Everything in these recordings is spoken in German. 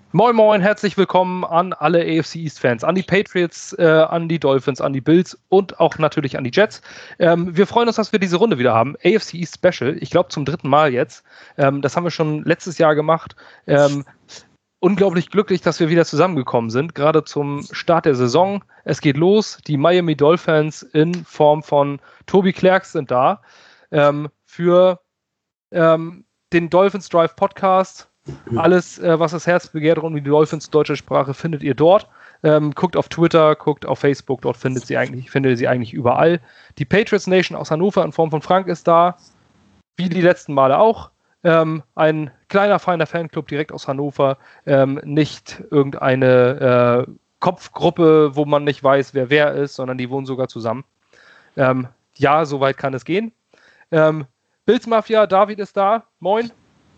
Moin Moin, herzlich willkommen an alle AFC East Fans, an die Patriots, an die Dolphins, an die Bills und auch natürlich an die Jets. Wir freuen uns, dass wir diese Runde wieder haben. AFC East Special, ich glaube zum 3. Mal jetzt. Das haben wir schon letztes Jahr gemacht. Unglaublich glücklich, dass wir wieder zusammengekommen sind, gerade zum Start der Saison. Es geht los, die Miami Dolphins in Form von Tobi Klerks sind da für den Dolphins Drive Podcast. Alles, was das Herz begehrt rund um die Dolphins deutsche Sprache, findet ihr dort. Guckt auf Twitter, guckt auf Facebook, dort findet ihr sie eigentlich überall. Die Patriots Nation aus Hannover in Form von Frank ist da, wie die letzten Male auch. Ein kleiner, feiner Fanclub direkt aus Hannover, nicht irgendeine Kopfgruppe, wo man nicht weiß, wer ist, sondern die wohnen sogar zusammen. Ja, soweit kann es gehen. Bills Mafia, David ist da, moin.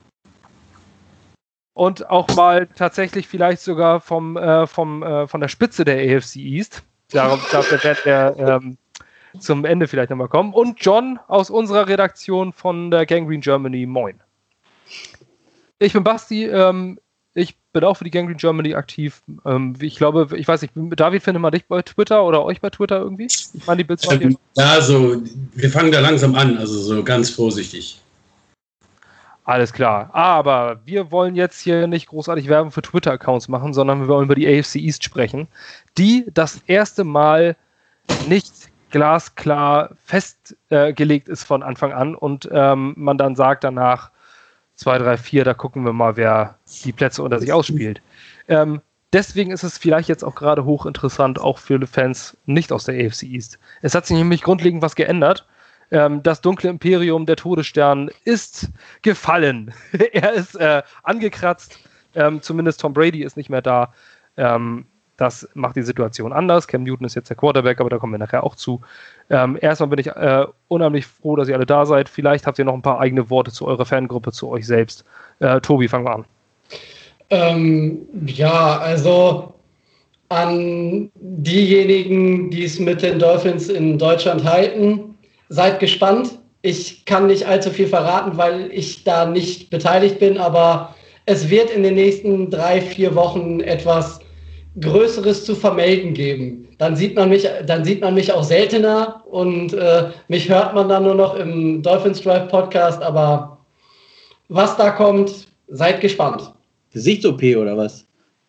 Und auch mal tatsächlich vielleicht sogar von der Spitze der AFC East. Darauf wird der zum Ende vielleicht nochmal kommen. Und John aus unserer Redaktion von der Gangrene Germany, moin. Ich bin Basti, ich bin auch für die Gangrene Germany aktiv. Ich glaube, ich weiß nicht, David, findet man dich bei Twitter oder euch bei Twitter irgendwie? Ich meine, die Bills ja, so, wir fangen da langsam an, also so ganz vorsichtig. Alles klar, aber wir wollen jetzt hier nicht großartig Werbung für Twitter-Accounts machen, sondern wir wollen über die AFC East sprechen, die das erste Mal nicht glasklar festgelegt ist von Anfang an und man dann sagt danach 2, 3, 4, da gucken wir mal, wer die Plätze unter sich ausspielt. Deswegen ist es vielleicht jetzt auch gerade hochinteressant, auch für Fans nicht aus der AFC East. Es hat sich nämlich grundlegend was geändert. Das dunkle Imperium, der Todesstern, ist gefallen. Er ist angekratzt. Zumindest Tom Brady ist nicht mehr da. Das macht die Situation anders. Cam Newton ist jetzt der Quarterback, aber da kommen wir nachher auch zu. Erstmal bin ich unheimlich froh, dass ihr alle da seid. Vielleicht habt ihr noch ein paar eigene Worte zu eurer Fangruppe, zu euch selbst. Tobi, fangen wir an. Ja, also an diejenigen, die es mit den Dolphins in Deutschland halten, seid gespannt. Ich kann nicht allzu viel verraten, weil ich da nicht beteiligt bin, aber es wird in den nächsten 3, 4 Wochen etwas Größeres zu vermelden geben. Dann sieht man mich auch seltener und mich hört man dann nur noch im Dolphins Drive Podcast, aber was da kommt, seid gespannt. Gesichts-OP oder was?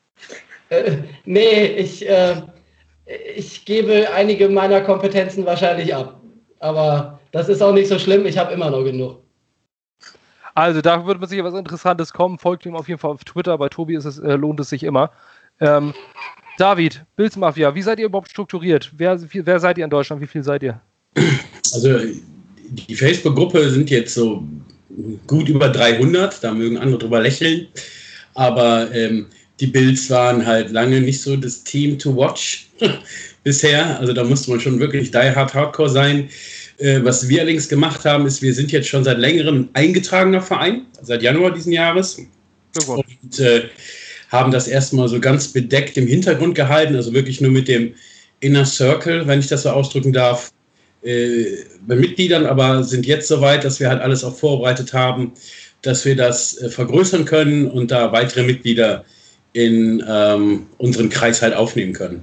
Nee, ich gebe einige meiner Kompetenzen wahrscheinlich ab. Aber das ist auch nicht so schlimm, ich habe immer noch genug. Also da wird sicher was Interessantes kommen. Folgt ihm auf jeden Fall auf Twitter. Bei Tobi lohnt es sich immer. David, Bills Mafia, wie seid ihr überhaupt strukturiert? Wer seid ihr in Deutschland? Wie viel seid ihr? Also die Facebook-Gruppe sind jetzt so gut über 300. Da mögen andere drüber lächeln. Aber die Bills waren halt lange nicht so das Team to watch bisher. Also da musste man schon wirklich Hardcore sein. Was wir allerdings gemacht haben, ist, wir sind jetzt schon seit längerem eingetragener Verein, seit Januar diesen Jahres. Und haben das erstmal so ganz bedeckt im Hintergrund gehalten, also wirklich nur mit dem Inner Circle, wenn ich das so ausdrücken darf, bei Mitgliedern, aber sind jetzt soweit, dass wir halt alles auch vorbereitet haben, dass wir das vergrößern können und da weitere Mitglieder in unseren Kreis halt aufnehmen können.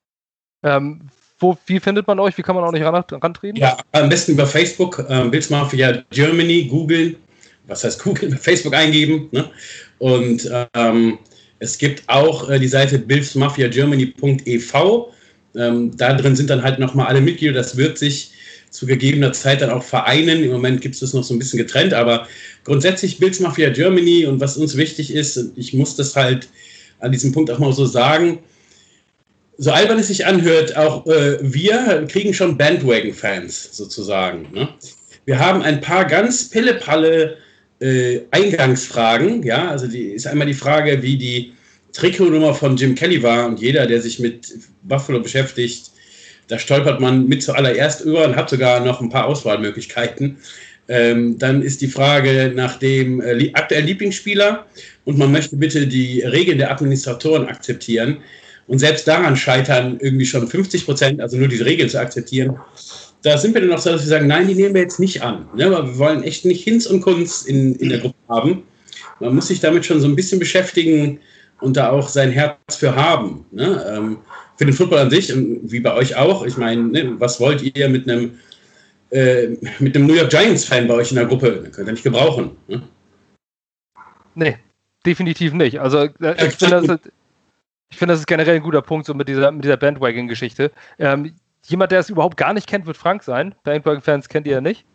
Wie findet man euch? Wie kann man auch nicht rantreten? Ja, am besten über Facebook, Bills Mafia Germany, googeln. Was heißt googeln? Facebook eingeben. Ne? Und es gibt auch die Seite billsmafiagermany.ev. Da drin sind dann halt nochmal alle Mitglieder. Das wird sich zu gegebener Zeit dann auch vereinen. Im Moment gibt es das noch so ein bisschen getrennt, aber grundsätzlich Bills Mafia Germany und was uns wichtig ist, ich muss das halt an diesem Punkt auch mal so sagen, so albern es sich anhört, auch wir kriegen schon Bandwagon-Fans sozusagen. Ne? Wir haben ein paar ganz pillepalle Eingangsfragen. Ja? Also ist einmal die Frage, wie die Trikotnummer von Jim Kelly war, und jeder, der sich mit Buffalo beschäftigt, da stolpert man mit zuallererst über und hat sogar noch ein paar Auswahlmöglichkeiten. Dann ist die Frage nach dem aktuellen Lieblingsspieler und man möchte bitte die Regeln der Administratoren akzeptieren. Und selbst daran scheitern irgendwie schon 50%, also nur diese Regeln zu akzeptieren. Da sind wir dann auch so, dass wir sagen, nein, die nehmen wir jetzt nicht an. Ne? Aber wir wollen echt nicht Hinz und Kunz in der Gruppe haben. Man muss sich damit schon so ein bisschen beschäftigen und da auch sein Herz für haben. Ne? Für den Football an sich und wie bei euch auch. Ich meine, ne, was wollt ihr mit einem New York Giants-Fan bei euch in der Gruppe? Den könnt ihr nicht gebrauchen. Ne? Nee, definitiv nicht. Also ich finde, das ist generell ein guter Punkt, so mit dieser Bandwagon-Geschichte. Jemand, der es überhaupt gar nicht kennt, wird Frank sein. Bandwagon-Fans kennt ihr ja nicht.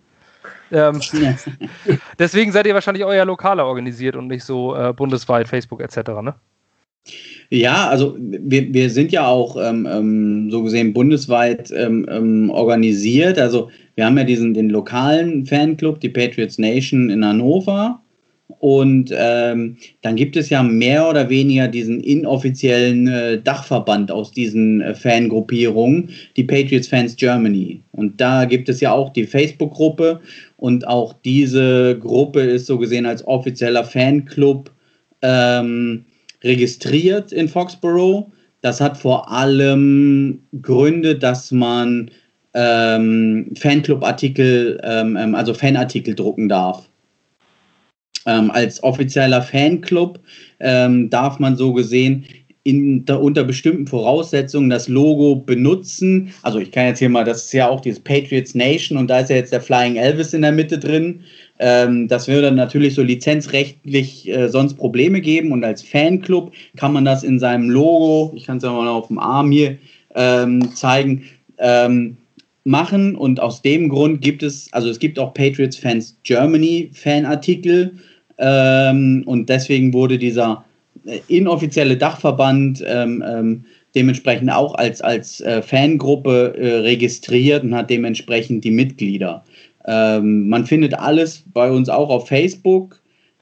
Deswegen seid ihr wahrscheinlich auch eher lokaler organisiert und nicht so bundesweit, Facebook etc., ne? Ja, also wir sind ja auch so gesehen bundesweit organisiert. Also wir haben ja den lokalen Fanclub, die Patriots Nation in Hannover. Und dann gibt es ja mehr oder weniger diesen inoffiziellen Dachverband aus diesen Fangruppierungen, die Patriots Fans Germany. Und da gibt es ja auch die Facebook-Gruppe und auch diese Gruppe ist so gesehen als offizieller Fanclub registriert in Foxborough. Das hat vor allem Gründe, dass man Fanclub-Artikel, also Fanartikel drucken darf. Als offizieller Fanclub darf man so gesehen unter bestimmten Voraussetzungen das Logo benutzen. Also ich kann jetzt hier mal, das ist ja auch dieses Patriots Nation und da ist ja jetzt der Flying Elvis in der Mitte drin. Das würde dann natürlich so lizenzrechtlich sonst Probleme geben und als Fanclub kann man das in seinem Logo, ich kann es ja mal auf dem Arm hier zeigen, machen und aus dem Grund gibt es auch Patriots Fans Germany Fanartikel und deswegen wurde dieser inoffizielle Dachverband dementsprechend auch als Fangruppe registriert und hat dementsprechend die Mitglieder. Man findet alles bei uns auch auf Facebook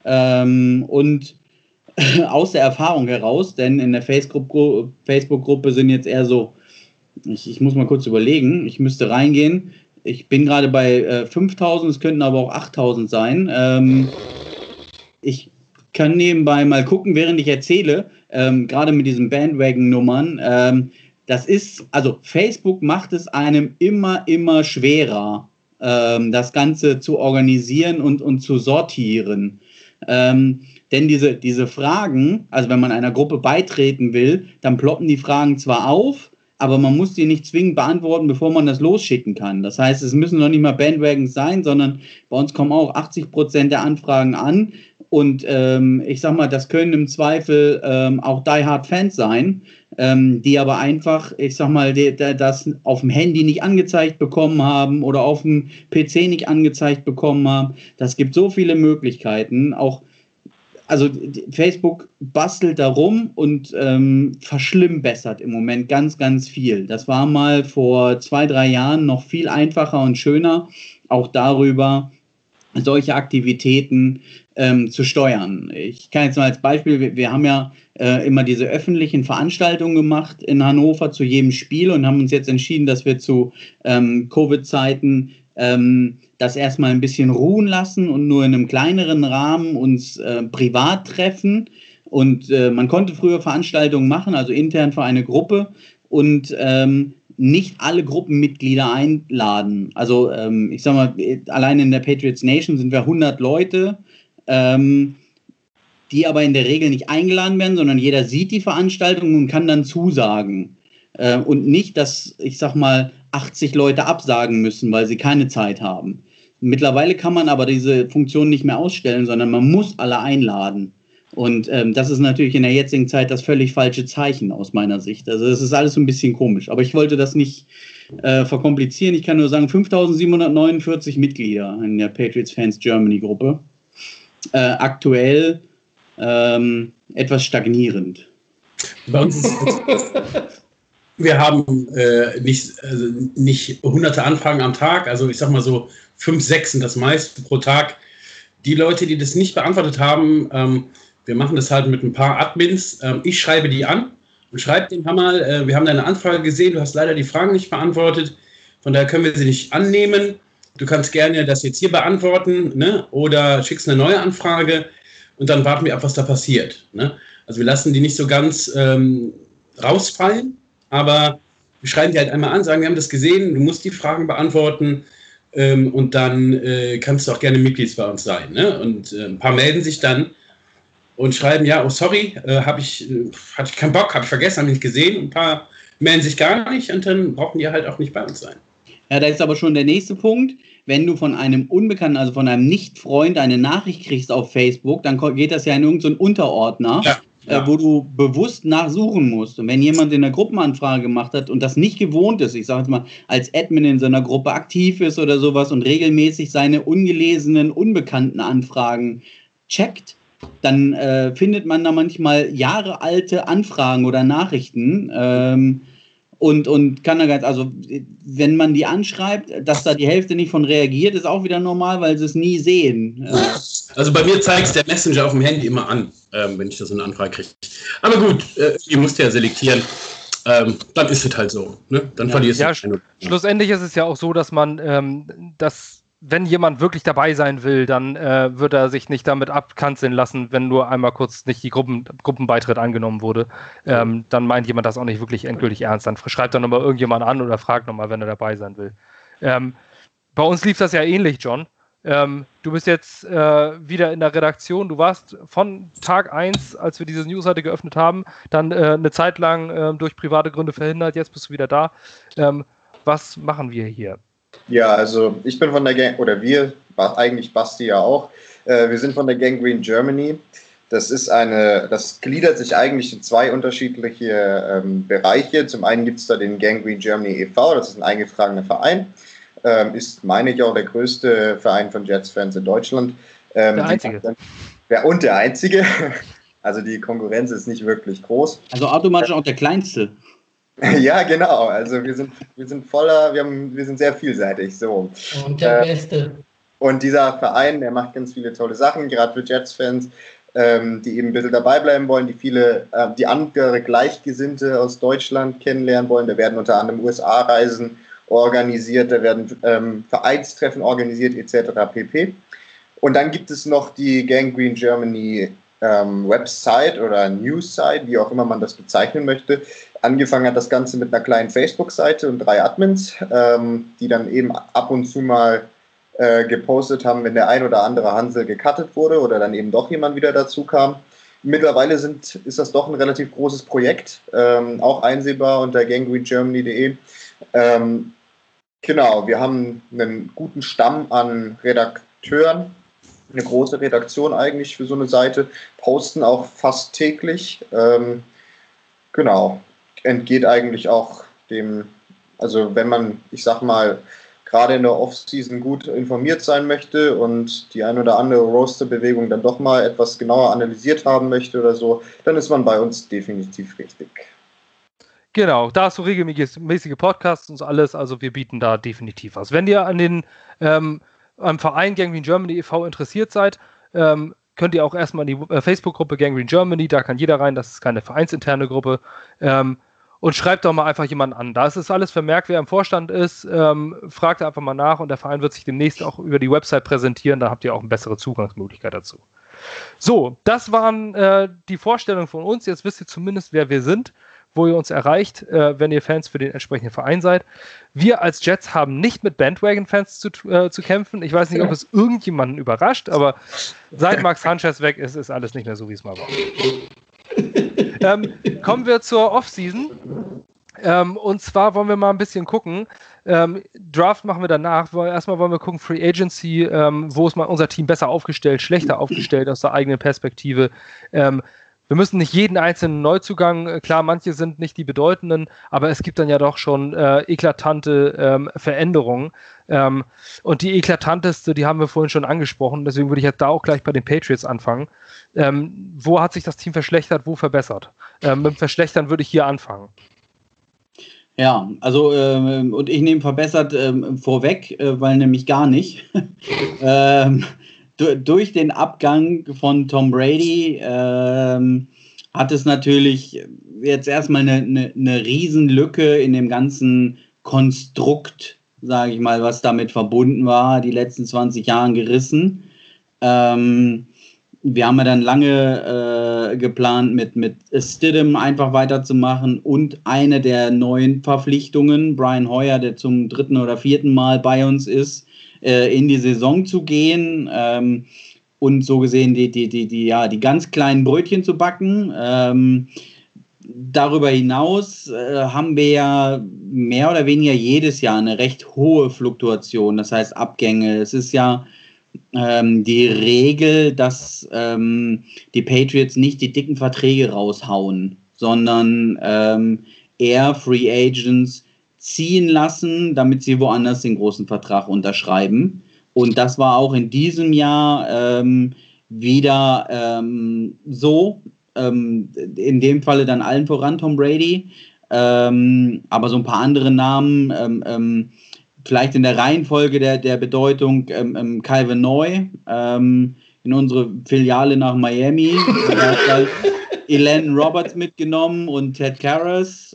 und aus der Erfahrung heraus, denn in der Facebook-Gruppe sind jetzt eher so, ich muss mal kurz überlegen, ich müsste reingehen. Ich bin gerade bei 5.000, es könnten aber auch 8.000 sein. Ich kann nebenbei mal gucken, während ich erzähle, gerade mit diesen Bandwagon-Nummern. Also Facebook macht es einem immer schwerer, das Ganze zu organisieren und zu sortieren. Denn diese Fragen, also wenn man einer Gruppe beitreten will, dann ploppen die Fragen zwar auf, aber man muss die nicht zwingend beantworten, bevor man das losschicken kann. Das heißt, es müssen noch nicht mal Bandwagons sein, sondern bei uns kommen auch 80% der Anfragen an. Und ich sag mal, das können im Zweifel auch Die-Hard-Fans sein, die aber einfach, ich sag mal, das auf dem Handy nicht angezeigt bekommen haben oder auf dem PC nicht angezeigt bekommen haben. Das gibt so viele Möglichkeiten, auch. Also Facebook bastelt da rum und verschlimmbessert im Moment ganz viel. Das war mal vor 2-3 Jahren noch viel einfacher und schöner, auch darüber solche Aktivitäten zu steuern. Ich kann jetzt mal als Beispiel, wir haben ja immer diese öffentlichen Veranstaltungen gemacht in Hannover zu jedem Spiel und haben uns jetzt entschieden, dass wir zu Covid-Zeiten das erstmal ein bisschen ruhen lassen und nur in einem kleineren Rahmen uns privat treffen. Und man konnte früher Veranstaltungen machen, also intern für eine Gruppe und nicht alle Gruppenmitglieder einladen. Also ich sag mal, allein in der Patriots Nation sind wir 100 Leute, die aber in der Regel nicht eingeladen werden, sondern jeder sieht die Veranstaltung und kann dann zusagen. Und nicht, dass, ich sag mal, 80 Leute absagen müssen, weil sie keine Zeit haben. Mittlerweile kann man aber diese Funktion nicht mehr ausstellen, sondern man muss alle einladen. Und das ist natürlich in der jetzigen Zeit das völlig falsche Zeichen aus meiner Sicht. Also das ist alles so ein bisschen komisch. Aber ich wollte das nicht verkomplizieren. Ich kann nur sagen, 5.749 Mitglieder in der Patriots Fans Germany Gruppe. Aktuell etwas stagnierend. Bei uns ist wir haben nicht hunderte Anfragen am Tag, also ich sag mal so 5, 6 sind das meiste pro Tag. Die Leute, die das nicht beantwortet haben, wir machen das halt mit ein paar Admins. Ich schreibe die an und schreibe denen, wir haben deine Anfrage gesehen, du hast leider die Fragen nicht beantwortet, von daher können wir sie nicht annehmen. Du kannst gerne das jetzt hier beantworten, ne? Oder schickst eine neue Anfrage und dann warten wir ab, was da passiert. Ne? Also wir lassen die nicht so ganz rausfallen. Aber wir schreiben die halt einmal an, sagen, wir haben das gesehen, du musst die Fragen beantworten und dann kannst du auch gerne Mitglied bei uns sein. Ne? Und ein paar melden sich dann und schreiben, ja, oh sorry, hatte ich keinen Bock, habe ich vergessen, habe ich nicht gesehen. Und ein paar melden sich gar nicht und dann brauchen die halt auch nicht bei uns sein. Ja, da ist aber schon der nächste Punkt. Wenn du von einem Unbekannten, also von einem Nicht-Freund eine Nachricht kriegst auf Facebook, dann geht das ja in irgendeinen Unterordner, wo du bewusst nachsuchen musst. Und wenn jemand in einer Gruppenanfrage gemacht hat und das nicht gewohnt ist, ich sage jetzt mal, als Admin in so einer Gruppe aktiv ist oder sowas und regelmäßig seine ungelesenen, unbekannten Anfragen checkt, dann findet man da manchmal jahrealte Anfragen oder Nachrichten, und kann da ganz, also wenn man die anschreibt, dass da die Hälfte nicht von reagiert, ist auch wieder normal, weil sie es nie sehen. Also bei mir zeigt es der Messenger auf dem Handy immer an, wenn ich da so eine Anfrage kriege. Aber gut, ihr müsst ja selektieren. Dann ist es halt so. Ne? Dann verlierst du. Ja, schlussendlich ist es ja auch so, dass man wenn jemand wirklich dabei sein will, dann wird er sich nicht damit abkanzeln lassen, wenn nur einmal kurz nicht die Gruppenbeitritt angenommen wurde. Dann meint jemand das auch nicht wirklich endgültig ernst. Dann schreibt dann nochmal irgendjemand an oder fragt nochmal, wenn er dabei sein will. Bei uns lief das ja ähnlich, John. Du bist jetzt wieder in der Redaktion. Du warst von Tag 1, als wir diese Newsseite geöffnet haben, dann eine Zeit lang durch private Gründe verhindert. Jetzt bist du wieder da. Was machen wir hier? Ja, also ich bin von der Gang, oder wir, eigentlich Basti ja auch, wir sind von der Gang Green Germany. Das gliedert sich eigentlich in zwei unterschiedliche Bereiche. Zum einen gibt es da den Gang Green Germany e.V., das ist ein eingetragener Verein, ist, meine ich, auch der größte Verein von Jets-Fans in Deutschland. Der einzige. Und der einzige. Also die Konkurrenz ist nicht wirklich groß. Also automatisch auch der kleinste. Ja, genau. Also wir sind wir sind sehr vielseitig. So. Und der Beste. Und dieser Verein, der macht ganz viele tolle Sachen, gerade für Jets-Fans, die eben ein bisschen dabei bleiben wollen, die andere Gleichgesinnte aus Deutschland kennenlernen wollen. Da werden unter anderem USA-Reisen organisiert, da werden Vereinstreffen organisiert etc. pp. Und dann gibt es noch die Gang Green Germany Website oder News-Site, wie auch immer man das bezeichnen möchte. Angefangen hat das Ganze mit einer kleinen Facebook-Seite und 3 Admins, die dann eben ab und zu mal gepostet haben, wenn der ein oder andere Hansel gecuttet wurde oder dann eben doch jemand wieder dazu kam. Mittlerweile ist das doch ein relativ großes Projekt, auch einsehbar unter ganggreengermany.de. Genau, wir haben einen guten Stamm an Redakteuren, eine große Redaktion eigentlich für so eine Seite, posten auch fast täglich. Genau, entgeht eigentlich auch dem, also wenn man, ich sag mal, gerade in der Off-Season gut informiert sein möchte und die ein oder andere Roaster-Bewegung dann doch mal etwas genauer analysiert haben möchte oder so, dann ist man bei uns definitiv richtig. Genau, da hast du regelmäßige Podcasts und so alles, also wir bieten da definitiv was. Wenn ihr am Verein Gang Green Germany e.V. interessiert seid, könnt ihr auch erstmal in die Facebook-Gruppe Gang Green Germany, da kann jeder rein, das ist keine vereinsinterne Gruppe, und schreibt doch mal einfach jemanden an. Da ist es alles vermerkt, wer im Vorstand ist, fragt einfach mal nach und der Verein wird sich demnächst auch über die Website präsentieren, da habt ihr auch eine bessere Zugangsmöglichkeit dazu. So, das waren die Vorstellungen von uns, jetzt wisst ihr zumindest, wer wir sind, wo ihr uns erreicht, wenn ihr Fans für den entsprechenden Verein seid. Wir als Jets haben nicht mit Bandwagon-Fans zu kämpfen. Ich weiß nicht, ob es irgendjemanden überrascht, aber seit Max Sanchez weg ist, ist alles nicht mehr so, wie es mal war. Kommen wir zur Offseason. Und zwar wollen wir mal ein bisschen gucken. Draft machen wir danach. Erstmal wollen wir gucken, Free Agency, wo ist mal unser Team besser aufgestellt, schlechter aufgestellt aus der eigenen Perspektive. Wir müssen nicht jeden einzelnen Neuzugang, klar, manche sind nicht die bedeutenden, aber es gibt dann ja doch schon eklatante Veränderungen. Und die eklatanteste, die haben wir vorhin schon angesprochen, deswegen würde ich jetzt da auch gleich bei den Patriots anfangen. Wo hat sich das Team verschlechtert, wo verbessert? Mit dem Verschlechtern würde ich hier anfangen. Ja, also und ich nehme verbessert vorweg, weil nämlich gar nicht. Durch den Abgang von Tom Brady hat es natürlich jetzt erstmal eine Riesenlücke in dem ganzen Konstrukt, sage ich mal, was damit verbunden war, die letzten 20 Jahren gerissen. Wir haben ja dann lange geplant, mit Stidham einfach weiterzumachen und eine der neuen Verpflichtungen, Brian Hoyer, der zum 3. oder 4. Mal bei uns ist, in die Saison zu gehen. und so gesehen die ganz kleinen Brötchen zu backen. Darüber hinaus haben wir ja mehr oder weniger jedes Jahr eine recht hohe Fluktuation, das heißt Abgänge. Es ist ja die Regel, dass die Patriots nicht die dicken Verträge raushauen, sondern eher Free Agents ziehen lassen, damit sie woanders den großen Vertrag unterschreiben. Und das war auch in diesem Jahr wieder so. In dem Falle dann allen voran Tom Brady, aber so ein paar andere Namen, vielleicht in der Reihenfolge der Bedeutung Calvin Neu in unsere Filiale nach Miami, halt Elan Roberts mitgenommen und Ted Karras.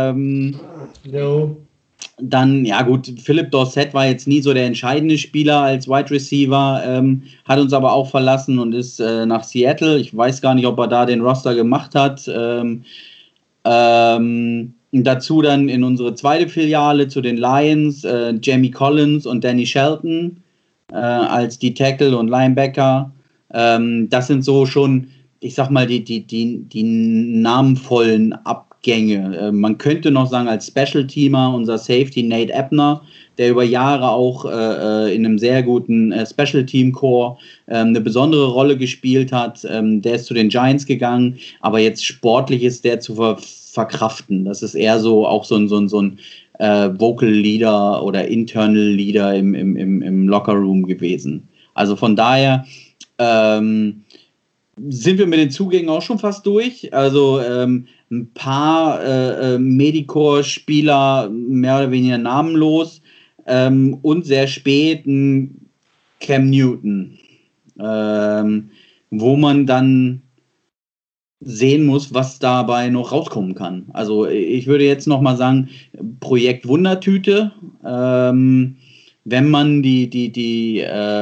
Dann, ja gut, Philip Dorsett war jetzt nie so der entscheidende Spieler als Wide Receiver, hat uns aber auch verlassen und ist nach Seattle. Ich weiß gar nicht, ob er da den Roster gemacht hat. Dazu dann in unsere zweite Filiale zu den Lions, Jamie Collins und Danny Shelton als die Tackle und Linebacker. Das sind so schon, ich sag mal, die namenvollen Abgänge. Man könnte noch sagen, als Special-Teamer unser Safety Nate Ebner, der über Jahre auch in einem sehr guten Special-Team-Core eine besondere Rolle gespielt hat. Der ist zu den Giants gegangen, aber jetzt sportlich ist der zu verkraften. Das ist eher so auch so ein Vocal Leader oder Internal Leader im Locker-Room gewesen. Also von daher sind wir mit den Zugängen auch schon fast durch. Also ein paar Medicore-Spieler mehr oder weniger namenlos und sehr spät ein Cam Newton, wo man dann sehen muss, was dabei noch rauskommen kann. Also ich würde jetzt nochmal sagen, Projekt Wundertüte, wenn man die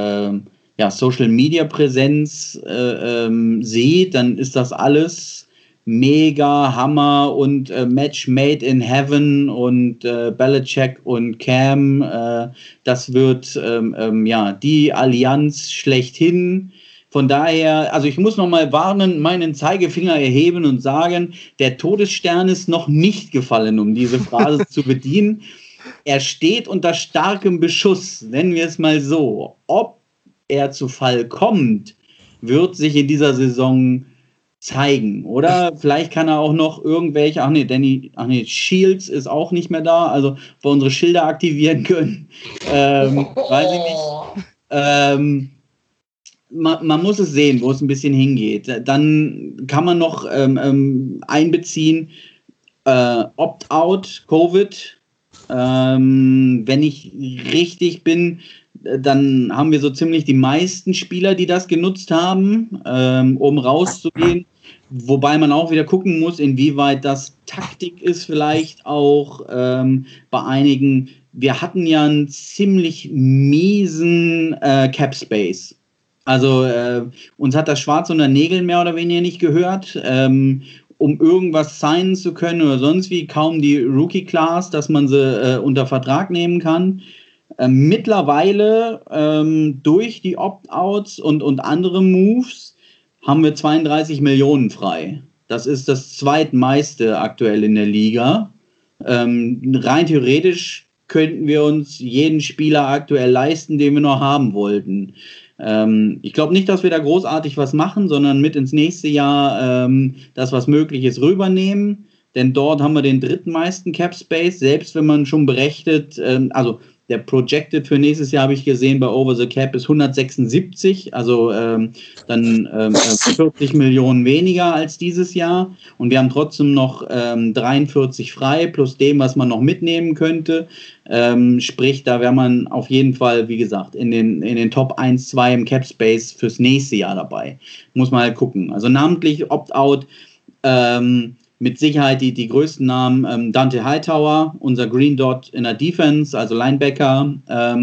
Social-Media-Präsenz sieht, dann ist das alles mega Hammer und Match made in heaven und Belichick und Cam, das wird die Allianz schlechthin. Von daher, also ich muss nochmal warnen, meinen Zeigefinger erheben und sagen, der Todesstern ist noch nicht gefallen, um diese Phrase zu bedienen. Er steht unter starkem Beschuss, nennen wir es mal so. Ob er zu Fall kommt, wird sich in dieser Saison zeigen. Oder vielleicht kann er auch noch irgendwelche, Shields ist auch nicht mehr da, also ob wir unsere Schilder aktivieren können, weiß ich nicht. Man muss es sehen, wo es ein bisschen hingeht. Dann kann man noch einbeziehen, Opt-out, Covid. Wenn ich richtig bin, dann haben wir so ziemlich die meisten Spieler, die das genutzt haben, um rauszugehen. Wobei man auch wieder gucken muss, inwieweit das Taktik ist vielleicht auch bei einigen. Wir hatten ja einen ziemlich miesen Cap Space. Also uns hat das Schwarz unter Nägeln mehr oder weniger nicht gehört. Um irgendwas signen zu können oder sonst wie, kaum die Rookie-Class, dass man sie unter Vertrag nehmen kann. Mittlerweile durch die Opt-outs und andere Moves haben wir 32 Millionen frei. Das ist das zweitmeiste aktuell in der Liga. Rein theoretisch könnten wir uns jeden Spieler aktuell leisten, den wir noch haben wollten. Ich glaube nicht, dass wir da großartig was machen, sondern mit ins nächste Jahr das, was möglich ist, rübernehmen. Denn dort haben wir den drittmeisten Cap Space, selbst wenn man schon berechnet, also der Projected für nächstes Jahr habe ich gesehen bei Over the Cap ist 176, also dann 40 Millionen weniger als dieses Jahr. Und wir haben trotzdem noch 43 frei, plus dem, was man noch mitnehmen könnte. Sprich, da wäre man auf jeden Fall, wie gesagt, in den Top 1, 2 im Cap Space fürs nächste Jahr dabei. Muss man halt gucken. Also namentlich Opt-out, mit Sicherheit die größten Namen, Dante Hightower, unser Green Dot in der Defense, also Linebacker,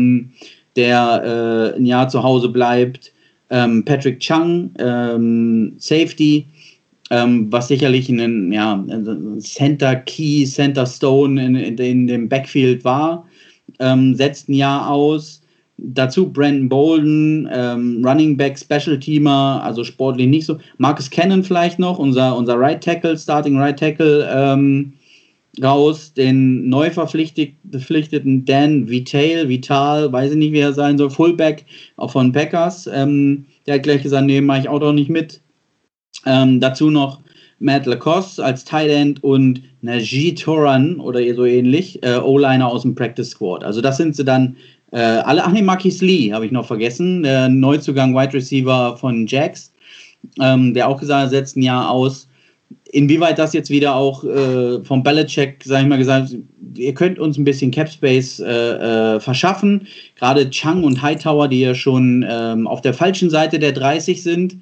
der ein Jahr zu Hause bleibt, Patrick Chung, Safety, was sicherlich ein Center Key, Center Stone in dem Backfield war, setzt ein Jahr aus. Dazu Brandon Bolden, Running Back, Special Teamer, also sportlich nicht so. Marcus Cannon vielleicht noch, unser Right Tackle, Starting Right Tackle, raus. Den neu verpflichteten Dan Vital, weiß ich nicht, wie er sein soll, Fullback, auch von Packers. Der hat gleich gesagt, nee, mache ich auch doch nicht mit. Dazu noch Matt Lacoste als Tight End und Najee Toran oder so ähnlich, O-Liner aus dem Practice Squad. Also das sind sie dann alle. Ach nee, Marquise Lee habe ich noch vergessen, der Neuzugang Wide Receiver von Jags, der auch gesagt hat, setzt ein Jahr aus. Inwieweit das jetzt wieder auch vom Belichick, sage ich mal, gesagt, ihr könnt uns ein bisschen Cap Space verschaffen. Gerade Chung und Hightower, die ja schon auf der falschen Seite der 30 sind,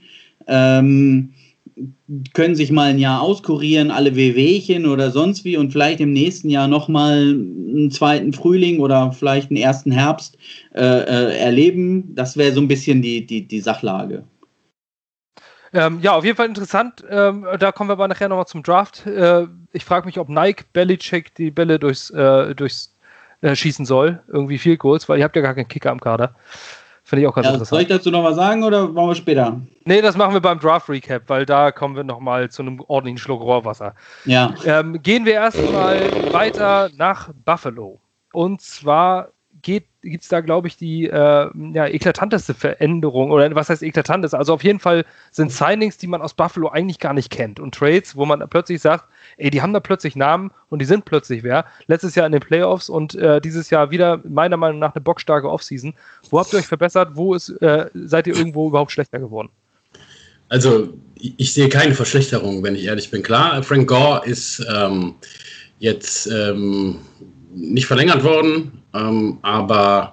können sich mal ein Jahr auskurieren, alle Wehwehchen oder sonst wie, und vielleicht im nächsten Jahr nochmal einen zweiten Frühling oder vielleicht einen ersten Herbst erleben. Das wäre so ein bisschen die Sachlage. Ja, auf jeden Fall interessant. Da kommen wir aber nachher nochmal zum Draft. Ich frage mich, ob Nike Belichick die Bälle durchs schießen soll. Irgendwie Field Goals, weil ihr habt ja gar keinen Kicker am Kader. Finde ich auch ganz interessant. Soll ich dazu noch was sagen oder wollen wir später? Nee, das machen wir beim Draft-Recap, weil da kommen wir nochmal zu einem ordentlichen Schluck Rohrwasser. Ja. Gehen wir erstmal weiter nach Buffalo. Und zwar gibt es da, glaube ich, die eklatanteste Veränderung, oder was heißt eklatantes? Also auf jeden Fall sind Signings, die man aus Buffalo eigentlich gar nicht kennt, und Trades, wo man plötzlich sagt, ey, die haben da plötzlich Namen und die sind plötzlich wer. Letztes Jahr in den Playoffs und dieses Jahr wieder meiner Meinung nach eine bockstarke Offseason. Wo habt ihr euch verbessert? Wo seid ihr irgendwo überhaupt schlechter geworden? Also ich sehe keine Verschlechterung, wenn ich ehrlich bin. Klar, Frank Gore ist jetzt nicht verlängert worden, aber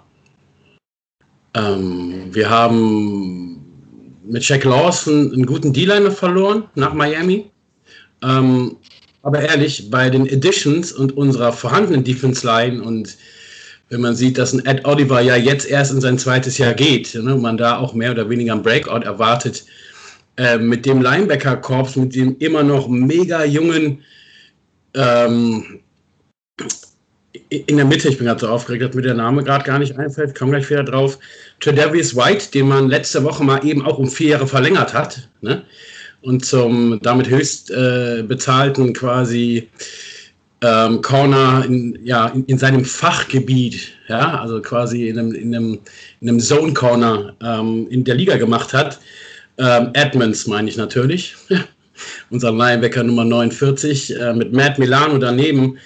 wir haben mit Shaq Lawson einen guten D-Liner verloren nach Miami. Aber ehrlich, bei den Additions und unserer vorhandenen Defense-Line, und wenn man sieht, dass ein Ed Oliver ja jetzt erst in sein zweites Jahr geht, ne, man da auch mehr oder weniger einen Breakout erwartet, mit dem Linebacker-Korps, mit dem immer noch mega jungen in der Mitte, ich bin gerade so aufgeregt, dass mir der Name gerade gar nicht einfällt, komme gleich wieder drauf, Tre'Davious White, den man letzte Woche mal eben auch um 4 Jahre verlängert hat, ne? Und zum damit höchst bezahlten quasi Corner in seinem Fachgebiet, ja, also quasi in einem Zone Corner in der Liga gemacht hat. Edmonds meine ich natürlich, unser Linebacker Nummer 49, mit Matt Milano daneben.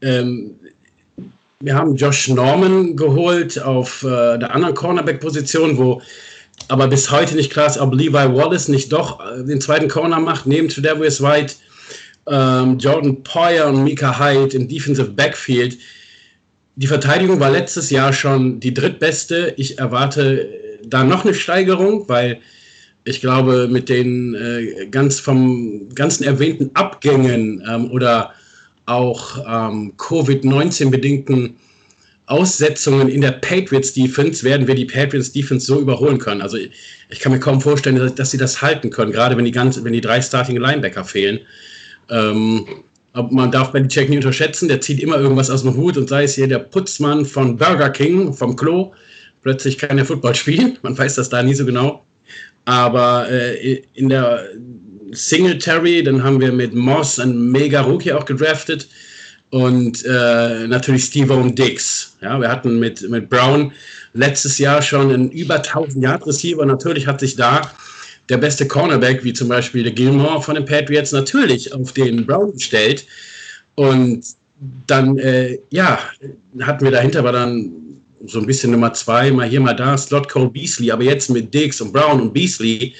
Wir haben Josh Norman geholt auf der anderen Cornerback-Position, wo aber bis heute nicht klar ist, ob Levi Wallace nicht doch den zweiten Corner macht, neben Tre'Davious White, Jordan Poyer und Micah Hyde im Defensive Backfield. Die Verteidigung war letztes Jahr schon die drittbeste. Ich erwarte da noch eine Steigerung, weil ich glaube, mit den vom ganzen erwähnten Abgängen oder auch Covid-19-bedingten Aussetzungen in der Patriots-Defense werden wir die Patriots-Defense so überholen können. Also ich kann mir kaum vorstellen, dass sie das halten können, gerade wenn die 3 Starting-Linebacker fehlen. Aber man darf Belichick nicht unterschätzen, der zieht immer irgendwas aus dem Hut, und sei es hier der Putzmann von Burger King, vom Klo, plötzlich kann er Football spielen, man weiß das da nie so genau. Aber in der Singletary, dann haben wir mit Moss einen Mega-Rookie auch gedraftet, und natürlich Stephon Diggs. Ja, wir hatten mit Brown letztes Jahr schon einen über 1000-Yard-Receiver. Natürlich hat sich da der beste Cornerback, wie zum Beispiel der Gilmore von den Patriots, natürlich auf den Brown gestellt. Und dann, hatten wir dahinter, war dann so ein bisschen Nummer 2, mal hier, mal da, Slot Cole Beasley, aber jetzt mit Diggs und Brown und Beasley,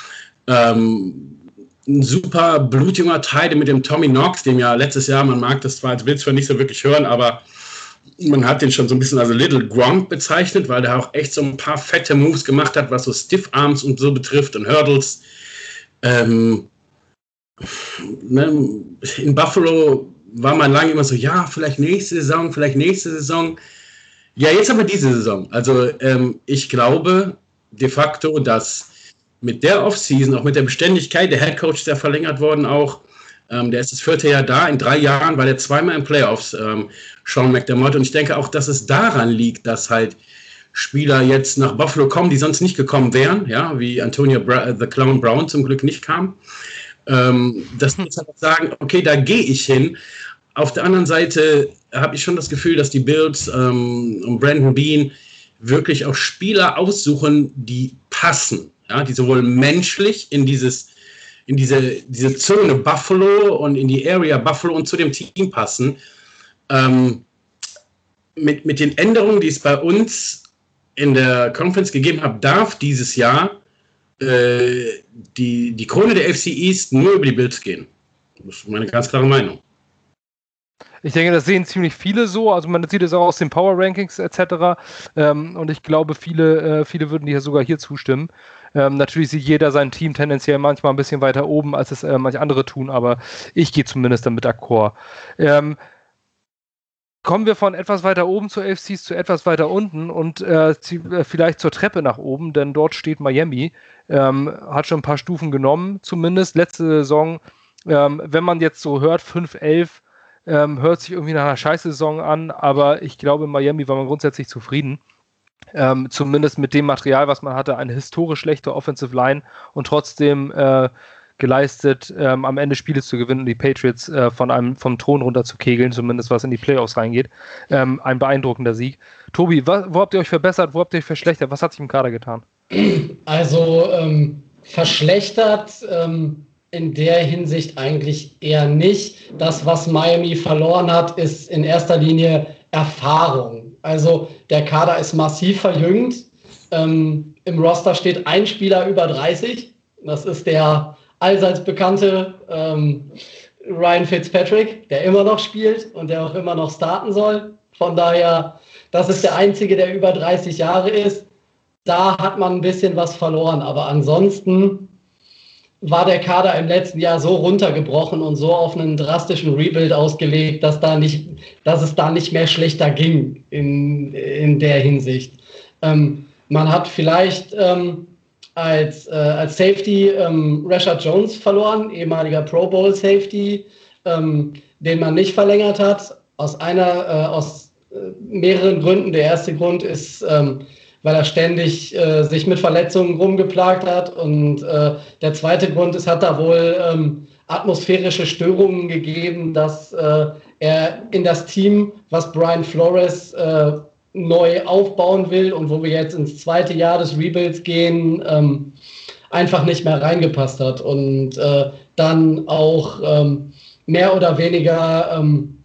ein super blutjunger Teil mit dem Tommy Knox, dem ja letztes Jahr, man mag das zwar als Witz nicht so wirklich hören, aber man hat den schon so ein bisschen als Little Gronk bezeichnet, weil der auch echt so ein paar fette Moves gemacht hat, was so Stiff Arms und so betrifft und Hurdles. In Buffalo war man lange immer so, ja, vielleicht nächste Saison. Ja, jetzt aber diese Saison. Also ich glaube de facto, dass mit der Offseason, auch mit der Beständigkeit, der Headcoach ist ja verlängert worden auch, der ist das 4. Jahr da, in 3 Jahren war der zweimal in Playoffs, Sean McDermott, und ich denke auch, dass es daran liegt, dass halt Spieler jetzt nach Buffalo kommen, die sonst nicht gekommen wären, ja, wie Antonio the Clown Brown zum Glück nicht kam. Dass die jetzt halt sagen, okay, da gehe ich hin. Auf der anderen Seite habe ich schon das Gefühl, dass die Bills und Brandon Beane wirklich auch Spieler aussuchen, die passen, ja, die sowohl menschlich in diese Zone Buffalo und in die Area Buffalo und zu dem Team passen. Mit den Änderungen, die es bei uns in der Conference gegeben hat, darf dieses Jahr die Krone der AFC East nur über die Bills gehen. Das ist meine ganz klare Meinung. Ich denke, das sehen ziemlich viele so. Also man sieht es auch aus den Power Rankings etc. Und ich glaube, viele würden dir sogar hier zustimmen. Natürlich sieht jeder sein Team tendenziell manchmal ein bisschen weiter oben, als es manche andere tun, aber ich gehe zumindest damit d'accord. Kommen wir von etwas weiter oben zur AFC zu etwas weiter unten und vielleicht zur Treppe nach oben, denn dort steht Miami, hat schon ein paar Stufen genommen, zumindest letzte Saison. Wenn man jetzt so hört, 5-11, hört sich irgendwie nach einer Scheiß-Saison an, aber ich glaube, in Miami war man grundsätzlich zufrieden. Zumindest mit dem Material, was man hatte, eine historisch schlechte Offensive Line und trotzdem geleistet, am Ende Spiele zu gewinnen und die Patriots vom Thron runter zu kegeln, zumindest was in die Playoffs reingeht. Ein beeindruckender Sieg. Tobi, wo habt ihr euch verbessert, wo habt ihr euch verschlechtert? Was hat sich im Kader getan? Also verschlechtert in der Hinsicht eigentlich eher nicht. Das, was Miami verloren hat, ist in erster Linie Erfahrung. Also der Kader ist massiv verjüngt. Im Roster steht ein Spieler über 30. Das ist der allseits bekannte Ryan Fitzpatrick, der immer noch spielt und der auch immer noch starten soll. Von daher, das ist der Einzige, der über 30 Jahre ist. Da hat man ein bisschen was verloren. Aber ansonsten war der Kader im letzten Jahr so runtergebrochen und so auf einen drastischen Rebuild ausgelegt, dass es da nicht mehr schlechter ging in der Hinsicht. Man hat vielleicht als Safety Rashad Jones verloren, ehemaliger Pro Bowl Safety, den man nicht verlängert hat, aus mehreren Gründen. Der erste Grund ist, weil er ständig sich mit Verletzungen rumgeplagt hat, und der zweite Grund ist, hat da wohl atmosphärische Störungen gegeben, dass er in das Team, was Brian Flores neu aufbauen will und wo wir jetzt ins zweite Jahr des Rebuilds gehen, einfach nicht mehr reingepasst hat und dann auch mehr oder weniger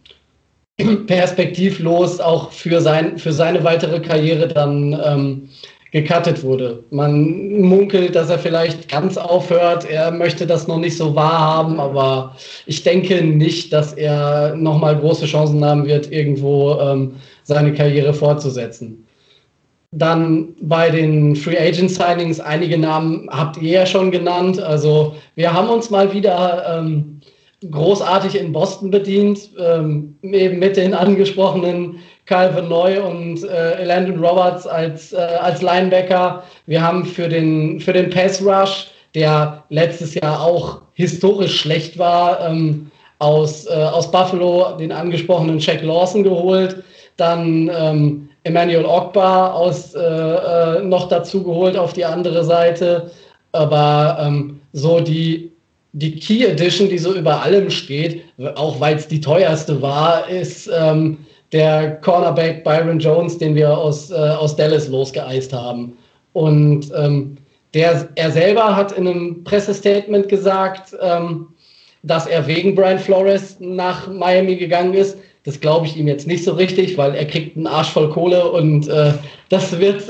perspektivlos auch für seine weitere Karriere dann gecuttet wurde. Man munkelt, dass er vielleicht ganz aufhört. Er möchte das noch nicht so wahrhaben, aber ich denke nicht, dass er nochmal große Chancen haben wird, irgendwo seine Karriere fortzusetzen. Dann bei den Free Agent Signings, einige Namen habt ihr ja schon genannt. Also wir haben uns mal wieder großartig in Boston bedient, eben mit den angesprochenen Kyle Van Noy und Landon Roberts als Linebacker. Wir haben für den Pass Rush, der letztes Jahr auch historisch schlecht war, aus Buffalo den angesprochenen Shaq Lawson geholt. Dann Emmanuel Ogbah noch dazu geholt auf die andere Seite. Aber so die Key Edition, die so über allem steht, auch weil es die teuerste war, ist der Cornerback Byron Jones, den wir aus Dallas losgeeist haben. Und er selber hat in einem Pressestatement gesagt, dass er wegen Brian Flores nach Miami gegangen ist. Das glaube ich ihm jetzt nicht so richtig, weil er kriegt einen Arsch voll Kohle und das wird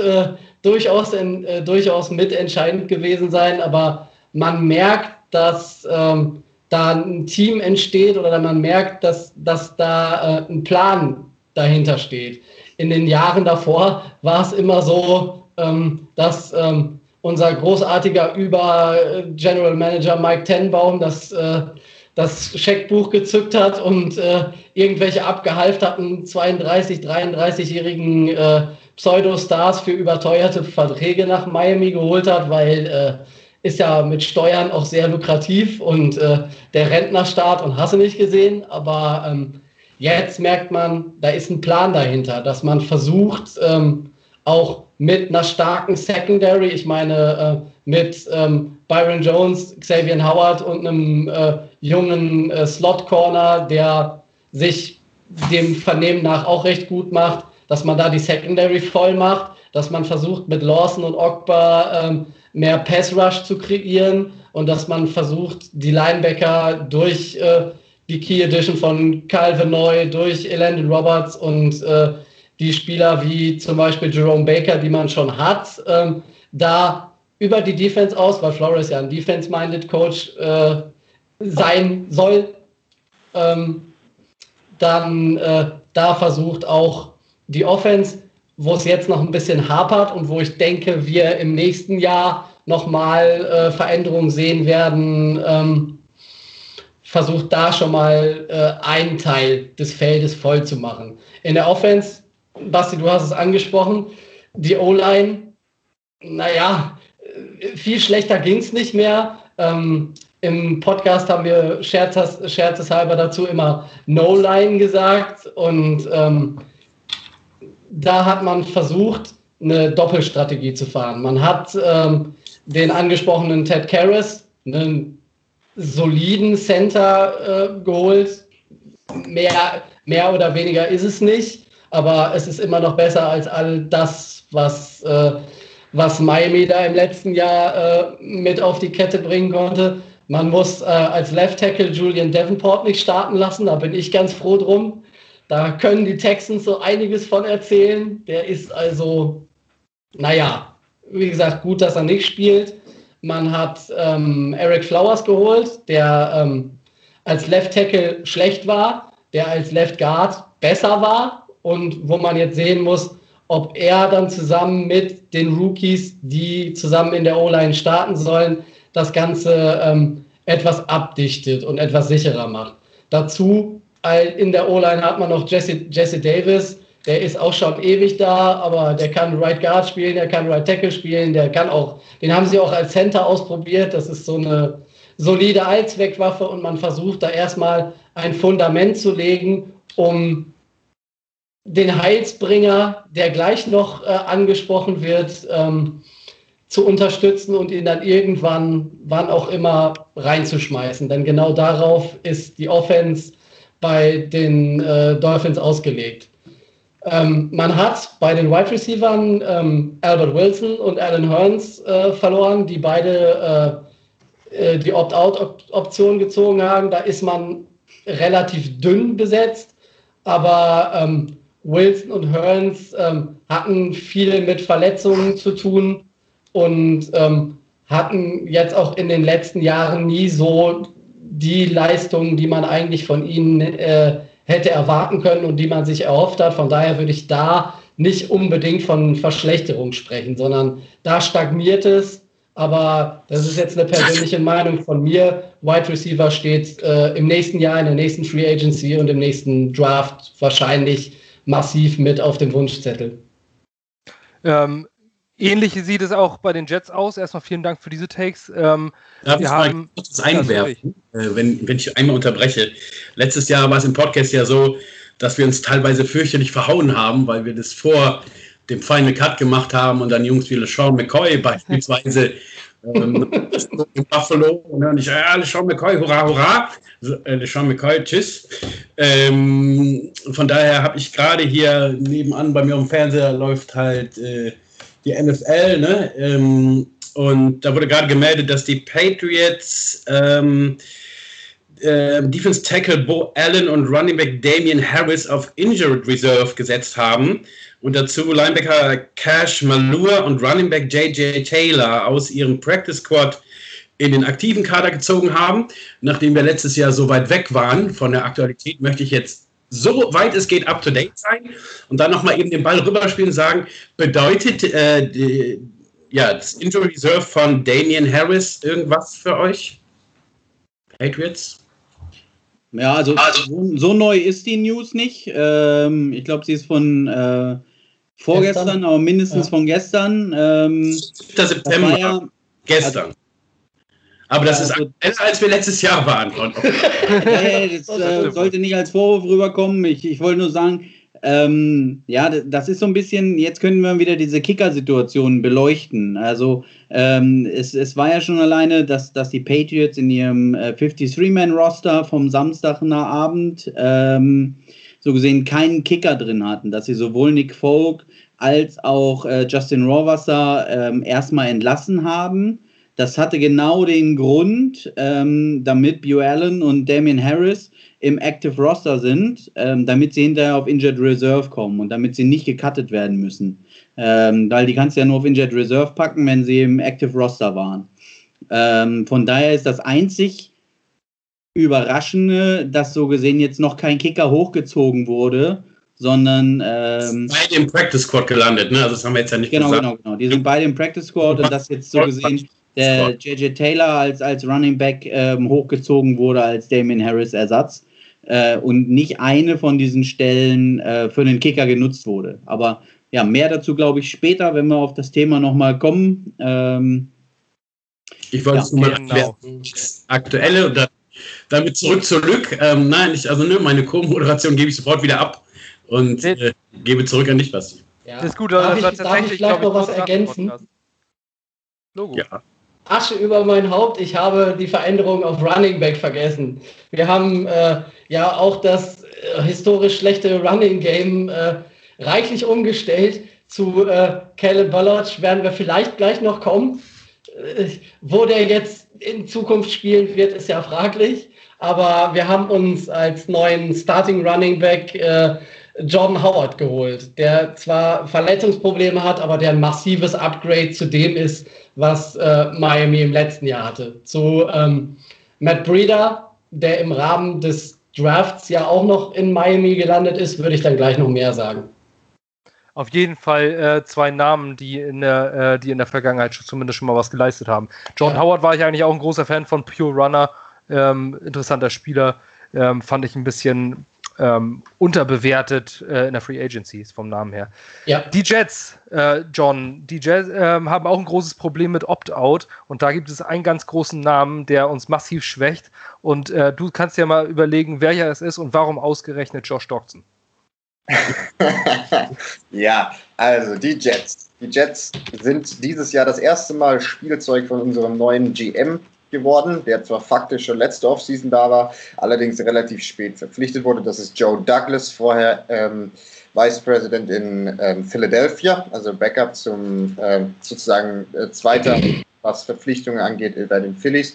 durchaus mitentscheidend gewesen sein. Aber man merkt, dass da ein Team entsteht, oder man merkt, dass da ein Plan dahinter steht. In den Jahren davor war es immer so, dass unser großartiger General Manager Mike Tenbaum das Scheckbuch gezückt hat und irgendwelche abgehalfterten 32-, 33-jährigen Pseudostars für überteuerte Verträge nach Miami geholt hat, weil ist ja mit Steuern auch sehr lukrativ und der Rentnerstaat und hast du nicht gesehen, aber jetzt merkt man, da ist ein Plan dahinter, dass man versucht, auch mit einer starken Secondary, ich meine mit Byron Jones, Xavier Howard und einem jungen Slot-Corner, der sich dem Vernehmen nach auch recht gut macht, dass man da die Secondary voll macht, dass man versucht mit Lawson und Ogba mehr Pass-Rush zu kreieren und dass man versucht, die Linebacker durch die Key Edition von Kyle Vanoy, durch Elandon Roberts und die Spieler wie zum Beispiel Jerome Baker, die man schon hat, da über die Defense aus, weil Flores ja ein Defense-minded Coach sein soll, dann da versucht auch die Offense, wo es jetzt noch ein bisschen hapert und wo ich denke, wir im nächsten Jahr nochmal Veränderungen sehen werden, versucht da schon mal einen Teil des Feldes voll zu machen. In der Offense, Basti, du hast es angesprochen, die O-Line, naja, viel schlechter ging es nicht mehr. Im Podcast haben wir scherzeshalber dazu immer No-Line gesagt und da hat man versucht, eine Doppelstrategie zu fahren. Man hat den angesprochenen Ted Karras, einen soliden Center geholt. Mehr oder weniger ist es nicht, aber es ist immer noch besser als all das, was Miami da im letzten Jahr mit auf die Kette bringen konnte. Man muss als Left Tackle Julian Davenport nicht starten lassen, da bin ich ganz froh drum. Da können die Texans so einiges von erzählen. Der ist also, naja, wie gesagt, gut, dass er nicht spielt. Man hat Eric Flowers geholt, der als Left Tackle schlecht war, der als Left Guard besser war und wo man jetzt sehen muss, ob er dann zusammen mit den Rookies, die zusammen in der O-Line starten sollen, das Ganze etwas abdichtet und etwas sicherer macht. Dazu in der O-Line hat man noch Jesse Davis, der ist auch schon ewig da, aber der kann Right Guard spielen, der kann Right Tackle spielen, den haben sie auch als Center ausprobiert, das ist so eine solide Allzweckwaffe und man versucht da erstmal ein Fundament zu legen, um den Heilsbringer, der gleich noch angesprochen wird, zu unterstützen und ihn dann irgendwann, wann auch immer, reinzuschmeißen. Denn genau darauf ist die Offense bei den Dolphins ausgelegt. Man hat bei den Wide Receivern Albert Wilson und Alan Hearns verloren, die beide die Opt-out-Option gezogen haben. Da ist man relativ dünn besetzt, aber Wilson und Hearns hatten viel mit Verletzungen zu tun und hatten jetzt auch in den letzten Jahren nie so die Leistungen, die man eigentlich von ihnen hätte erwarten können und die man sich erhofft hat. Von daher würde ich da nicht unbedingt von Verschlechterung sprechen, sondern da stagniert es. Aber das ist jetzt eine persönliche Meinung von mir. Wide Receiver steht im nächsten Jahr, in der nächsten Free Agency und im nächsten Draft wahrscheinlich massiv mit auf dem Wunschzettel. Ähnlich sieht es auch bei den Jets aus. Erstmal vielen Dank für diese Takes. Darf ich mal kurz einwerfen, wenn ich einmal unterbreche? Letztes Jahr war es im Podcast ja so, dass wir uns teilweise fürchterlich verhauen haben, weil wir das vor dem Final Cut gemacht haben und dann Jungs wie LeSean McCoy beispielsweise in Buffalo. Und ich, LeSean McCoy, hurra, hurra. LeSean McCoy, tschüss. Von daher habe ich gerade hier nebenan bei mir am Fernseher läuft halt die NFL, ne? Und da wurde gerade gemeldet, dass die Patriots Defense Tackle Bo Allen und Running Back Damian Harris auf Injured Reserve gesetzt haben und dazu Linebacker Cash Malua und Running Back J.J. Taylor aus ihrem Practice Squad in den aktiven Kader gezogen haben. Nachdem wir letztes Jahr so weit weg waren von der Aktualität, möchte ich jetzt so weit es geht up-to-date sein und dann nochmal eben den Ball rüberspielen und sagen, bedeutet das Injury Reserve von Damian Harris irgendwas für euch? Patriots? Ja, also so neu ist die News nicht. Ich glaube, sie ist von vorgestern, aber mindestens von gestern. 7. September, gestern. Aber das ist besser, als wir letztes Jahr waren. Das sollte nicht als Vorwurf rüberkommen. Ich wollte nur sagen, Ja, das ist so ein bisschen, jetzt können wir wieder diese Kicker-Situation beleuchten. Also es war ja schon alleine, dass die Patriots in ihrem 53-Man-Roster vom Samstag nach Abend so gesehen keinen Kicker drin hatten, dass sie sowohl Nick Folk als auch Justin Rohrwasser erstmal entlassen haben. Das hatte genau den Grund, damit Beau Allen und Damien Harris im Active Roster sind, damit sie hinterher auf Injured Reserve kommen und damit sie nicht gecuttet werden müssen. Weil die kannst du ja nur auf Injured Reserve packen, wenn sie im Active Roster waren. Von daher ist das einzig Überraschende, dass so gesehen jetzt noch kein Kicker hochgezogen wurde, sondern beide im Practice Squad gelandet, ne? Also das haben wir jetzt ja nicht gesagt. Genau. Die sind beide im Practice Squad und das jetzt so gesehen der J.J. Taylor als Running Back hochgezogen wurde als Damien Harris Ersatz und nicht eine von diesen Stellen für den Kicker genutzt wurde. Aber ja, mehr dazu glaube ich später, wenn wir auf das Thema nochmal kommen. Ich wollte es nur mal aktuelle und damit zurück zur Lück. Meine Co-Moderation gebe ich sofort wieder ab und gebe zurück an dich, Basti. Ja. Das ist gut, darf ich vielleicht noch was ergänzen? Logo. Ja. Asche über mein Haupt, ich habe die Veränderung auf Running Back vergessen. Wir haben auch das historisch schlechte Running Game reichlich umgestellt. Zu Caleb Ballard werden wir vielleicht gleich noch kommen. Wo der jetzt in Zukunft spielen wird, ist ja fraglich. Aber wir haben uns als neuen Starting Running Back Jordan Howard geholt, der zwar Verletzungsprobleme hat, aber der ein massives Upgrade zu dem ist, was Miami im letzten Jahr hatte. Zu Matt Breida, der im Rahmen des Drafts ja auch noch in Miami gelandet ist, würde ich dann gleich noch mehr sagen. Auf jeden Fall zwei Namen, die in der Vergangenheit zumindest schon mal was geleistet haben. Jordan Howard war ich eigentlich auch ein großer Fan von, Pure Runner, interessanter Spieler, fand ich ein bisschen unterbewertet in der Free Agency vom Namen her. Ja. Die Jets, John, haben auch ein großes Problem mit Opt-out und da gibt es einen ganz großen Namen, der uns massiv schwächt und du kannst ja mal überlegen, wer ja es ist und warum ausgerechnet Josh Doctson. Ja, also die Jets. Die Jets sind dieses Jahr das erste Mal Spielzeug von unserem neuen GM geworden, der zwar faktisch schon letzte Offseason da war, allerdings relativ spät verpflichtet wurde. Das ist Joe Douglas, vorher Vice President in Philadelphia, also Backup zum sozusagen Zweiter, was Verpflichtungen angeht, bei den Phillies.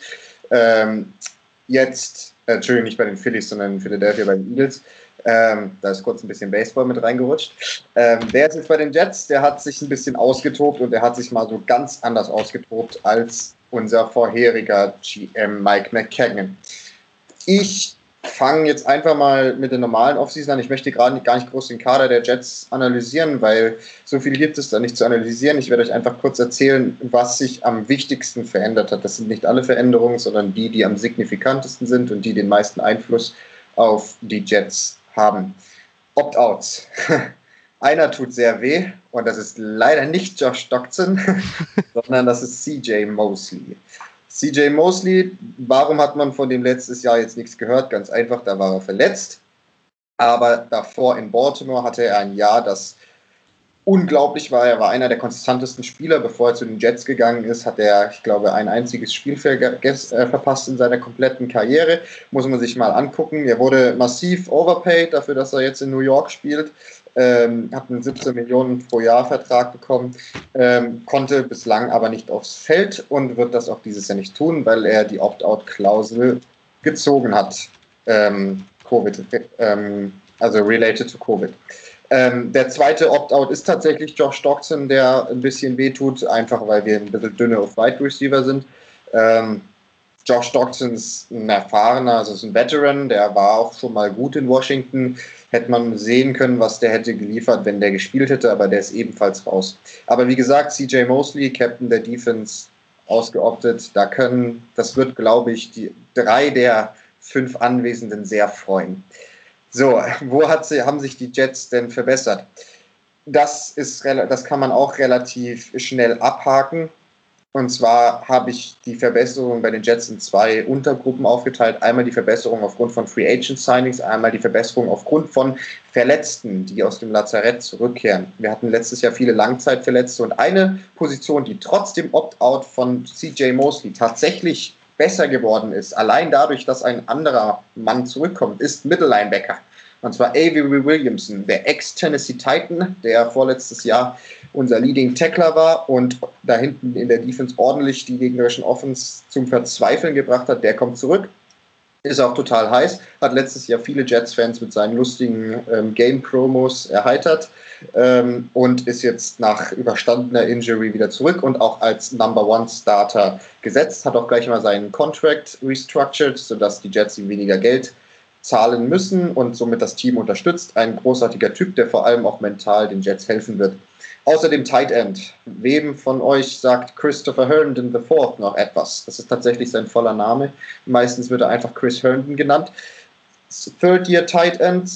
Entschuldigung, nicht bei den Phillies, sondern in Philadelphia bei den Eagles. Da ist kurz ein bisschen Baseball mit reingerutscht. Der ist jetzt bei den Jets, der hat sich ein bisschen ausgetobt und der hat sich mal so ganz anders ausgetobt als unser vorheriger GM Mike Maccagnan. Ich fange jetzt einfach mal mit der normalen Offseason an. Ich möchte gar nicht groß den Kader der Jets analysieren, weil so viel gibt es da nicht zu analysieren. Ich werde euch einfach kurz erzählen, was sich am wichtigsten verändert hat. Das sind nicht alle Veränderungen, sondern die am signifikantesten sind und die den meisten Einfluss auf die Jets haben. Opt-outs. Einer tut sehr weh und das ist leider nicht Josh Doctson, sondern das ist CJ Mosley. CJ Mosley, warum hat man von dem letztes Jahr jetzt nichts gehört? Ganz einfach, da war er verletzt. Aber davor in Baltimore hatte er ein Jahr, das unglaublich war. Er war einer der konstantesten Spieler. Bevor er zu den Jets gegangen ist, hat er, ich glaube, ein einziges Spiel verpasst in seiner kompletten Karriere. Muss man sich mal angucken. Er wurde massiv overpaid dafür, dass er jetzt in New York spielt. Hat einen 17 Millionen pro Jahr Vertrag bekommen, konnte bislang aber nicht aufs Feld und wird das auch dieses Jahr nicht tun, weil er die Opt-out-Klausel gezogen hat. Covid, also related to Covid. Der zweite Opt-out ist tatsächlich Josh Doctson, der ein bisschen wehtut, einfach weil wir ein bisschen dünne auf Wide Receiver sind. Josh Doctson ist ein erfahrener, also ist ein Veteran, der war auch schon mal gut in Washington. Hätte man sehen können, was der hätte geliefert, wenn der gespielt hätte, aber der ist ebenfalls raus. Aber wie gesagt, CJ Mosley, Captain der Defense, ausgeoptet. Das wird, glaube ich, die 3 der 5 Anwesenden sehr freuen. So, haben sich die Jets denn verbessert? Das kann man auch relativ schnell abhaken. Und zwar habe ich die Verbesserung bei den Jets in 2 Untergruppen aufgeteilt. Einmal die Verbesserung aufgrund von Free Agent Signings, einmal die Verbesserung aufgrund von Verletzten, die aus dem Lazarett zurückkehren. Wir hatten letztes Jahr viele Langzeitverletzte und eine Position, die trotz dem Opt-out von CJ Mosley tatsächlich besser geworden ist, allein dadurch, dass ein anderer Mann zurückkommt, ist Middle-Linebacker. Und zwar Avery Williamson, der Ex-Tennessee Titan, der vorletztes Jahr unser Leading Tackler war und da hinten in der Defense ordentlich die gegnerischen Offense zum Verzweifeln gebracht hat. Der kommt zurück, ist auch total heiß, hat letztes Jahr viele Jets-Fans mit seinen lustigen Game-Promos erheitert und ist jetzt nach überstandener Injury wieder zurück und auch als Number-One-Starter gesetzt, hat auch gleich mal seinen Contract restructured, sodass die Jets ihm weniger Geld zahlen müssen und somit das Team unterstützt. Ein großartiger Typ, der vor allem auch mental den Jets helfen wird. Außerdem Tight End. Wem von euch sagt Christopher Herndon IV noch etwas? Das ist tatsächlich sein voller Name. Meistens wird er einfach Chris Herndon genannt. Third-Year Tight End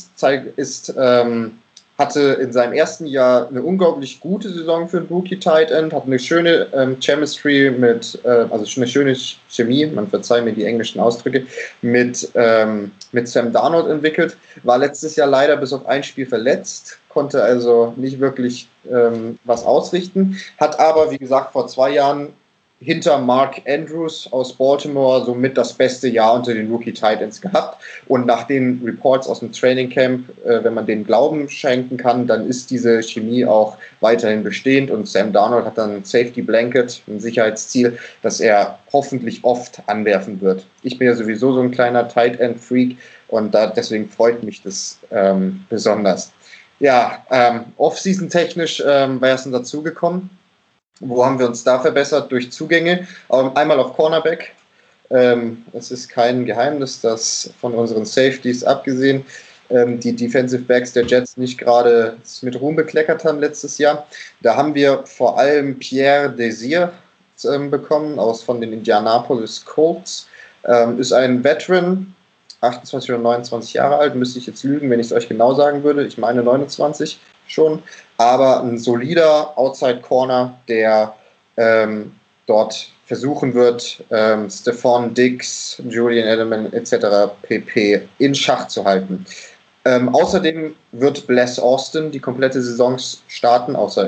hatte in seinem ersten Jahr eine unglaublich gute Saison für einen Rookie-Tight End, hat eine schöne Chemistry also eine schöne Chemie, man verzeiht mir die englischen Ausdrücke, mit Sam Darnold entwickelt, war letztes Jahr leider bis auf ein Spiel verletzt, konnte also nicht wirklich was ausrichten, hat aber, wie gesagt, vor 2 Jahren hinter Mark Andrews aus Baltimore somit das beste Jahr unter den Rookie-Tight-Ends gehabt. Und nach den Reports aus dem Training Camp, wenn man den Glauben schenken kann, dann ist diese Chemie auch weiterhin bestehend. Und Sam Darnold hat dann ein Safety Blanket, ein Sicherheitsziel, das er hoffentlich oft anwerfen wird. Ich bin ja sowieso so ein kleiner Tight-End-Freak und deswegen freut mich das besonders. Ja, Off-Season-technisch, wer ist denn dazugekommen? Wo haben wir uns da verbessert? Durch Zugänge. Einmal auf Cornerback. Es ist kein Geheimnis, dass von unseren Safeties abgesehen die Defensive Backs der Jets nicht gerade mit Ruhm bekleckert haben letztes Jahr. Da haben wir vor allem Pierre Desir bekommen von den Indianapolis Colts. Ist ein Veteran, 28 oder 29 Jahre alt, müsste ich jetzt lügen, wenn ich es euch genau sagen würde. Ich meine 29 schon, aber ein solider Outside Corner, der dort versuchen wird, Stephon Diggs, Julian Edelman etc. pp. In Schach zu halten. Außerdem wird Bless Austin die komplette Saison starten, außer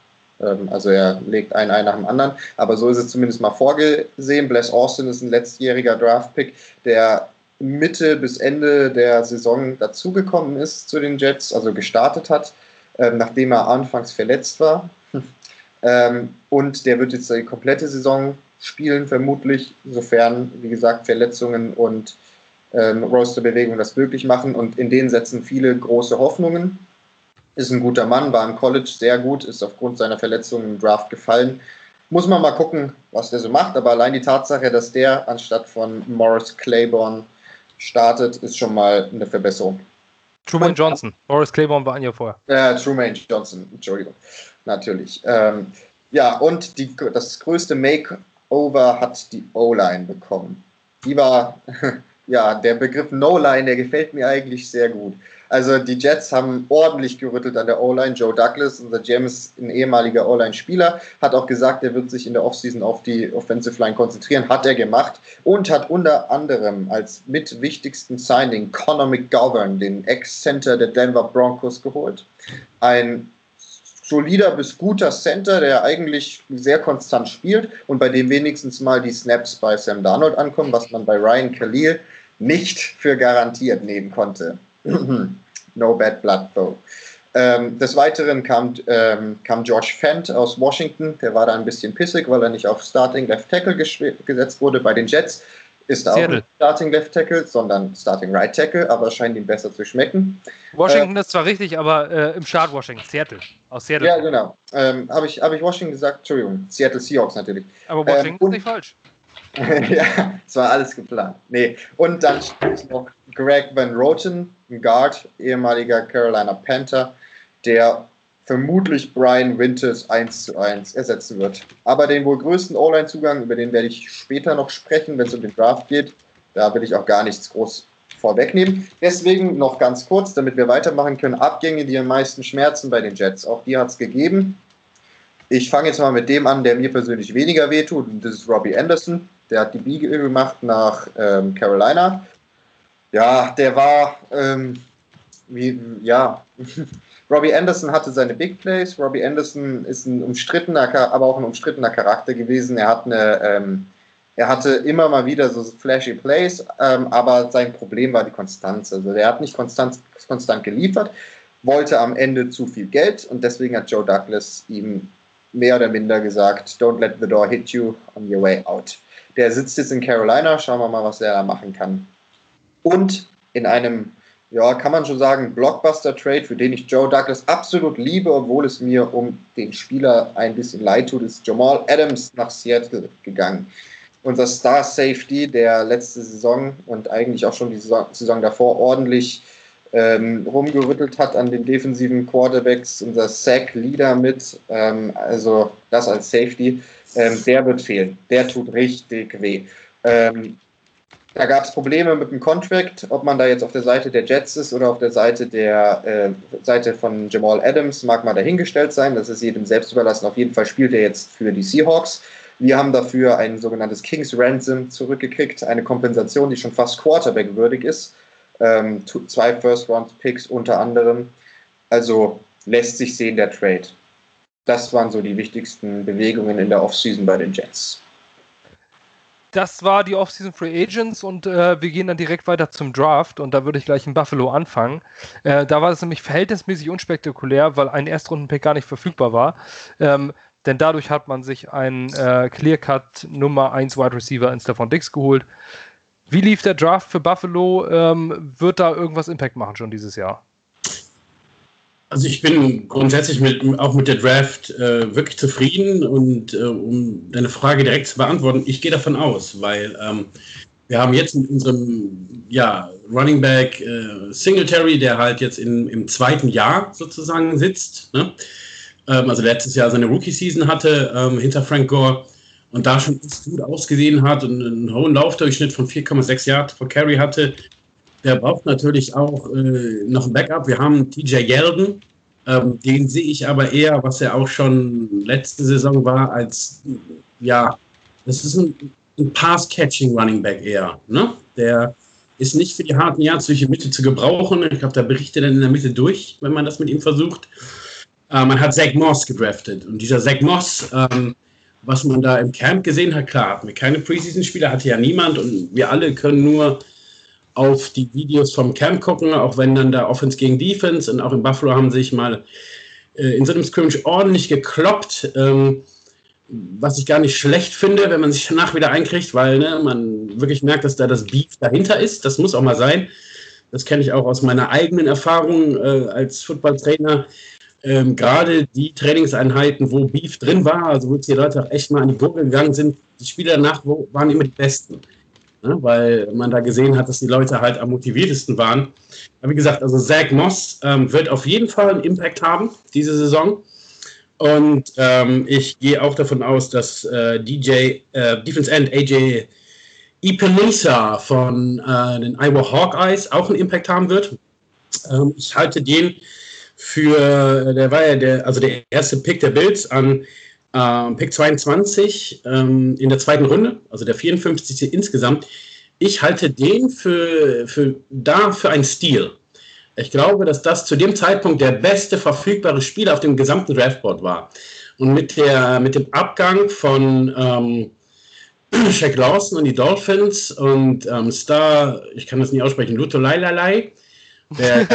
er legt einen nach dem anderen, aber so ist es zumindest mal vorgesehen. Bless Austin ist ein letztjähriger Draftpick, der Mitte bis Ende der Saison dazugekommen ist zu den Jets, also gestartet hat, nachdem er anfangs verletzt war. Und der wird jetzt die komplette Saison spielen, vermutlich, sofern, wie gesagt, Verletzungen und Rosterbewegungen das möglich machen. Und in denen setzen viele große Hoffnungen. Ist ein guter Mann, war im College sehr gut, ist aufgrund seiner Verletzungen im Draft gefallen. Muss man mal gucken, was der so macht. Aber allein die Tatsache, dass der anstatt von Morris Claiborne startet, ist schon mal eine Verbesserung. Trumaine Johnson. Morris Claiborne war ein Jahr vorher. Trumaine Johnson, Entschuldigung. Natürlich. Und das größte Makeover hat die O-Line bekommen. Die war, der Begriff No-Line, der gefällt mir eigentlich sehr gut. Also die Jets haben ordentlich gerüttelt an der O-Line. Joe Douglas, unser GM, ist ein ehemaliger O-Line-Spieler, hat auch gesagt, er wird sich in der Offseason auf die Offensive Line konzentrieren. Hat er gemacht und hat unter anderem als mit wichtigsten Signing Connor McGovern, den Ex-Center der Denver Broncos, geholt. Ein solider bis guter Center, der eigentlich sehr konstant spielt und bei dem wenigstens mal die Snaps bei Sam Darnold ankommen, was man bei Ryan Khalil nicht für garantiert nehmen konnte. No bad blood though. Des Weiteren kam George Fent aus Washington, der war da ein bisschen pissig, weil er nicht auf Starting Left Tackle gesetzt wurde bei den Jets. Ist auch nicht Starting Left Tackle, sondern Starting Right Tackle, aber es scheint ihm besser zu schmecken. Washington ist zwar richtig, aber im Start Washington, Seattle. Aus Seattle. Ja, genau. Habe ich Washington gesagt? Entschuldigung, Seattle Seahawks natürlich. Aber Washington ist nicht falsch. Ja, es war alles geplant. Nee. Und dann steht noch Greg Van Roten, ein Guard, ehemaliger Carolina Panther, der vermutlich Brian Winters 1:1 ersetzen wird. Aber den wohl größten O-Line-Zugang, über den werde ich später noch sprechen, wenn es um den Draft geht. Da will ich auch gar nichts groß vorwegnehmen. Deswegen noch ganz kurz, damit wir weitermachen können, Abgänge, die am meisten schmerzen bei den Jets. Auch die hat es gegeben. Ich fange jetzt mal mit dem an, der mir persönlich weniger wehtut, und das ist Robbie Anderson. Der hat die Biege gemacht nach Carolina. Ja, der war, Robbie Anderson hatte seine Big Plays. Robbie Anderson ist ein aber auch ein umstrittener Charakter gewesen. Er hatte immer mal wieder so flashy Plays, aber sein Problem war die Konstanz. Also der hat nicht konstant geliefert, wollte am Ende zu viel Geld, und deswegen hat Joe Douglas ihm mehr oder minder gesagt, don't let the door hit you on your way out. Der sitzt jetzt in Carolina, schauen wir mal, was er da machen kann. Und in einem, ja, kann man schon sagen, Blockbuster-Trade, für den ich Joe Douglas absolut liebe, obwohl es mir um den Spieler ein bisschen leid tut, ist Jamal Adams nach Seattle gegangen. Unser Star-Safety, der letzte Saison und eigentlich auch schon die Saison davor ordentlich rumgerüttelt hat an den defensiven Quarterbacks, unser Sack-Leader mit, also das als Safety, der wird fehlen. Der tut richtig weh. Da gab es Probleme mit dem Contract, ob man da jetzt auf der Seite der Jets ist oder auf der Seite Seite von Jamal Adams, mag mal dahingestellt sein, das ist jedem selbst überlassen. Auf jeden Fall spielt er jetzt für die Seahawks. Wir haben dafür ein sogenanntes King's Ransom zurückgekriegt, eine Kompensation, die schon fast Quarterback-würdig ist. 2 First-Round-Picks unter anderem. Also lässt sich sehen, der Trade. Das waren so die wichtigsten Bewegungen in der Offseason bei den Jets. Das war die Offseason Free Agents, und wir gehen dann direkt weiter zum Draft, und da würde ich gleich in Buffalo anfangen. Da war es nämlich verhältnismäßig unspektakulär, weil ein Erstrunden-Pick gar nicht verfügbar war. Denn dadurch hat man sich einen Clear-Cut Nummer 1 Wide Receiver in Stefon Diggs geholt. Wie lief der Draft für Buffalo? Wird da irgendwas Impact machen schon dieses Jahr? Also ich bin grundsätzlich auch mit der Draft wirklich zufrieden, und um deine Frage direkt zu beantworten, ich gehe davon aus, weil wir haben jetzt in unserem Running Back Singletary, der halt jetzt im 2. Jahr sozusagen sitzt, ne? Also letztes Jahr seine Rookie-Season hatte hinter Frank Gore und da schon gut ausgesehen hat und einen hohen Laufdurchschnitt von 4,6 Yards pro Carry hatte. Der braucht natürlich auch noch ein Backup. Wir haben TJ Yeldon, den sehe ich aber eher, was er auch schon letzte Saison war, als, das ist ein Pass-Catching-Running-Back eher. Ne? Der ist nicht für die harten Yards durch die Mitte zu gebrauchen. Ich glaube, da bricht er dann in der Mitte durch, wenn man das mit ihm versucht. Man hat Zach Moss gedraftet, und dieser Zach Moss, was man da im Camp gesehen hat, klar, hatten wir keine Preseason-Spieler, hatte ja niemand, und wir alle können nur auf die Videos vom Camp gucken, auch wenn dann da Offense gegen Defense, und auch in Buffalo haben sich mal in so einem Scrimmage ordentlich gekloppt, was ich gar nicht schlecht finde, wenn man sich danach wieder einkriegt, weil man wirklich merkt, dass da das Beef dahinter ist. Das muss auch mal sein. Das kenne ich auch aus meiner eigenen Erfahrung als Footballtrainer. Gerade die Trainingseinheiten, wo Beef drin war, also wo die Leute auch echt mal an die Gurgel gegangen sind, die Spieler danach waren immer die Besten. Ne? Weil man da gesehen hat, dass die Leute halt am motiviertesten waren. Aber wie gesagt, also Zach Moss wird auf jeden Fall einen Impact haben, diese Saison. Und ich gehe auch davon aus, dass Defense End AJ Epenesa von den Iowa Hawkeyes auch einen Impact haben wird. Ich halte den der war ja der erste Pick der Bills an Pick 22 in der 2. Runde, also der 54. insgesamt. Ich halte den für einen Steal. Ich glaube, dass das zu dem Zeitpunkt der beste verfügbare Spieler auf dem gesamten Draftboard war. Und mit dem Abgang von Shaq Lawson und die Dolphins und Star, ich kann das nicht aussprechen, Lutolailalai, der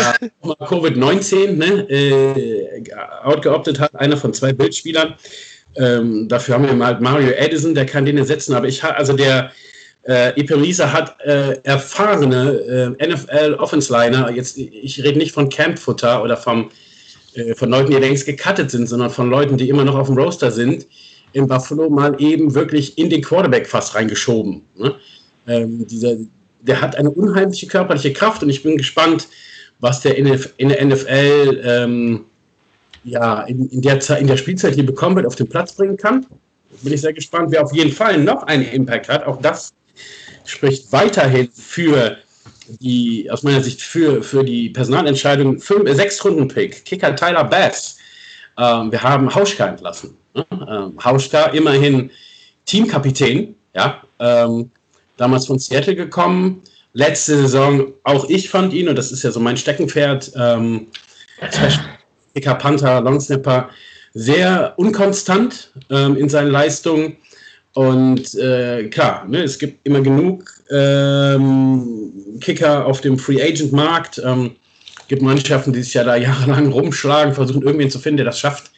Covid-19 outgeoptet hat, einer von 2 Bildspielern. Dafür haben wir mal Mario Addison, der kann den ersetzen, aber der Epenesa hat erfahrene NFL-Offense-Liner, ich rede nicht von Camp-Futter oder von Leuten, die längst gecuttet sind, sondern von Leuten, die immer noch auf dem Roster sind, in Buffalo mal eben wirklich in den Quarterback fast reingeschoben. Ne? Der hat eine unheimliche körperliche Kraft, und ich bin gespannt, was der in der NFL in der Spielzeit, die bekommen wird, auf den Platz bringen kann. Bin ich sehr gespannt, wer auf jeden Fall noch einen Impact hat. Auch das spricht weiterhin aus meiner Sicht für die Personalentscheidung. 6-Runden-Pick, Kicker Tyler Bass. Wir haben Hauschka entlassen. Hauschka immerhin Teamkapitän, ja, damals von Seattle gekommen. Letzte Saison, auch ich fand ihn, und das ist ja so mein Steckenpferd, Kicker, Panther, Longsnapper, sehr unkonstant in seinen Leistungen. Und klar, ne, es gibt immer genug Kicker auf dem Free Agent Markt. Gibt Mannschaften, die sich ja da jahrelang rumschlagen, versuchen irgendwen zu finden, der das schafft.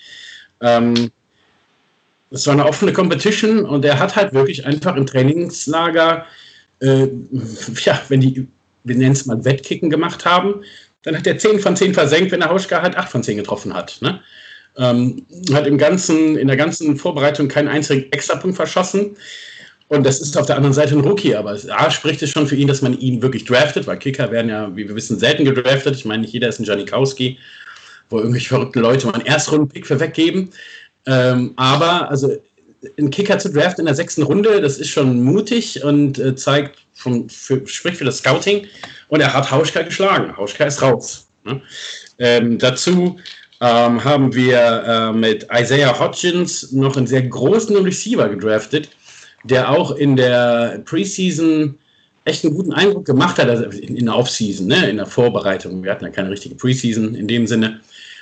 Es war eine offene Competition und er hat halt wirklich einfach im Trainingslager, wenn die, wir nennen es mal Wettkicken gemacht haben, dann hat er 10 von 10 versenkt, wenn der Hauschka halt 8 von 10 getroffen hat. Ne? Hat in der ganzen Vorbereitung keinen einzigen Extrapunkt verschossen. Und das ist auf der anderen Seite ein Rookie, aber spricht es schon für ihn, dass man ihn wirklich draftet, weil Kicker werden ja, wie wir wissen, selten gedraftet. Ich meine, nicht jeder ist ein Janikowski, wo irgendwelche verrückten Leute mal einen Erstrunden-Pick für weggeben. Aber also einen Kicker zu draften in der 6. Runde, das ist schon mutig und spricht für das Scouting. Und er hat Hauschka geschlagen. Hauschka ist raus. Ne? Dazu haben wir mit Isaiah Hodgins noch einen sehr großen Receiver gedraftet, der auch in der Preseason echt einen guten Eindruck gemacht hat, also in der Offseason, ne, in der Vorbereitung. Wir hatten ja keine richtige Preseason in dem Sinne.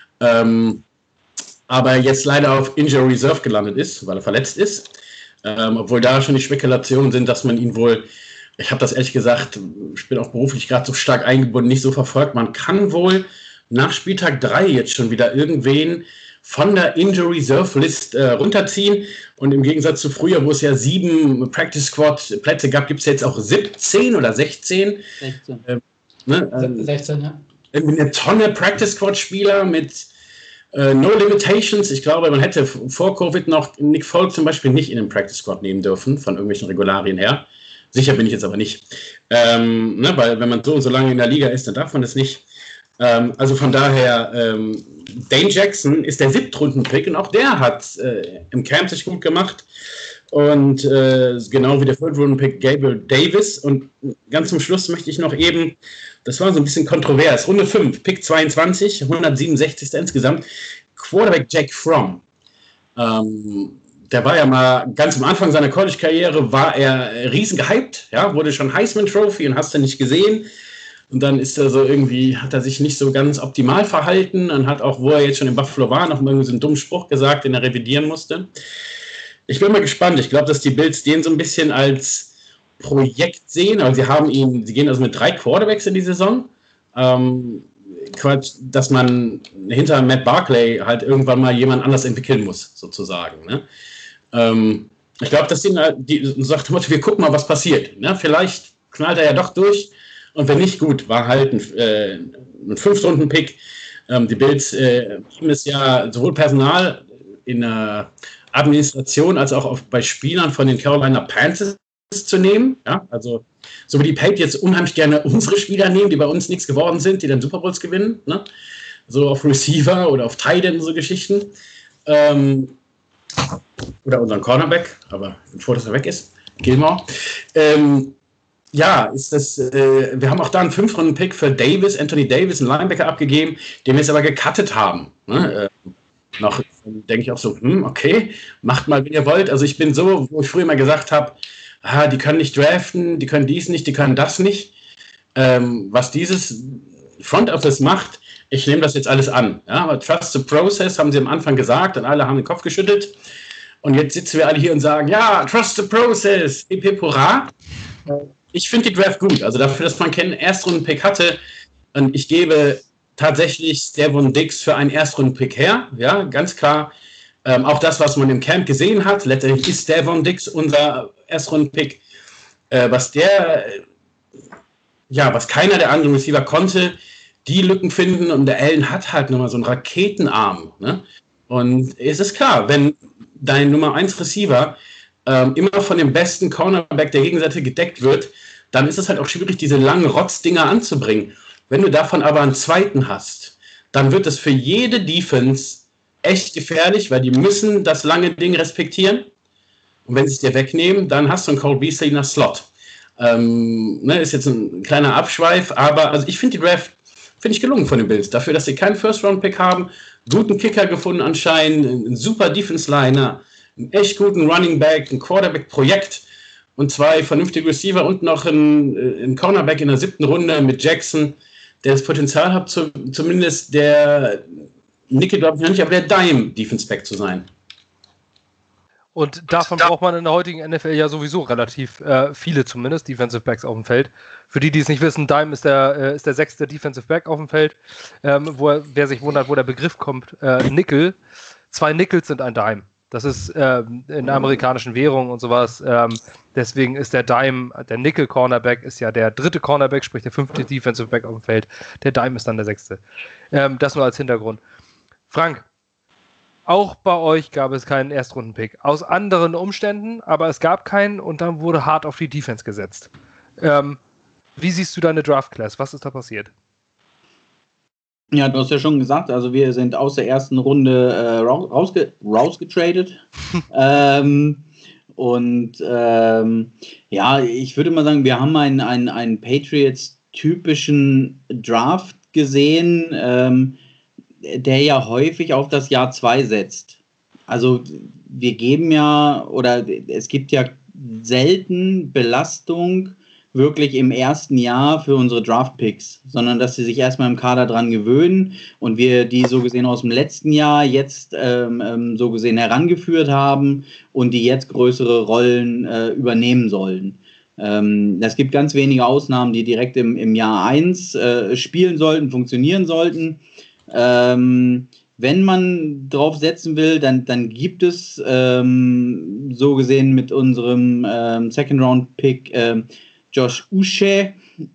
Aber jetzt leider auf Injury Reserve gelandet ist, weil er verletzt ist. Obwohl da schon die Spekulationen sind, dass man ihn wohl, ich habe das ehrlich gesagt, ich bin auch beruflich gerade so stark eingebunden, nicht so verfolgt. Man kann wohl nach Spieltag 3 jetzt schon wieder irgendwen von der Injury Reserve List runterziehen. Und im Gegensatz zu früher, wo es ja 7 Practice Squad Plätze gab, gibt es jetzt auch 17 oder 16. 16. 16, ja. Eine Tonne Practice Squad Spieler mit No Limitations. Ich glaube, man hätte vor Covid noch Nick Folk zum Beispiel nicht in den Practice Squad nehmen dürfen, von irgendwelchen Regularien her. Sicher bin ich jetzt aber nicht. Weil wenn man so und so lange in der Liga ist, dann darf man das nicht. Also von daher, Dane Jackson ist der 7. Runden-Pick und auch der hat im Camp sich gut gemacht. Und genau wie der 4. Runden-Pick Gabriel Davis. Und ganz zum Schluss möchte ich noch eben, das war so ein bisschen kontrovers, Runde 5, Pick 22, 167. insgesamt, Quarterback Jack Fromm. Der war ja mal ganz am Anfang seiner College-Karriere, war er riesen gehypt, ja, wurde schon Heisman Trophy und hast du nicht gesehen. Und dann ist er so irgendwie, hat er sich nicht so ganz optimal verhalten und hat auch, wo er jetzt schon in Buffalo war, noch irgendwie so einen dummen Spruch gesagt, den er revidieren musste. Ich bin mal gespannt. Ich glaube, dass die Bills den so ein bisschen als Projekt sehen. Also sie gehen also mit 3 Quarterbacks in die Saison. Dass man hinter Matt Barkley halt irgendwann mal jemand anders entwickeln muss, sozusagen. Ne? Ich glaube, dass die sagt, wir gucken mal, was passiert. Ne? Vielleicht knallt er ja doch durch. Und wenn nicht, gut, war halt ein 5-Runden-Pick. Die Bills haben es ja sowohl Personal in der Administration als auch bei Spielern von den Carolina Panthers zu nehmen. Ja? Also, so wie die Patriots unheimlich gerne unsere Spieler nehmen, die bei uns nichts geworden sind, die dann Super Bowls gewinnen. Ne? So auf Receiver oder auf Tight End, so Geschichten. Oder unseren Cornerback, aber bevor das weg ist, Gilmore. Ja, ist das, wir haben auch da einen 5-Runden-Pick für Anthony Davis, einen Linebacker abgegeben, den wir jetzt aber gecuttet haben. Ne? Noch denke ich auch so, okay, macht mal, wie ihr wollt. Also ich bin so, wo ich früher mal gesagt habe, die können nicht draften, die können dies nicht, die können das nicht. Was dieses Front Office macht, ich nehme das jetzt alles an. Ja? Aber Trust the Process haben sie am Anfang gesagt und alle haben den Kopf geschüttelt. Und jetzt sitzen wir alle hier und sagen, ja, Trust the Process, hip hip hurra. Ich finde die Draft gut, also dafür, dass man keinen Erstrunden-Pick hatte, und ich gebe tatsächlich Stefon Diggs für einen Erstrunden-Pick her, ja, ganz klar. Auch das, was man im Camp gesehen hat, letztendlich ist Stefon Diggs unser Erstrunden-Pick. Was keiner der anderen Receiver konnte, die Lücken finden, und der Allen hat halt nochmal so einen Raketenarm. Ne? Und es ist klar, wenn dein Nummer 1 Receiver immer von dem besten Cornerback der Gegenseite gedeckt wird, dann ist es halt auch schwierig, diese langen Rotzdinger anzubringen. Wenn du davon aber einen zweiten hast, dann wird es für jede Defense echt gefährlich, weil die müssen das lange Ding respektieren. Und wenn sie es dir wegnehmen, dann hast du einen Cole Beasley in der Slot. Ist jetzt ein kleiner Abschweif, aber also ich finde die Draft finde ich gelungen von den Bills. Dafür, dass sie keinen First-Round-Pick haben, guten Kicker gefunden anscheinend, einen super Defense-Liner, einen echt guten Running Back, ein Quarterback-Projekt und 2 vernünftige Receiver und noch ein Cornerback in der 7. Runde mit Jackson, der das Potenzial hat, zumindest der Nickel, glaube ich nicht, aber der Dime-Defense-Back zu sein. Und davon braucht man in der heutigen NFL ja sowieso relativ viele zumindest, Defensive Backs auf dem Feld. Für die, die es nicht wissen, Dime ist der 6. Defensive Back auf dem Feld. Wer sich wundert, wo der Begriff kommt, Nickel. 2 Nickels sind ein Dime. Das ist in amerikanischen Währungen und sowas. Deswegen ist der Dime, der Nickel-Cornerback ist ja der 3. Cornerback, sprich der 5. Defensive Back auf dem Feld. Der Dime ist dann der 6. Das nur als Hintergrund. Frank, auch bei euch gab es keinen Erstrunden-Pick. Aus anderen Umständen, aber es gab keinen und dann wurde hart auf die Defense gesetzt. Wie siehst du deine Draft-Class? Was ist da passiert? Ja, du hast ja schon gesagt, also wir sind aus der ersten Runde rausgetradet. Ja, ich würde mal sagen, wir haben einen Patriots-typischen Draft gesehen, der ja häufig auf das Jahr 2 setzt. Also wir geben ja, oder es gibt ja selten Belastung wirklich im ersten Jahr für unsere Draft-Picks, sondern dass sie sich erstmal im Kader dran gewöhnen und wir die so gesehen aus dem letzten Jahr jetzt so gesehen herangeführt haben und die jetzt größere Rollen übernehmen sollen. Es gibt ganz wenige Ausnahmen, die direkt im Jahr 1 spielen sollten, funktionieren sollten. Wenn man drauf setzen will, dann gibt es so gesehen mit unserem Second-Round-Pick Josh Uche,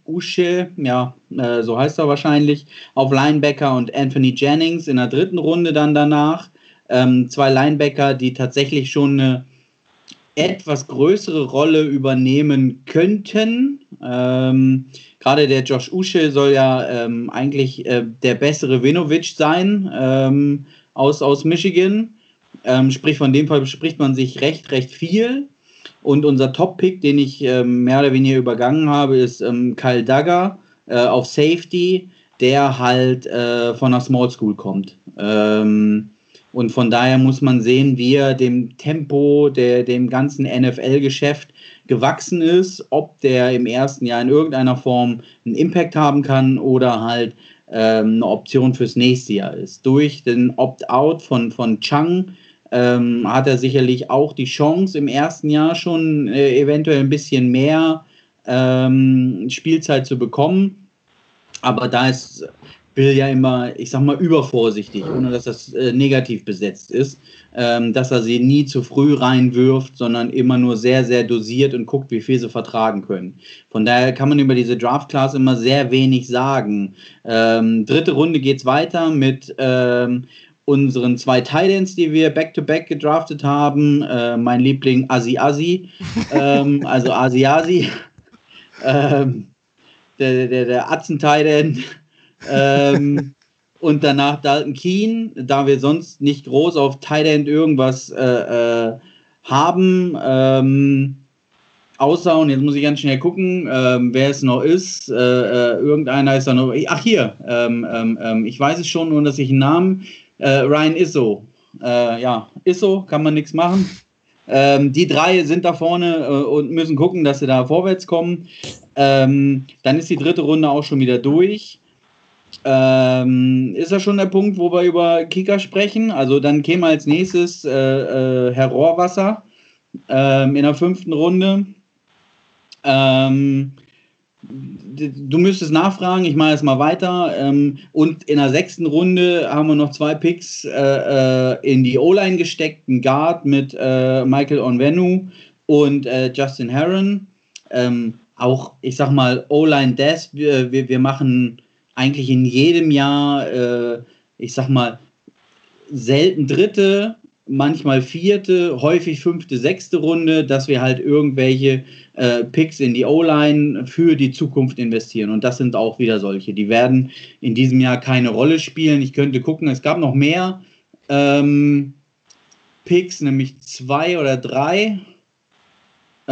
ja, so heißt er wahrscheinlich, auf Linebacker und Anthony Jennings in der 3. Runde dann danach. 2 Linebacker, die tatsächlich schon eine etwas größere Rolle übernehmen könnten. Gerade der Josh Uche soll ja eigentlich der bessere Winovich sein aus Michigan. Sprich, von dem Fall spricht man sich recht viel. Und unser Top-Pick, den ich mehr oder weniger übergangen habe, ist Kyle Duggar auf Safety, der halt von der Small School kommt. Und von daher muss man sehen, wie er dem Tempo, dem ganzen NFL-Geschäft gewachsen ist, ob der im ersten Jahr in irgendeiner Form einen Impact haben kann oder halt eine Option fürs nächste Jahr ist. Durch den Opt-out von Chung hat er sicherlich auch die Chance, im ersten Jahr schon eventuell ein bisschen mehr Spielzeit zu bekommen. Aber da ist Bill ja immer, ich sag mal, übervorsichtig, ohne dass das negativ besetzt ist, dass er sie nie zu früh reinwirft, sondern immer nur sehr, sehr dosiert und guckt, wie viel sie vertragen können. Von daher kann man über diese Draft-Class immer sehr wenig sagen. 3. Runde geht's weiter mit unseren 2 Tight Ends, die wir back-to-back gedraftet haben. Mein Liebling Asi, also Asi, der Atzen-Tight End. Und danach Dalton Keene, da wir sonst nicht groß auf Tight End irgendwas haben, außer, und jetzt muss ich ganz schnell gucken, wer es noch ist, irgendeiner ist da noch, ach hier, ich weiß es schon, ohne dass ich einen Namen, Ryan Isso, ja, Isso, kann man nichts machen. Die 3 sind da vorne und müssen gucken, dass sie da vorwärts kommen. Dann ist die 3. Runde auch schon wieder durch. Ist das schon der Punkt, wo wir über Kicker sprechen? Also dann käme als nächstes Herr Rohrwasser in der 5. Runde. Du müsstest nachfragen, ich mache jetzt mal weiter. Und in der 6. Runde haben wir noch 2 Picks in die O-Line gesteckt, einen Guard mit Michael Onwenu und Justin Herron. Auch, ich sag mal, O-Line-Death, wir machen eigentlich in jedem Jahr, ich sag mal, selten 3., manchmal 4., häufig 5., 6. Runde, dass wir halt irgendwelche Picks in die O-Line für die Zukunft investieren. Und das sind auch wieder solche. Die werden in diesem Jahr keine Rolle spielen. Ich könnte gucken, es gab noch mehr Picks, nämlich 2 oder 3.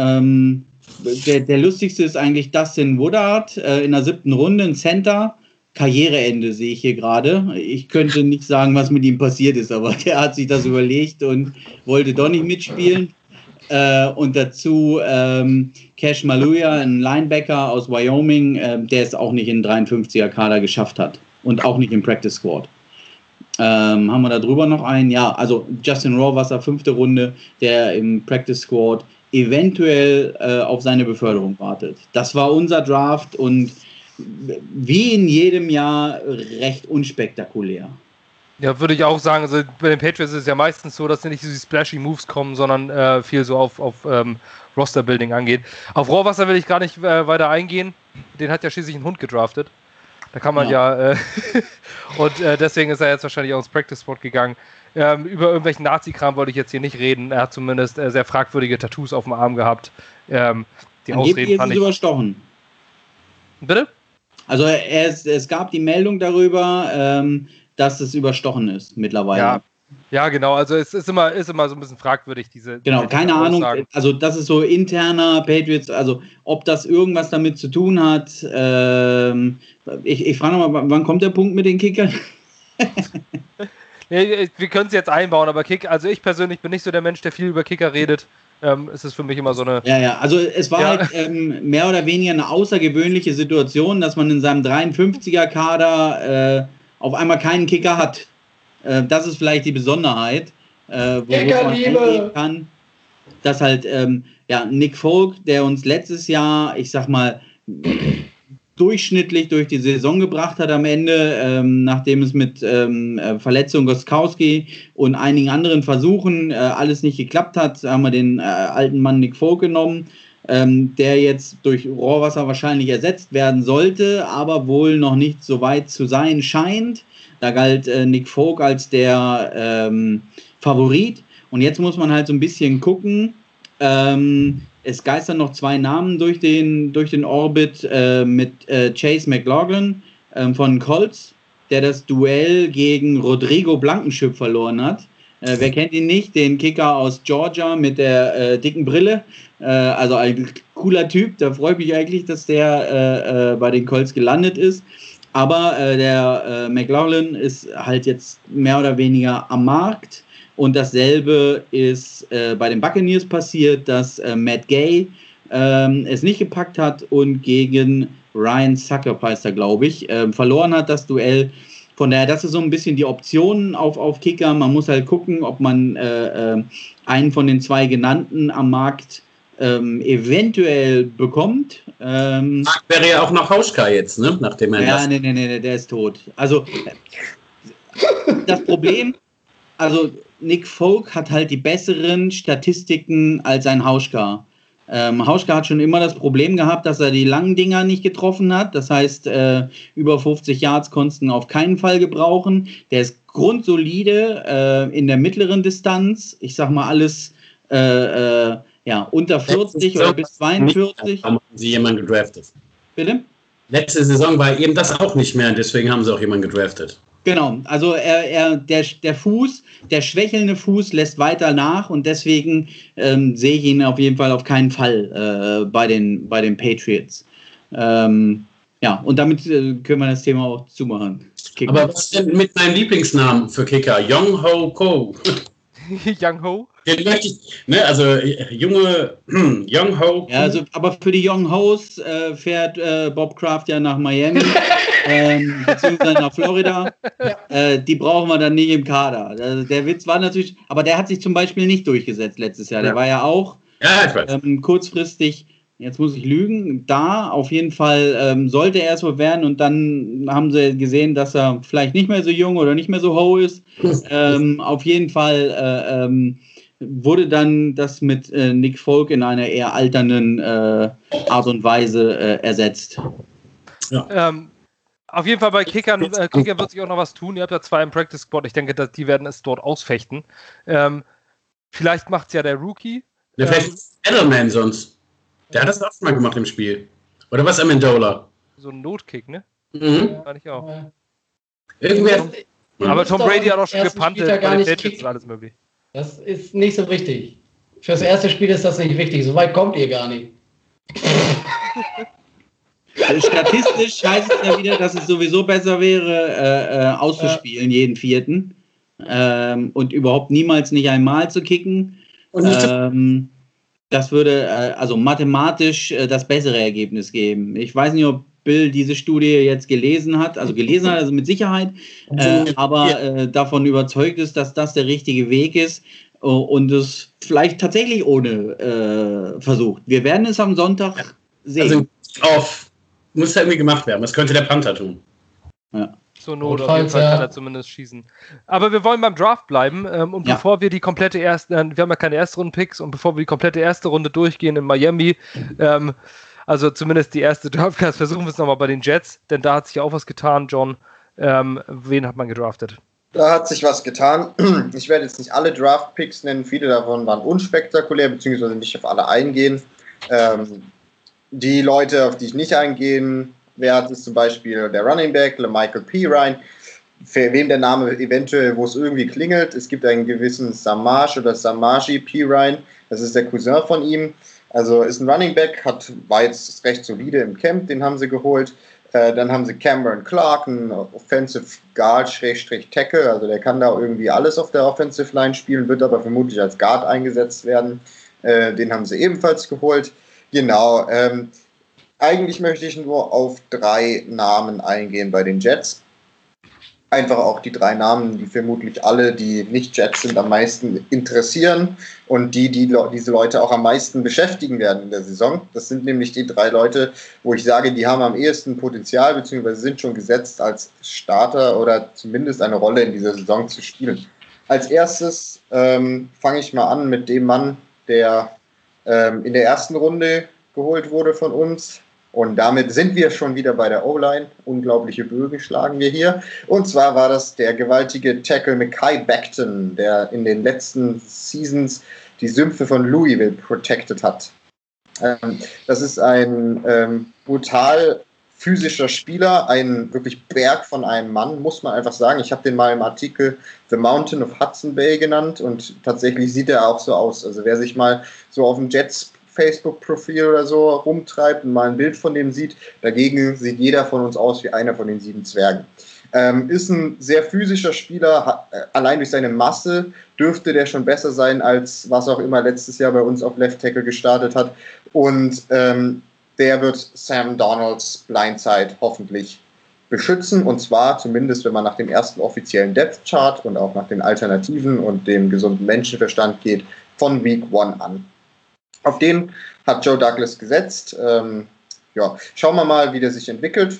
Der lustigste ist eigentlich Dustin Woodard in der 7. Runde, ein Center. Karriereende, sehe ich hier gerade. Ich könnte nicht sagen, was mit ihm passiert ist, aber der hat sich das überlegt und wollte doch nicht mitspielen. Und dazu Cash Maluja, ein Linebacker aus Wyoming, der es auch nicht in den 53er-Kader geschafft hat und auch nicht im Practice Squad. Haben wir da drüber noch einen? Ja, also Justin Rohrwasser, 5. Runde, der im Practice Squad eventuell auf seine Beförderung wartet. Das war unser Draft und wie in jedem Jahr recht unspektakulär. Ja, würde ich auch sagen. Also bei den Patriots ist es ja meistens so, dass nicht diese splashy Moves kommen, sondern viel so auf Roster-Building angeht. Auf Rohrwasser will ich gar nicht weiter eingehen. Den hat ja schließlich ein Hund gedraftet. Da kann man und deswegen ist er jetzt wahrscheinlich auch ins Practice-Spot gegangen. Über irgendwelchen Nazi-Kram wollte ich jetzt hier nicht reden. Er hat zumindest sehr fragwürdige Tattoos auf dem Arm gehabt. Die Ausreden fand ich... überstochen. Bitte? Also es gab die Meldung darüber, dass es überstochen ist mittlerweile. Ja, genau. Also es ist immer so ein bisschen fragwürdig, diese... Genau, keine Ahnung. Also das ist so interner Patriots, also ob das irgendwas damit zu tun hat. Ich frage nochmal, wann kommt der Punkt mit den Kickern? Wir können es jetzt einbauen, aber also ich persönlich bin nicht so der Mensch, der viel über Kicker redet. Es ist für mich immer so eine... Ja, also es war halt mehr oder weniger eine außergewöhnliche Situation, dass man in seinem 53er-Kader auf einmal keinen Kicker hat. Das ist vielleicht die Besonderheit, wo man hingehen kann, dass halt Nick Folk, der uns letztes Jahr, ich sag mal, durchschnittlich durch die Saison gebracht hat am Ende, nachdem es mit Verletzung Gostkowski und einigen anderen Versuchen alles nicht geklappt hat, haben wir den alten Mann Nick Folk genommen, der jetzt durch Rohrwasser wahrscheinlich ersetzt werden sollte, aber wohl noch nicht so weit zu sein scheint. Da galt Nick Folk als der Favorit. Und jetzt muss man halt so ein bisschen gucken. Es geistern noch 2 Namen durch den Orbit mit Chase McLaughlin von Colts, der das Duell gegen Rodrigo Blankenship verloren hat. Wer kennt ihn nicht? Den Kicker aus Georgia mit der dicken Brille. Also ein cooler Typ. Da freue ich mich eigentlich, dass der bei den Colts gelandet ist. Aber der McLaughlin ist halt jetzt mehr oder weniger am Markt. Und dasselbe ist bei den Buccaneers passiert, dass Matt Gay es nicht gepackt hat und gegen Ryan Succop, heißt er, glaube ich, verloren hat das Duell. Von daher, das ist so ein bisschen die Option auf Kicker. Man muss halt gucken, ob man einen von den 2 genannten am Markt eventuell bekommt. Wäre ja auch noch Hauschka jetzt, ne? Nachdem er nee, der ist tot. Also das Problem, also Nick Folk hat halt die besseren Statistiken als ein Hauschka. Hauschka hat schon immer das Problem gehabt, dass er die langen Dinger nicht getroffen hat. Das heißt, über 50 Yards konntest du auf keinen Fall gebrauchen. Der ist grundsolide in der mittleren Distanz. Ich sag mal alles unter 40 oder bis 42. Haben sie jemanden gedraftet? Bitte? Letzte Saison war eben das auch nicht mehr, deswegen haben sie auch jemanden gedraftet. Genau, also der schwächelnde Fuß lässt weiter nach und deswegen sehe ich ihn auf jeden Fall auf keinen Fall bei den Patriots. Und damit können wir das Thema auch zumachen. Kicker. Aber was denn mit meinem Lieblingsnamen für Kicker? Young Ho Ko. Young Ho? Den möchte ich, ne, also Young Ho. Ja, also, aber für die Young Ho's fährt Bob Kraft ja nach Miami, beziehungsweise nach Florida. Die brauchen wir dann nicht im Kader. Der Witz war natürlich, aber der hat sich zum Beispiel nicht durchgesetzt letztes Jahr. Der war ja auch kurzfristig, jetzt muss ich lügen, da auf jeden Fall sollte er es so werden und dann haben sie gesehen, dass er vielleicht nicht mehr so jung oder nicht mehr so ho ist. Auf jeden Fall wurde dann das mit Nick Folk in einer eher alternden Art und Weise ersetzt. Ja. Auf jeden Fall bei Kickern wird sich auch noch was tun. Ihr habt ja 2 im Practice Squad. Ich denke, die werden es dort ausfechten. Vielleicht macht es ja der Rookie. Vielleicht Edelman sonst. Der hat das auch schon mal gemacht im Spiel. Oder was, Amendola? So ein Notkick, ne? Mhm. Fand ich auch. Irgendwer. Aber Tom Brady hat auch schon gepantet. Gar nicht ist alles möglich. Das ist nicht so wichtig. Fürs erste Spiel ist das nicht wichtig. So weit kommt ihr gar nicht. Statistisch heißt es ja wieder, dass es sowieso besser wäre, auszuspielen, jeden vierten. Und überhaupt niemals nicht einmal zu kicken. Und das würde also mathematisch das bessere Ergebnis geben. Ich weiß nicht, ob Bill diese Studie jetzt gelesen hat, also mit Sicherheit, aber davon überzeugt ist, dass das der richtige Weg ist und es vielleicht tatsächlich ohne versucht. Wir werden es am Sonntag sehen. Also muss ja irgendwie gemacht werden. Das könnte der Panther tun. Ja. Zur Not auf jeden Fall kann er zumindest schießen. Aber wir wollen beim Draft bleiben und bevor wir die komplette wir haben ja keine Erstrunden-Picks und bevor wir die komplette erste Runde durchgehen in Miami, also zumindest die erste Draft-Class, versuchen wir es nochmal bei den Jets, denn da hat sich auch was getan, John. Wen hat man gedraftet? Da hat sich was getan. Ich werde jetzt nicht alle Draft-Picks nennen, viele davon waren unspektakulär, beziehungsweise nicht auf alle eingehen. Die Leute, auf die ich nicht eingehen werde, ist zum Beispiel der Running Back, LaMichael Pirine, für wem der Name eventuell, wo es irgendwie klingelt. Es gibt einen gewissen Samaje oder Samaji Pirine, das ist der Cousin von ihm. Also ist ein Running Back, war jetzt recht solide im Camp, den haben sie geholt. Dann haben sie Cameron Clark, einen Offensive Guard / Tackle, also der kann da irgendwie alles auf der Offensive Line spielen, wird aber vermutlich als Guard eingesetzt werden. Den haben sie ebenfalls geholt. Genau, eigentlich möchte ich nur auf 3 Namen eingehen bei den Jets. Einfach auch die 3 Namen, die vermutlich alle, die nicht Jets sind, am meisten interessieren und die diese Leute auch am meisten beschäftigen werden in der Saison. Das sind nämlich die 3 Leute, wo ich sage, die haben am ehesten Potenzial bzw. sind schon gesetzt als Starter oder zumindest eine Rolle in dieser Saison zu spielen. Als erstes fange ich mal an mit dem Mann, der in der ersten Runde geholt wurde von uns. Und damit sind wir schon wieder bei der O-Line. Unglaubliche Bögen schlagen wir hier. Und zwar war das der gewaltige Tackle Mekhi Becton, der in den letzten Seasons die Sümpfe von Louisville protected hat. Das ist ein brutal physischer Spieler, ein wirklich Berg von einem Mann, muss man einfach sagen. Ich habe den mal im Artikel The Mountain of Hudson Bay genannt und tatsächlich sieht er auch so aus. Also wer sich mal so auf dem Jets Facebook-Profil oder so rumtreibt und mal ein Bild von dem sieht. Dagegen sieht jeder von uns aus wie einer von den 7 Zwergen. Ist ein sehr physischer Spieler, allein durch seine Masse dürfte der schon besser sein, als was auch immer letztes Jahr bei uns auf Left Tackle gestartet hat. Und der wird Sam Darnolds Blindside hoffentlich beschützen. Und zwar zumindest, wenn man nach dem ersten offiziellen Depth Chart und auch nach den Alternativen und dem gesunden Menschenverstand geht, von Week 1 an. Auf den hat Joe Douglas gesetzt. Schauen wir mal, wie der sich entwickelt.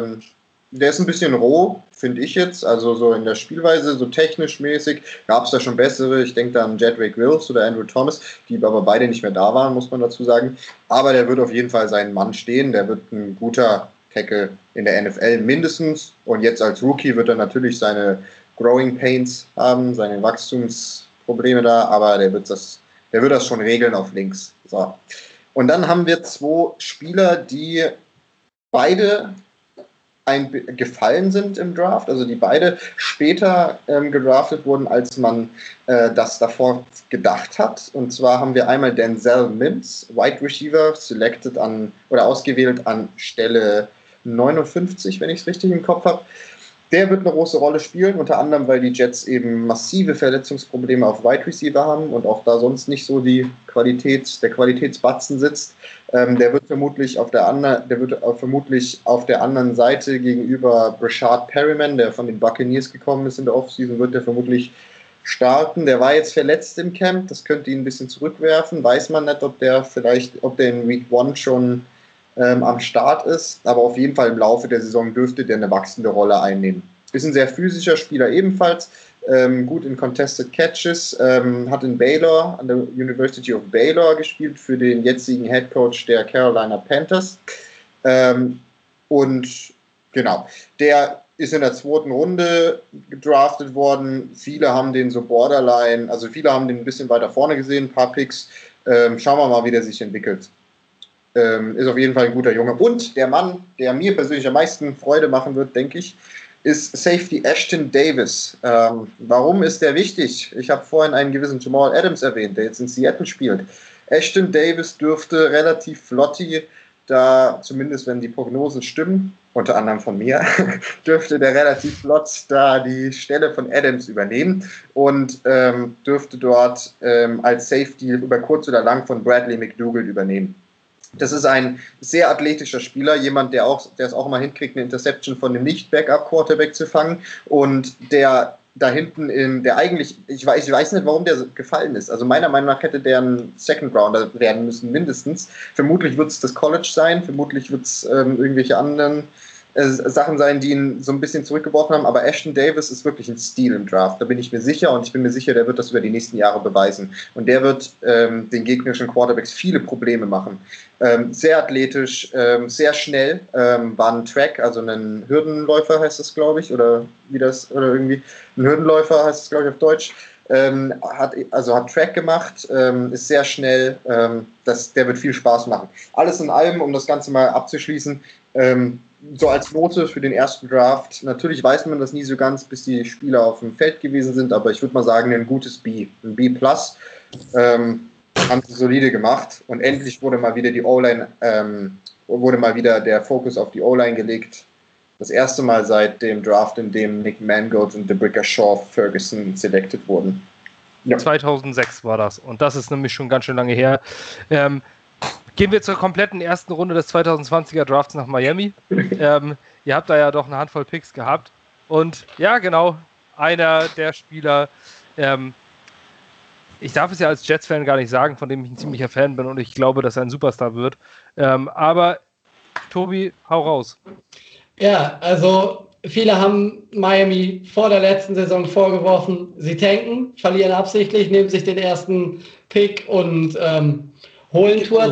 Der ist ein bisschen roh, finde ich jetzt. Also so in der Spielweise, so technisch mäßig, gab es da schon bessere. Ich denke da an Jedrick Wills oder Andrew Thomas, die aber beide nicht mehr da waren, muss man dazu sagen. Aber der wird auf jeden Fall seinen Mann stehen. Der wird ein guter Tackle in der NFL mindestens. Und jetzt als Rookie wird er natürlich seine Growing Pains haben, seine Wachstumsprobleme da. Aber der wird das schon regeln auf links. So. Und dann haben wir 2 Spieler, die beide gefallen sind im Draft, also die beide später gedraftet wurden, als man das davor gedacht hat. Und zwar haben wir einmal Denzel Mims, Wide Receiver, ausgewählt an Stelle 59, wenn ich es richtig im Kopf habe. Der wird eine große Rolle spielen, unter anderem, weil die Jets eben massive Verletzungsprobleme auf Wide Receiver haben und auch da sonst nicht so der Qualitätsbatzen sitzt. Der wird vermutlich auf der anderen Seite gegenüber Brashard Perriman, der von den Buccaneers gekommen ist in der Offseason, wird der vermutlich starten. Der war jetzt verletzt im Camp, das könnte ihn ein bisschen zurückwerfen. Weiß man nicht, ob der in Week 1 schon am Start ist, aber auf jeden Fall im Laufe der Saison dürfte der eine wachsende Rolle einnehmen. Ist ein sehr physischer Spieler ebenfalls, gut in Contested Catches, hat in Baylor, an der University of Baylor gespielt für den jetzigen Head Coach der Carolina Panthers. Und genau, der ist in der 2. Runde gedraftet worden. Viele haben den so borderline, also viele haben den ein bisschen weiter vorne gesehen, ein paar Picks. Schauen wir mal, wie der sich entwickelt. Ist auf jeden Fall ein guter Junge. Und der Mann, der mir persönlich am meisten Freude machen wird, denke ich, ist Safety Ashton Davis. Warum ist der wichtig? Ich habe vorhin einen gewissen Jamal Adams erwähnt, der jetzt in Seattle spielt. Ashton Davis dürfte relativ flotti da, zumindest wenn die Prognosen stimmen, unter anderem von mir, dürfte der relativ flott da die Stelle von Adams übernehmen und dürfte dort als Safety über kurz oder lang von Bradley McDougald übernehmen. Das ist ein sehr athletischer Spieler, jemand, der es auch mal hinkriegt, eine Interception von einem Nicht-Backup-Quarterback zu fangen und der da hinten der eigentlich, ich weiß nicht, warum der gefallen ist. Also meiner Meinung nach hätte der ein Second Rounder werden müssen, mindestens. Vermutlich wird es das College sein, vermutlich wird es irgendwelche anderen Sachen sein, die ihn so ein bisschen zurückgeworfen haben, aber Ashton Davis ist wirklich ein Stil im Draft, da bin ich mir sicher und ich bin mir sicher, der wird das über die nächsten Jahre beweisen und der wird den gegnerischen Quarterbacks viele Probleme machen. Sehr athletisch, sehr schnell, war ein Track, also ein Hürdenläufer heißt das, glaube ich, oder ein Hürdenläufer heißt es, glaube ich, auf Deutsch. Hat Track gemacht, ist sehr schnell, der wird viel Spaß machen. Alles in allem, um das Ganze mal abzuschließen, so als Note für den ersten Draft, natürlich weiß man das nie so ganz, bis die Spieler auf dem Feld gewesen sind, aber ich würde mal sagen, ein gutes B, ein B+, haben sie solide gemacht und endlich wurde mal wieder die O-Line, der Fokus auf die O-Line gelegt. Das erste Mal seit dem Draft, in dem Nick Mangold und DeBricker Shaw Ferguson selected wurden. Ja. 2006 war das und das ist nämlich schon ganz schön lange her. Gehen wir zur kompletten ersten Runde des 2020er Drafts nach Miami. Ihr habt da ja doch eine Handvoll Picks gehabt. Und ja, genau, einer der Spieler, ich darf es ja als Jets-Fan gar nicht sagen, von dem ich ein ziemlicher Fan bin und ich glaube, dass er ein Superstar wird. Aber Tobi, hau raus. Ja, also viele haben Miami vor der letzten Saison vorgeworfen, sie tanken, verlieren absichtlich, nehmen sich den ersten Pick und holen Tua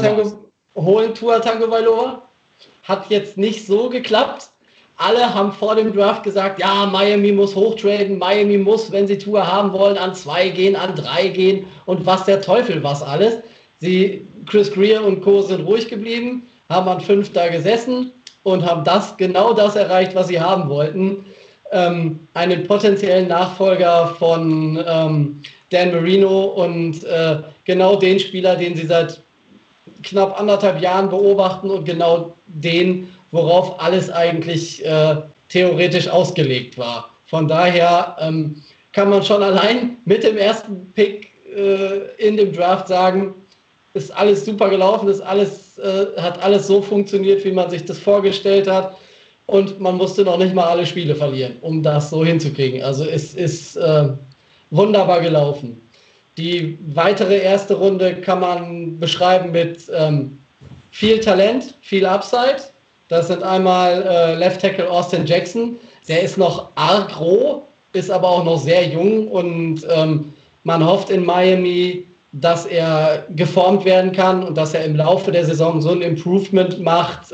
Tagovailoa. Hat jetzt nicht so geklappt. Alle haben vor dem Draft gesagt, ja, Miami muss hochtraden, Miami muss, wenn sie Tua haben wollen, an 2 gehen, an 3 gehen und was der Teufel was alles. Chris Greer und Co. sind ruhig geblieben, haben an 5 da gesessen und haben genau das erreicht, was sie haben wollten. Einen potenziellen Nachfolger von Dan Marino und genau den Spieler, den sie seit knapp 1,5 Jahren beobachten und genau den, worauf alles eigentlich theoretisch ausgelegt war. Von daher kann man schon allein mit dem ersten Pick in dem Draft sagen, ist alles super gelaufen, hat alles so funktioniert, wie man sich das vorgestellt hat und man musste noch nicht mal alle Spiele verlieren, um das so hinzukriegen. Also es ist wunderbar gelaufen. Die weitere erste Runde kann man beschreiben mit viel Talent, viel Upside. Das sind einmal Left Tackle Austin Jackson. Der ist noch arg roh, ist aber auch noch sehr jung und man hofft in Miami, dass er geformt werden kann und dass er im Laufe der Saison so ein Improvement macht,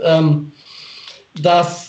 dass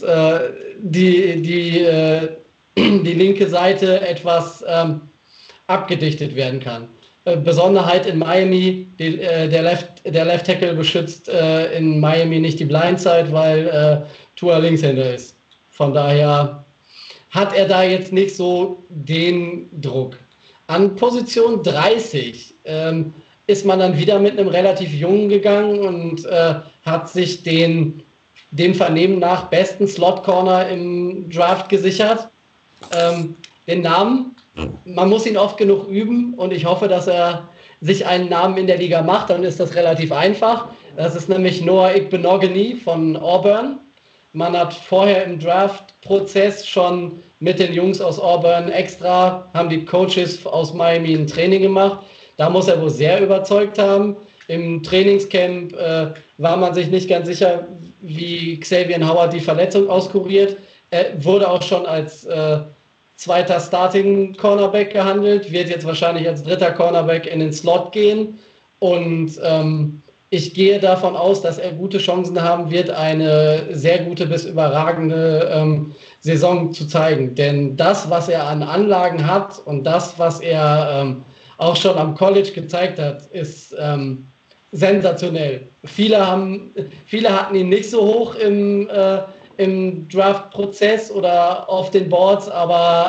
die linke Seite etwas abgedichtet werden kann. Besonderheit in Miami, der Left Tackle beschützt in Miami nicht die Blindside, weil Tua Linkshänder ist. Von daher hat er da jetzt nicht so den Druck. An Position 30 ist man dann wieder mit einem relativ Jungen gegangen und hat sich dem Vernehmen nach besten Slot-Corner im Draft gesichert. Den Namen, man muss ihn oft genug üben und ich hoffe, dass er sich einen Namen in der Liga macht, dann ist das relativ einfach. Das ist nämlich Noah Igbinoghene von Auburn. Man hat vorher im Draft-Prozess schon mit den Jungs aus Auburn haben die Coaches aus Miami ein Training gemacht. Da muss er wohl sehr überzeugt haben. Im Trainingscamp war man sich nicht ganz sicher, wie Xavier Howard die Verletzung auskuriert. Er wurde auch schon als zweiter Starting-Cornerback gehandelt, wird jetzt wahrscheinlich als dritter Cornerback in den Slot gehen. Und ich gehe davon aus, dass er gute Chancen haben wird, eine sehr gute bis überragende Saison zu zeigen. Denn das, was er an Anlagen hat und das, was er auch schon am College gezeigt hat, ist sensationell. Viele hatten ihn nicht so hoch im Draft-Prozess oder auf den Boards, aber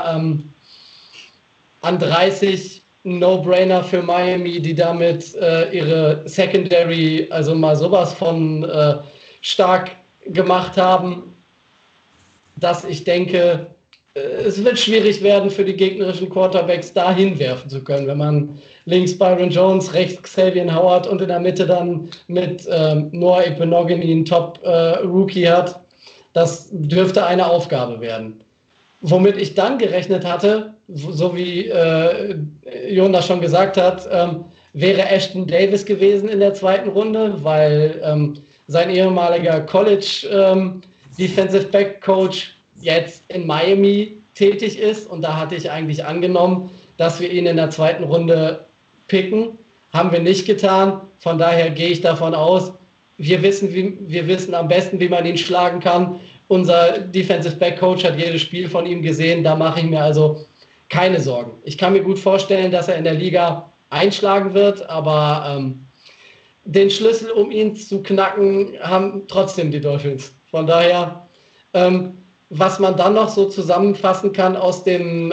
an 30 ein No-Brainer für Miami, die damit ihre Secondary, also mal sowas von stark gemacht haben, dass ich denke, es wird schwierig werden für die gegnerischen Quarterbacks, da hinwerfen zu können. Wenn man links Byron Jones, rechts Xavier Howard und in der Mitte dann mit Noah Igbinoghene einen Top-Rookie hat, das dürfte eine Aufgabe werden. Womit ich dann gerechnet hatte, so wie Jonas schon gesagt hat, wäre Ashton Davis gewesen in der zweiten Runde, weil sein ehemaliger College Defensive Back Coach jetzt in Miami tätig ist, und da hatte ich eigentlich angenommen, dass wir ihn in der zweiten Runde picken. Haben wir nicht getan. Von daher gehe ich davon aus, wir wissen am besten, wie man ihn schlagen kann. Unser Defensive Back Coach hat jedes Spiel von ihm gesehen. Da mache ich mir also keine Sorgen. Ich kann mir gut vorstellen, dass er in der Liga einschlagen wird, aber den Schlüssel, um ihn zu knacken, haben trotzdem die Dolphins. Von daher, was man dann noch so zusammenfassen kann aus dem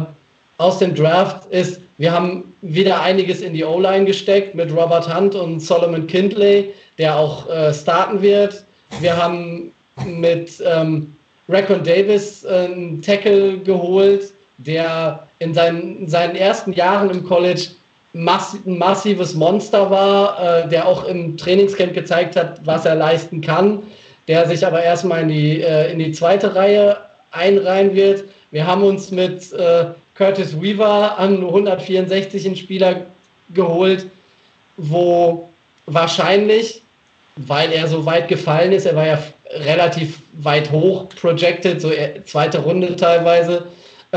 Draft ist, wir haben wieder einiges in die O-Line gesteckt mit Robert Hunt und Solomon Kindley, der auch starten wird. Wir haben mit Raekwon Davis einen Tackle geholt, der in seinen ersten Jahren im College ein massives Monster war, der auch im Trainingscamp gezeigt hat, was er leisten kann, der sich aber erstmal in die zweite Reihe einreihen wird. Wir haben uns mit Curtis Weaver an 164 einen Spieler geholt, wo wahrscheinlich, weil er so weit gefallen ist, er war ja relativ weit hoch projected, so zweite Runde teilweise,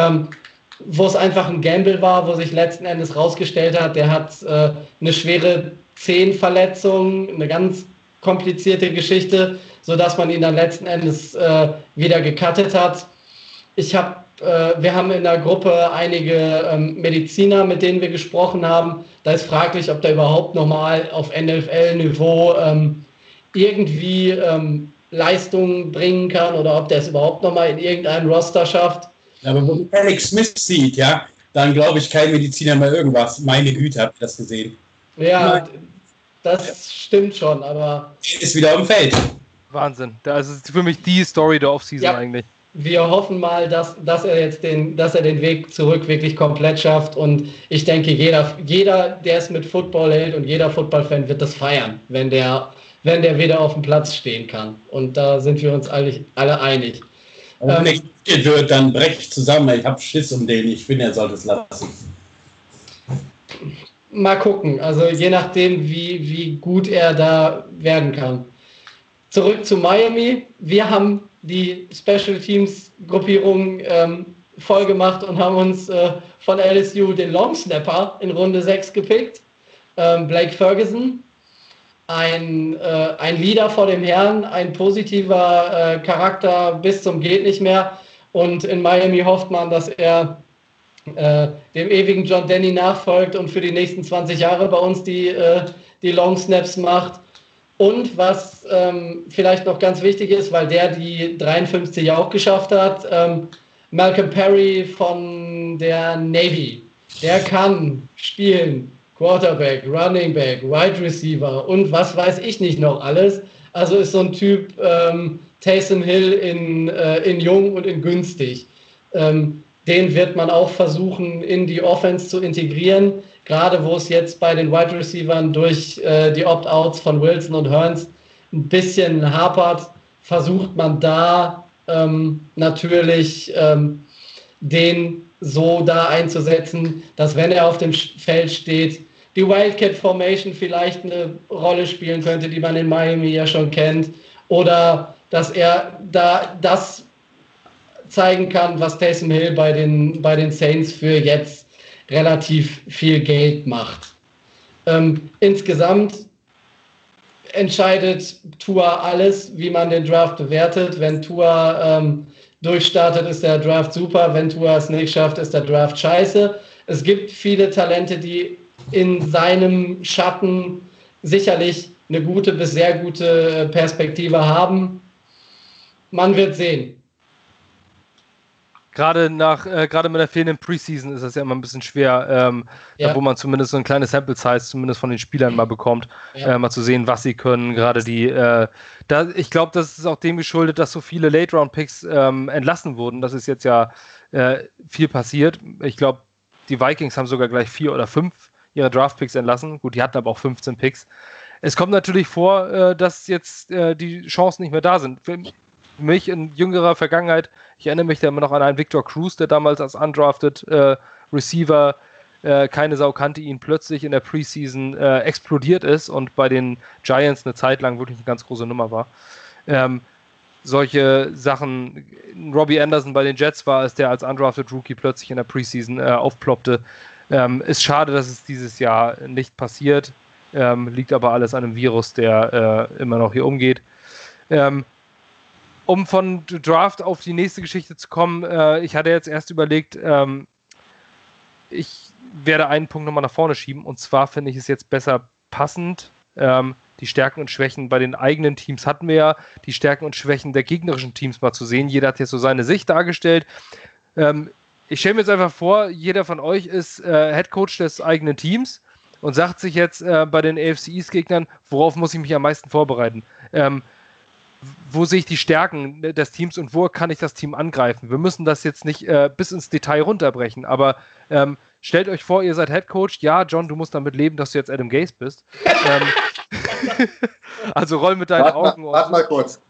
wo es einfach ein Gamble war, wo sich letzten Endes rausgestellt hat, der hat eine schwere Zehenverletzung, eine ganz komplizierte Geschichte, sodass man ihn dann letzten Endes wieder gecuttet hat. Wir haben in der Gruppe einige Mediziner, mit denen wir gesprochen haben. Da ist fraglich, ob der überhaupt nochmal auf NFL-Niveau irgendwie Leistungen bringen kann oder ob der es überhaupt nochmal in irgendeinem Roster schafft. Aber wenn man Alex Smith sieht, ja, dann glaube ich kein Mediziner mehr irgendwas. Meine Güte, habt ihr das gesehen? Ja, das stimmt schon, aber... Ist wieder auf dem Feld. Wahnsinn. Das ist für mich die Story der Offseason eigentlich. Wir hoffen mal, dass er jetzt den Weg zurück wirklich komplett schafft, und ich denke, jeder, der es mit Football hält, und jeder Football-Fan wird das feiern, wenn der wieder auf dem Platz stehen kann. Und da sind wir uns alle einig. Und wenn er gespielt wird, dann brecht zusammen. Ich habe Schiss um den. Ich finde, er sollte es lassen. Mal gucken. Also je nachdem, wie gut er da werden kann. Zurück zu Miami. Wir haben die Special Teams Gruppierung voll gemacht und haben uns von LSU den Long Snapper in Runde 6 gepickt. Blake Ferguson. Ein Leader vor dem Herrn, ein positiver Charakter bis zum geht nicht mehr, und in Miami hofft man, dass er dem ewigen John Denny nachfolgt und für die nächsten 20 Jahre bei uns die Long Snaps macht. Und was vielleicht noch ganz wichtig ist, weil der die 53 auch geschafft hat, Malcolm Perry von der Navy, der kann spielen. Quarterback, Running Back, Wide Receiver und was weiß ich nicht noch alles. Also ist so ein Typ Taysom Hill in jung und in günstig. Den wird man auch versuchen, in die Offense zu integrieren. Gerade wo es jetzt bei den Wide Receivern durch die Opt-outs von Wilson und Hurns ein bisschen hapert, versucht man da natürlich den so da einzusetzen, dass, wenn er auf dem Feld steht, die Wildcat Formation vielleicht eine Rolle spielen könnte, die man in Miami ja schon kennt, oder dass er da das zeigen kann, was Taysom Hill bei den Saints für jetzt relativ viel Geld macht. Insgesamt entscheidet Tua alles, wie man den Draft bewertet. Wenn Tua durchstartet, ist der Draft super. Wenn Tua es nicht schafft, ist der Draft scheiße. Es gibt viele Talente, die in seinem Schatten sicherlich eine gute bis sehr gute Perspektive haben. Man wird sehen. gerade mit der fehlenden Preseason ist das ja immer ein bisschen schwer, da, wo man zumindest so ein kleines Sample Size zumindest von den Spielern mal bekommt, mal zu sehen, was sie können. Gerade ich glaube, das ist auch dem geschuldet, dass so viele Late-Round-Picks entlassen wurden. Das ist jetzt ja viel passiert. Ich glaube, die Vikings haben sogar gleich 4 oder 5 ihre Draft-Picks entlassen. Gut, die hatten aber auch 15 Picks. Es kommt natürlich vor, dass jetzt die Chancen nicht mehr da sind. Für mich in jüngerer Vergangenheit, ich erinnere mich da immer noch an einen Victor Cruz, der damals als undrafted Receiver, keine Sau kannte ihn, plötzlich in der Preseason explodiert ist und bei den Giants eine Zeit lang wirklich eine ganz große Nummer war. Solche Sachen, Robbie Anderson bei den Jets war es, der als undrafted Rookie plötzlich in der Preseason aufploppte. Ist schade, dass es dieses Jahr nicht passiert. Liegt aber alles an einem Virus, der immer noch hier umgeht. Um von Draft auf die nächste Geschichte zu kommen, ich hatte jetzt erst überlegt, ich werde einen Punkt nochmal nach vorne schieben, und zwar finde ich es jetzt besser passend. Die Stärken und Schwächen bei den eigenen Teams hatten wir ja, die Stärken und Schwächen der gegnerischen Teams mal zu sehen. Jeder hat jetzt so seine Sicht dargestellt. Ich stelle mir jetzt einfach vor, jeder von euch ist Headcoach des eigenen Teams und sagt sich jetzt bei den AFC East-Gegnern, worauf muss ich mich am meisten vorbereiten? Wo sehe ich die Stärken des Teams und wo kann ich das Team angreifen? Wir müssen das jetzt nicht bis ins Detail runterbrechen, aber stellt euch vor, ihr seid Headcoach. Ja, John, du musst damit leben, dass du jetzt Adam Gase bist. Also roll mit deinen Augen. Warte mal kurz.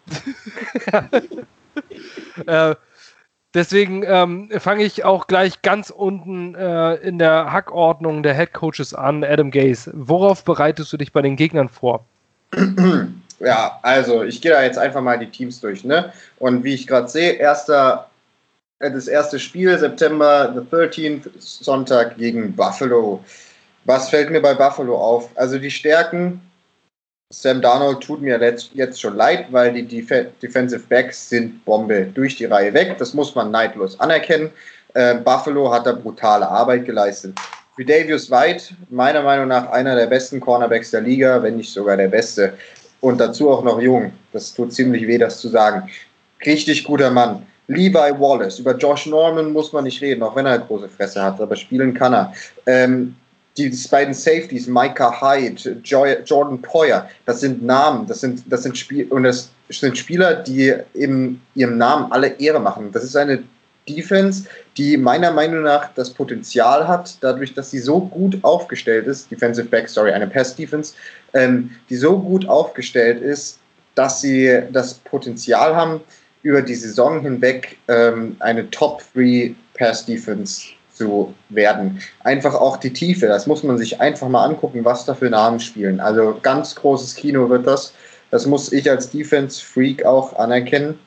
Deswegen fange ich auch gleich ganz unten in der Hackordnung der Headcoaches an, Adam Gase. Worauf bereitest du dich bei den Gegnern vor? Ja, also ich gehe da jetzt einfach mal die Teams durch, ne? Und wie ich gerade sehe, das erste Spiel, September the 13th, Sonntag gegen Buffalo. Was fällt mir bei Buffalo auf? Also die Stärken, Sam Darnold tut mir jetzt schon leid, weil die Defensive Backs sind Bombe durch die Reihe weg. Das muss man neidlos anerkennen. Buffalo hat da brutale Arbeit geleistet. Tre'Davious White, meiner Meinung nach einer der besten Cornerbacks der Liga, wenn nicht sogar der beste. Und dazu auch noch jung. Das tut ziemlich weh, das zu sagen. Richtig guter Mann. Levi Wallace. Über Josh Norman muss man nicht reden, auch wenn er eine große Fresse hat, aber spielen kann er. Die beiden Safeties, Micah Hyde, Jordan Poyer, das sind Namen, das sind Spieler, die in ihrem Namen alle Ehre machen. Das ist eine Defense, die meiner Meinung nach das Potenzial hat, dadurch, dass sie so gut aufgestellt ist, eine Pass-Defense, die so gut aufgestellt ist, dass sie das Potenzial haben, über die Saison hinweg eine Top-3 Pass-Defense zu werden. Einfach auch die Tiefe, das muss man sich einfach mal angucken, was da für Namen spielen. Also ganz großes Kino wird das. Das muss ich als Defense-Freak auch anerkennen.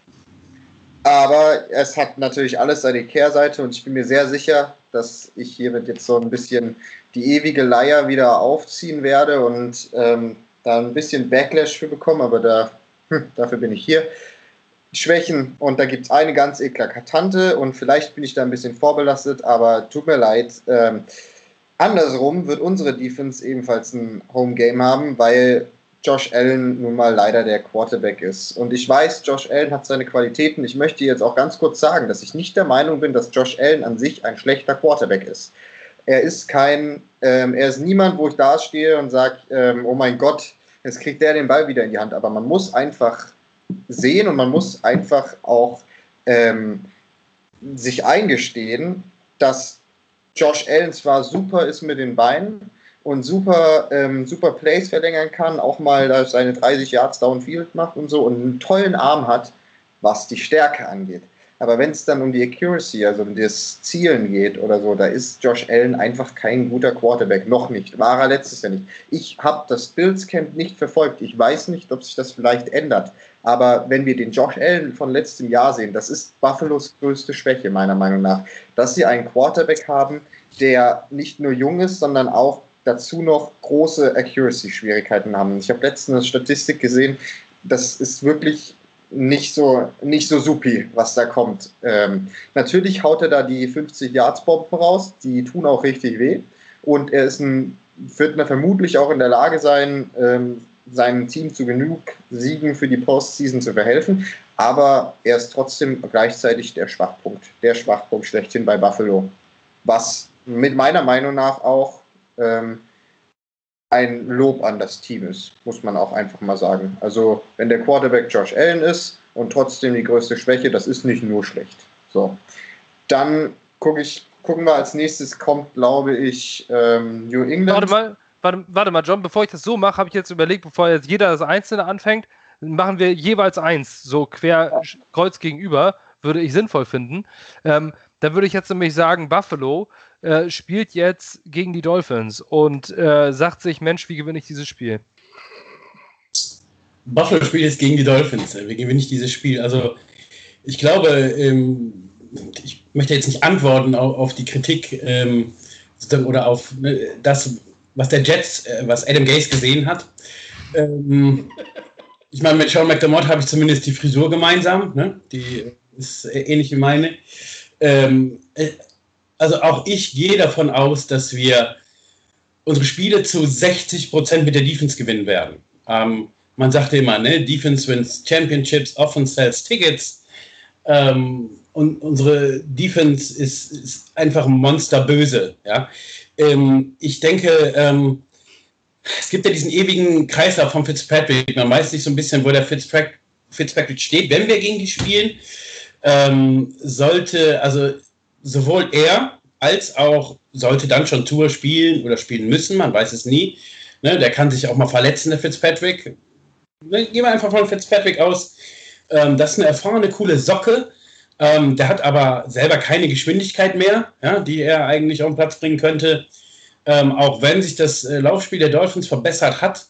Aber es hat natürlich alles seine Kehrseite und ich bin mir sehr sicher, dass ich hiermit jetzt so ein bisschen die ewige Leier wieder aufziehen werde und da ein bisschen Backlash für bekomme, aber dafür bin ich hier. Schwächen, und da gibt es eine ganz eklatante und vielleicht bin ich da ein bisschen vorbelastet, aber tut mir leid. Andersrum wird unsere Defense ebenfalls ein Home-Game haben, weil Josh Allen nun mal leider der Quarterback ist. Und ich weiß, Josh Allen hat seine Qualitäten. Ich möchte jetzt auch ganz kurz sagen, dass ich nicht der Meinung bin, dass Josh Allen an sich ein schlechter Quarterback ist. Er ist niemand, wo ich da stehe und sage, oh mein Gott, jetzt kriegt der den Ball wieder in die Hand. Aber man muss einfach sehen und man muss einfach auch sich eingestehen, dass Josh Allen zwar super ist mit den Beinen und super Plays verlängern kann, auch mal seine 30 Yards downfield macht und so und einen tollen Arm hat, was die Stärke angeht. Aber wenn es dann um die Accuracy, also um das Zielen geht oder so, da ist Josh Allen einfach kein guter Quarterback. Noch nicht. War er letztes Jahr nicht. Ich habe das Bills Camp nicht verfolgt. Ich weiß nicht, ob sich das vielleicht ändert. Aber wenn wir den Josh Allen von letztem Jahr sehen, das ist Buffalos größte Schwäche, meiner Meinung nach. Dass sie einen Quarterback haben, der nicht nur jung ist, sondern auch dazu noch große Accuracy-Schwierigkeiten haben. Ich habe letztens eine Statistik gesehen, das ist wirklich nicht so supi, was da kommt. Natürlich haut er da die 50-Yards-Bomben raus, die tun auch richtig weh. Und er wird vermutlich auch in der Lage sein, seinem Team zu genug Siegen für die Postseason zu verhelfen, aber er ist trotzdem gleichzeitig der Schwachpunkt schlechthin bei Buffalo, was mit meiner Meinung nach auch ein Lob an das Team ist, muss man auch einfach mal sagen. Also wenn der Quarterback Josh Allen ist und trotzdem die größte Schwäche, das ist nicht nur schlecht. So, dann gucken wir als nächstes kommt, glaube ich, New England. Warte mal, John, bevor ich das so mache, habe ich jetzt überlegt, bevor jetzt jeder das Einzelne anfängt, machen wir jeweils eins, so kreuz gegenüber, würde ich sinnvoll finden. Da würde ich jetzt nämlich sagen, Buffalo spielt jetzt gegen die Dolphins und sagt sich, Mensch, wie gewinne ich dieses Spiel? Buffalo spielt jetzt gegen die Dolphins. Wie gewinne ich dieses Spiel? Also ich glaube, ich möchte jetzt nicht antworten auf die Kritik oder auf das, was der Jets, was Adam Gase gesehen hat. Ich meine, mit Sean McDermott habe ich zumindest die Frisur gemeinsam. Ne? Die ist ähnlich wie meine. Also auch ich gehe davon aus, dass wir unsere Spiele zu 60% mit der Defense gewinnen werden. Man sagt immer, ne, Defense wins Championships, Offense sells Tickets. Und unsere Defense ist einfach monsterböse. Ja? Ich denke, es gibt ja diesen ewigen Kreislauf von Fitzpatrick. Man weiß nicht so ein bisschen, wo der Fitzpatrick steht, wenn wir gegen die spielen. Sollte, also sowohl er als auch sollte dann schon Tour spielen oder spielen müssen, man weiß es nie. Ne, der kann sich auch mal verletzen, der Fitzpatrick. Ne, gehen wir einfach von Fitzpatrick aus. Das ist eine erfahrene, coole Socke. Der hat aber selber keine Geschwindigkeit mehr, ja, die er eigentlich auf den Platz bringen könnte. Auch wenn sich das Laufspiel der Dolphins verbessert hat.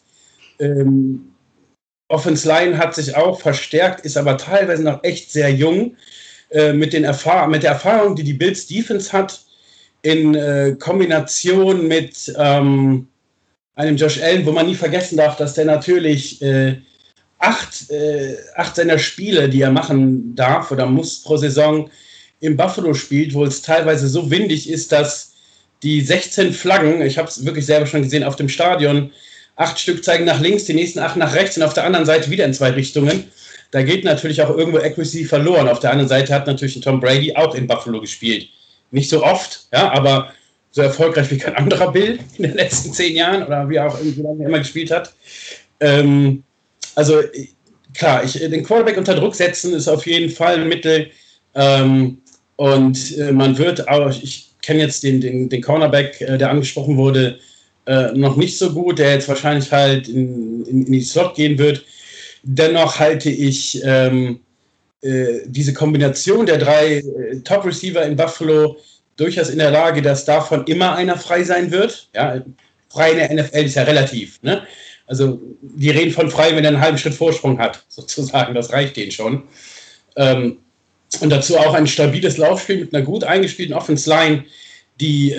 Offense Line hat sich auch verstärkt, ist aber teilweise noch echt sehr jung. Mit der Erfahrung, die Bills Defense hat, in Kombination mit einem Josh Allen, wo man nie vergessen darf, dass der natürlich 8 seiner Spiele, die er machen darf oder muss pro Saison, im Buffalo spielt, wo es teilweise so windig ist, dass die 16 Flaggen, ich habe es wirklich selber schon gesehen, auf dem Stadion, 8 Stück zeigen nach links, die nächsten 8 nach rechts und auf der anderen Seite wieder in 2 Richtungen. Da geht natürlich auch irgendwo Accuracy verloren. Auf der anderen Seite hat natürlich Tom Brady auch in Buffalo gespielt. Nicht so oft, ja, aber so erfolgreich wie kein anderer Bill in den letzten 10 Jahren oder wie auch irgendwie lange immer gespielt hat. Also klar, den Quarterback unter Druck setzen ist auf jeden Fall ein Mittel. Und man wird auch, ich kenne jetzt den Cornerback, der angesprochen wurde, noch nicht so gut, der jetzt wahrscheinlich halt in die Slot gehen wird. Dennoch halte ich diese Kombination der 3 Top-Receiver in Buffalo durchaus in der Lage, dass davon immer einer frei sein wird. Ja, frei in der NFL ist ja relativ. Ne? Also die reden von frei, wenn er einen halben Schritt Vorsprung hat, sozusagen. Das reicht denen schon. Und dazu auch ein stabiles Laufspiel mit einer gut eingespielten Offense-Line, die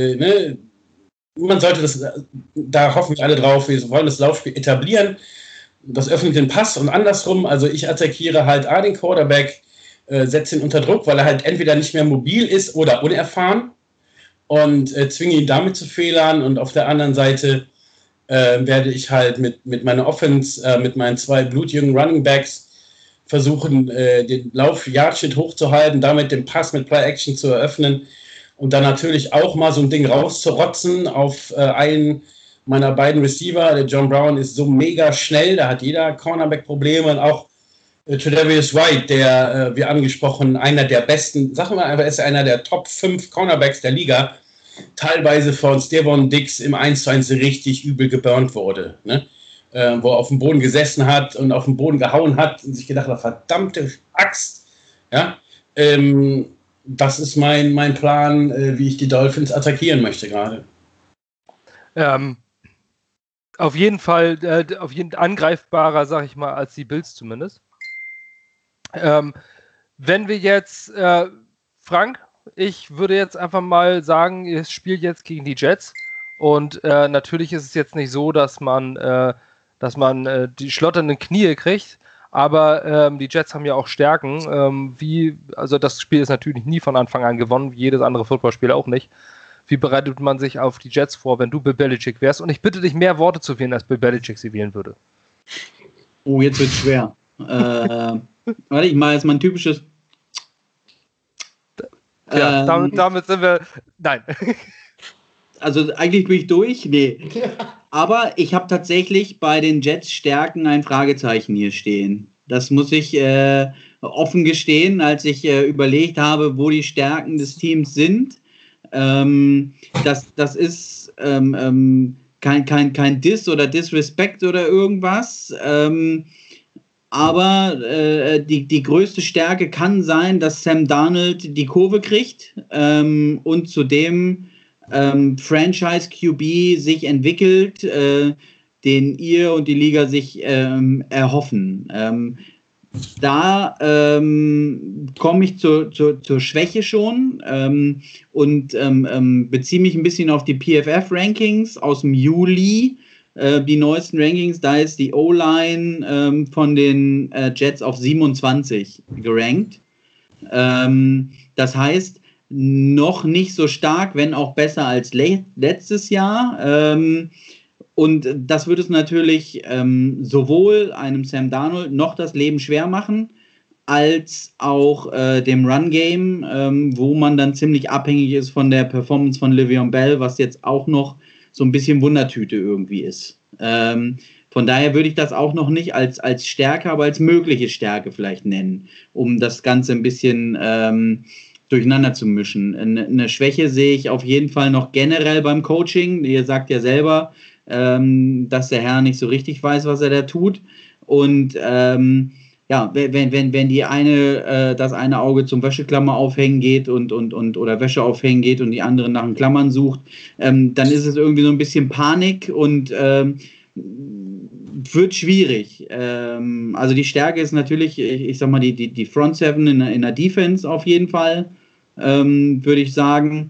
man sollte das, da hoffen wir alle drauf, wir wollen das Laufspiel etablieren. Das öffnet den Pass und andersrum. Also ich attackiere halt den Quarterback, setze ihn unter Druck, weil er halt entweder nicht mehr mobil ist oder unerfahren und zwinge ihn damit zu Fehlern. Und auf der anderen Seite werde ich halt mit meiner Offense, mit meinen 2 blutjungen Running Backs versuchen, den Lauf-Yard-Shit hochzuhalten, damit den Pass mit Play-Action zu eröffnen und dann natürlich auch mal so ein Ding rauszurotzen auf einen meiner beiden Receiver. Der John Brown ist so mega schnell, da hat jeder Cornerback Probleme und auch Tre'Davious White, der, wie angesprochen, einer der besten, sagen wir einfach, ist einer der Top 5 Cornerbacks der Liga, teilweise von Stefon Diggs im 1:1 richtig übel geburnt wurde, ne? Wo er auf dem Boden gesessen hat und auf den Boden gehauen hat und sich gedacht hat, verdammte Axt, ja, das ist mein Plan, wie ich die Dolphins attackieren möchte gerade. Auf jeden Fall angreifbarer, sag ich mal, als die Bills zumindest. Wenn wir jetzt, Frank, ich würde jetzt einfach mal sagen, es spielt jetzt gegen die Jets und natürlich ist es jetzt nicht so, dass man die schlotternden Knie kriegt, aber die Jets haben ja auch Stärken, also das Spiel ist natürlich nie von Anfang an gewonnen, wie jedes andere Footballspiel auch nicht. Wie bereitet man sich auf die Jets vor, wenn du Bill Belichick wärst? Und ich bitte dich, mehr Worte zu wählen, als Bill Belichick sie wählen würde. Oh, jetzt wird's schwer. Warte, ich mache jetzt mal ein typisches. Ja, damit sind wir. Nein. Also eigentlich bin ich durch. Nee. Aber ich habe tatsächlich bei den Jets Stärken ein Fragezeichen hier stehen. Das muss ich offen gestehen, als ich überlegt habe, wo die Stärken des Teams sind. Das ist kein Diss oder Disrespect oder irgendwas. Aber die größte Stärke kann sein, dass Sam Darnold die Kurve kriegt und zudem Franchise QB sich entwickelt, den ihr und die Liga sich erhoffen. Da komme ich zur Schwäche schon und beziehe mich ein bisschen auf die PFF-Rankings aus dem Juli. Die neuesten Rankings, da ist die O-Line von den Jets auf 27 gerankt. Das heißt, noch nicht so stark, wenn auch besser als letztes Jahr. Und das würde es natürlich sowohl einem Sam Darnold noch das Leben schwer machen, als auch dem Run-Game, wo man dann ziemlich abhängig ist von der Performance von Le'Veon Bell, was jetzt auch noch so ein bisschen Wundertüte irgendwie ist. Von daher würde ich das auch noch nicht als Stärke, aber als mögliche Stärke vielleicht nennen, um das Ganze ein bisschen durcheinander zu mischen. Eine Schwäche sehe ich auf jeden Fall noch generell beim Coaching. Ihr sagt ja selber, dass der Herr nicht so richtig weiß, was er da tut. Und ja, wenn die das eine Auge zum Wäscheklammer aufhängen geht oder Wäsche aufhängen geht und die andere nach den Klammern sucht, dann ist es irgendwie so ein bisschen Panik und wird schwierig. Also die Stärke ist natürlich, ich sag mal, die Front Seven in der Defense auf jeden Fall, würde ich sagen.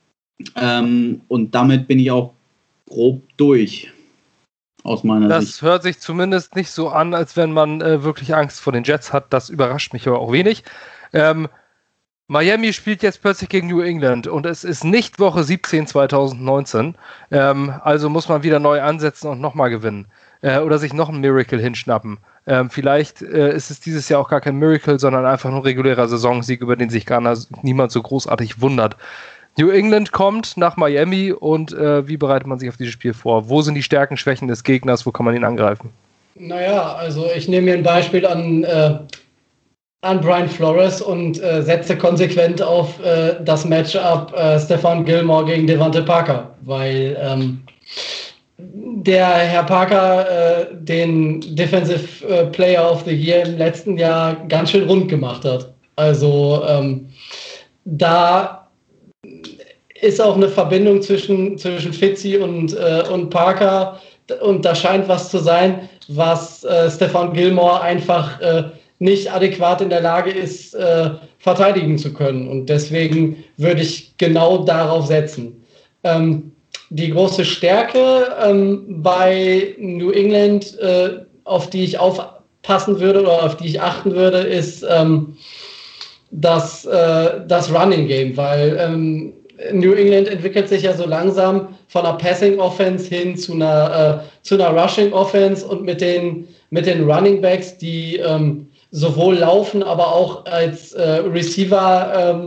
Und damit bin ich auch grob durch. Aus meiner Sicht. Das hört sich zumindest nicht so an, als wenn man wirklich Angst vor den Jets hat. Das überrascht mich aber auch wenig. Miami spielt jetzt plötzlich gegen New England und es ist nicht Woche 17 2019. Also muss man wieder neu ansetzen und nochmal gewinnen. Oder sich noch ein Miracle hinschnappen. Vielleicht ist es dieses Jahr auch gar kein Miracle, sondern einfach nur regulärer Saisonsieg, über den sich gar niemand so großartig wundert. New England kommt nach Miami und wie bereitet man sich auf dieses Spiel vor? Wo sind die Stärken, Schwächen des Gegners? Wo kann man ihn angreifen? Naja, also ich nehme mir ein Beispiel an Brian Flores und setze konsequent auf das Matchup Stephon Gilmore gegen Devante Parker, weil der Herr Parker den Defensive Player of the Year im letzten Jahr ganz schön rund gemacht hat. Also da ist auch eine Verbindung zwischen Fitzy und Parker und da scheint was zu sein, was Stephon Gilmore einfach nicht adäquat in der Lage ist, verteidigen zu können. Und deswegen würde ich genau darauf setzen. Die große Stärke bei New England, auf die ich aufpassen würde oder auf die ich achten würde, ist das Running Game, weil New England entwickelt sich ja so langsam von einer Passing Offense hin zu einer Rushing Offense und mit den Running Backs, die sowohl laufen, aber auch als Receiver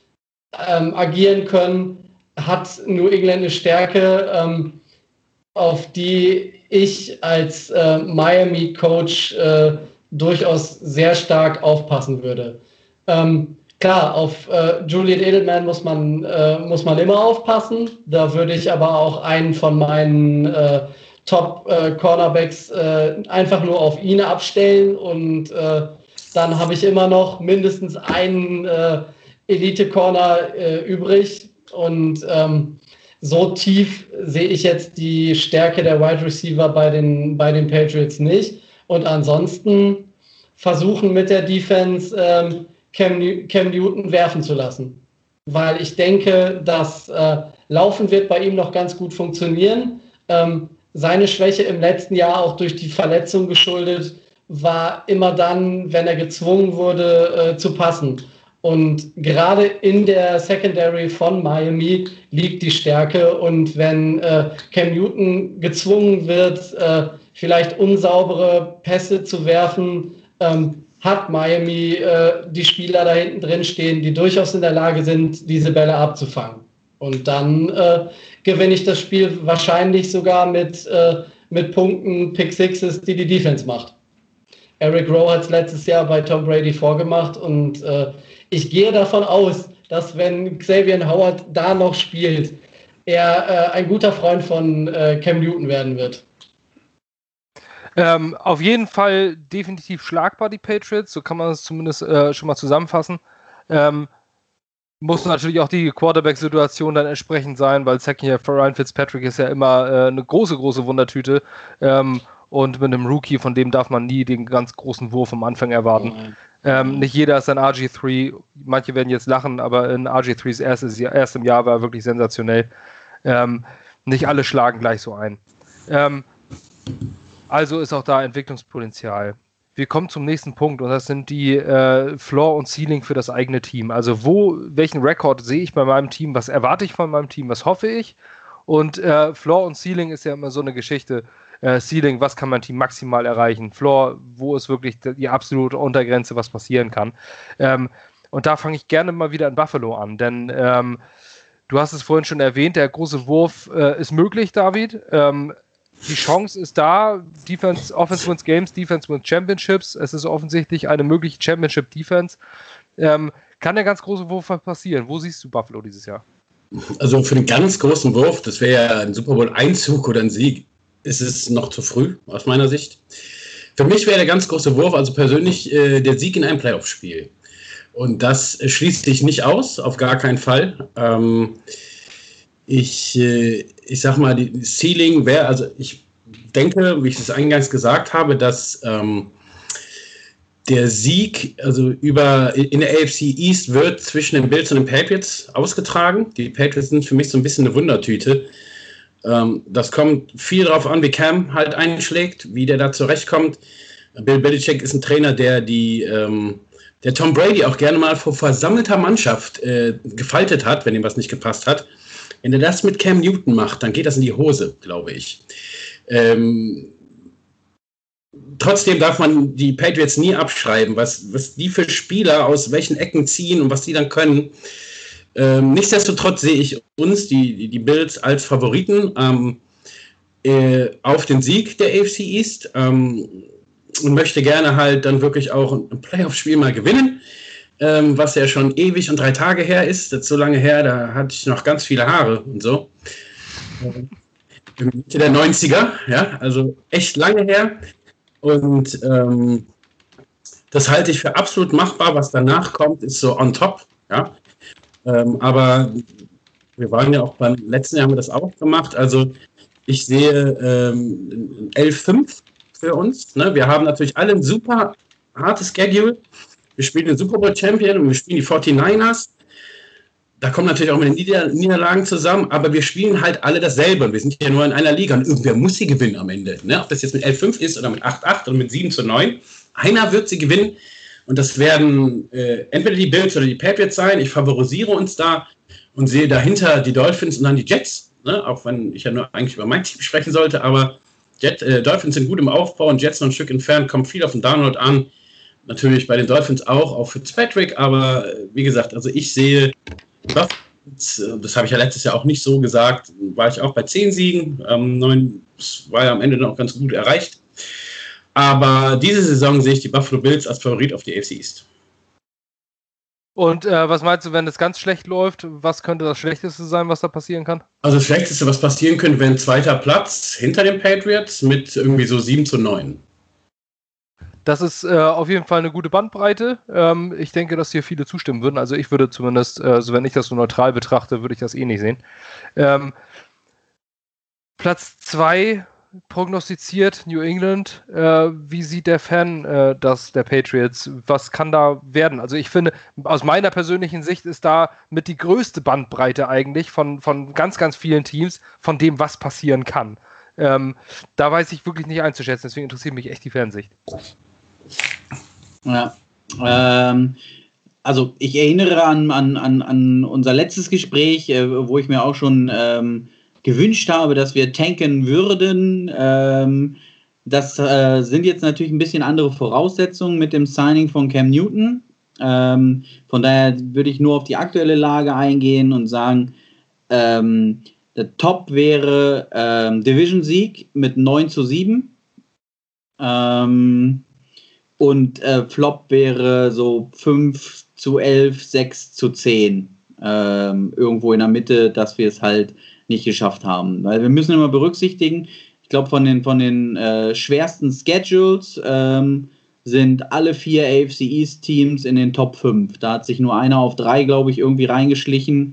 agieren können, hat New England eine Stärke, auf die ich als Miami-Coach durchaus sehr stark aufpassen würde. Klar, auf Julian Edelman muss man immer aufpassen. Da würde ich aber auch einen von meinen Top-Cornerbacks einfach nur auf ihn abstellen und dann habe ich immer noch mindestens einen Elite-Corner übrig und so tief sehe ich jetzt die Stärke der Wide Receiver bei den Patriots nicht und ansonsten versuchen mit der Defense Cam Newton werfen zu lassen, weil ich denke, dass Laufen wird bei ihm noch ganz gut funktionieren. Seine Schwäche im letzten Jahr, auch durch die Verletzung geschuldet, war immer dann, wenn er gezwungen wurde zu passen. Und gerade in der Secondary von Miami liegt die Stärke. Und wenn Cam Newton gezwungen wird, vielleicht unsaubere Pässe zu werfen, hat Miami die Spieler da hinten drin stehen, die durchaus in der Lage sind, diese Bälle abzufangen. Und dann gewinne ich das Spiel wahrscheinlich sogar mit Punkten, Pick Sixes, die Defense macht. Eric Rowe hat es letztes Jahr bei Tom Brady vorgemacht und ich gehe davon aus, dass wenn Xavier Howard da noch spielt, er ein guter Freund von Cam Newton werden wird. Auf jeden Fall definitiv schlagbar, die Patriots, so kann man es zumindest schon mal zusammenfassen. Muss natürlich auch die Quarterback-Situation dann entsprechend sein, weil Second Year für Ryan Fitzpatrick ist ja immer eine große Wundertüte. Und mit einem Rookie, von dem darf man nie den ganz großen Wurf am Anfang erwarten. Nicht jeder ist ein RG3, manche werden jetzt lachen, aber in RG3s erstem Jahr war er wirklich sensationell. Nicht alle schlagen gleich so ein. Also ist auch da Entwicklungspotenzial. Wir kommen zum nächsten Punkt und das sind die Floor und Ceiling für das eigene Team. Also welchen Rekord sehe ich bei meinem Team, was erwarte ich von meinem Team, was hoffe ich? Und Floor und Ceiling ist ja immer so eine Geschichte. Ceiling, was kann mein Team maximal erreichen? Floor, wo ist wirklich die absolute Untergrenze, was passieren kann? Und da fange ich gerne mal wieder in Buffalo an, denn du hast es vorhin schon erwähnt, der große Wurf ist möglich, David. Die Chance ist da, Offense wins Games, Defense wins Championships. Es ist offensichtlich eine mögliche Championship-Defense. Kann der ganz große Wurf passieren? Wo siehst du Buffalo dieses Jahr? Also für den ganz großen Wurf, das wäre ja ein Super Bowl-Einzug oder ein Sieg, ist es noch zu früh, aus meiner Sicht. Für mich wäre der ganz große Wurf, also persönlich, der Sieg in einem Playoff-Spiel. Und das schließt sich nicht aus, auf gar keinen Fall. Ich sag mal, die Ceiling wäre, also ich denke, wie ich es eingangs gesagt habe, dass der Sieg, also in der AFC East wird zwischen den Bills und den Patriots ausgetragen. Die Patriots sind für mich so ein bisschen eine Wundertüte. Das kommt viel darauf an, wie Cam halt einschlägt, wie der da zurechtkommt. Bill Belichick ist ein Trainer, der Tom Brady auch gerne mal vor versammelter Mannschaft gefaltet hat, wenn ihm was nicht gepasst hat. Wenn er das mit Cam Newton macht, dann geht das in die Hose, glaube ich. Trotzdem darf man die Patriots nie abschreiben, was die für Spieler aus welchen Ecken ziehen und was die dann können. Nichtsdestotrotz sehe ich uns, die Bills, als Favoriten auf den Sieg der AFC East und möchte gerne halt dann wirklich auch ein Playoff-Spiel mal gewinnen, was ja schon ewig und 3 Tage her ist. Das ist so lange her, da hatte ich noch ganz viele Haare und so. Mitte der 90er, ja, also echt lange her. Und das halte ich für absolut machbar. Was danach kommt, ist so on top, ja. Aber wir waren ja auch beim letzten Jahr, haben wir das auch gemacht. Also ich sehe 11-5 für uns. Ne? Wir haben natürlich alle ein super hartes Schedule. Wir spielen den Super Bowl Champion und wir spielen die 49ers. Da kommen natürlich auch mit den Niederlagen zusammen, aber wir spielen halt alle dasselbe. Wir sind ja nur in einer Liga und irgendwer muss sie gewinnen am Ende. Ne? Ob das jetzt mit 11-5 ist oder mit 8-8 oder mit 7-9. Einer wird sie gewinnen. Und das werden entweder die Bills oder die Patriots sein. Ich favorisiere uns da und sehe dahinter die Dolphins und dann die Jets. Ne? Auch wenn ich ja nur eigentlich über mein Team sprechen sollte. Aber Dolphins sind gut im Aufbau und Jets noch ein Stück entfernt. Kommt viel auf den Download an. Natürlich bei den Dolphins auch auf Fitzpatrick. Aber wie gesagt, also ich sehe, das habe ich ja letztes Jahr auch nicht so gesagt, war ich auch bei 10 Siegen. 9 war ja am Ende noch ganz gut erreicht. Aber diese Saison sehe ich die Buffalo Bills als Favorit auf die AFC East. Und was meinst du, wenn es ganz schlecht läuft, was könnte das Schlechteste sein, was da passieren kann? Also das Schlechteste, was passieren könnte, wäre ein 2. Platz hinter den Patriots mit irgendwie so 7-9. Das ist auf jeden Fall eine gute Bandbreite. Ich denke, dass hier viele zustimmen würden. Also ich würde zumindest, also wenn ich das so neutral betrachte, würde ich das eh nicht sehen. Platz 2 prognostiziert New England. Wie sieht der Fan das der Patriots? Was kann da werden? Also ich finde, aus meiner persönlichen Sicht ist da mit die größte Bandbreite eigentlich von ganz, ganz vielen Teams, von dem, was passieren kann. Da weiß ich wirklich nicht einzuschätzen, deswegen interessiert mich echt die Fansicht. Ja, Also ich erinnere an unser letztes Gespräch, wo ich mir auch schon gewünscht habe, dass wir tanken würden. Das sind jetzt natürlich ein bisschen andere Voraussetzungen mit dem Signing von Cam Newton. Von daher würde ich nur auf die aktuelle Lage eingehen und sagen, der Top wäre Division-Sieg mit 9-7. Und Flop wäre so 5-11, 6-10. Irgendwo in der Mitte, dass wir es halt nicht geschafft haben. Weil wir müssen immer berücksichtigen, ich glaube, von den schwersten Schedules sind alle 4 AFC East Teams in den Top 5. Da hat sich nur einer auf 3, glaube ich, irgendwie reingeschlichen.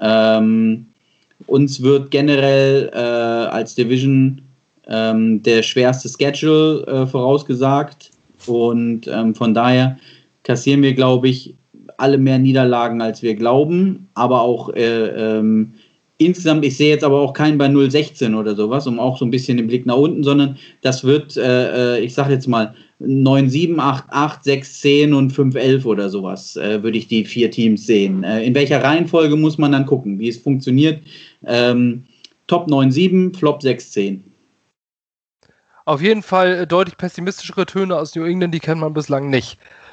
Uns wird generell als Division der schwerste Schedule vorausgesagt. Und von daher kassieren wir, glaube ich, alle mehr Niederlagen, als wir glauben. Aber auch insgesamt, ich sehe jetzt aber auch keinen bei 0-16 oder sowas, um auch so ein bisschen den Blick nach unten, sondern das wird, ich sage jetzt mal, 9-7, 8-8, 6-10 und 5-11 oder sowas, würde ich die 4 Teams sehen. In welcher Reihenfolge muss man dann gucken, wie es funktioniert? Top 9-7, Flop 6-10. Auf jeden Fall deutlich pessimistischere Töne aus New England, die kennt man bislang nicht.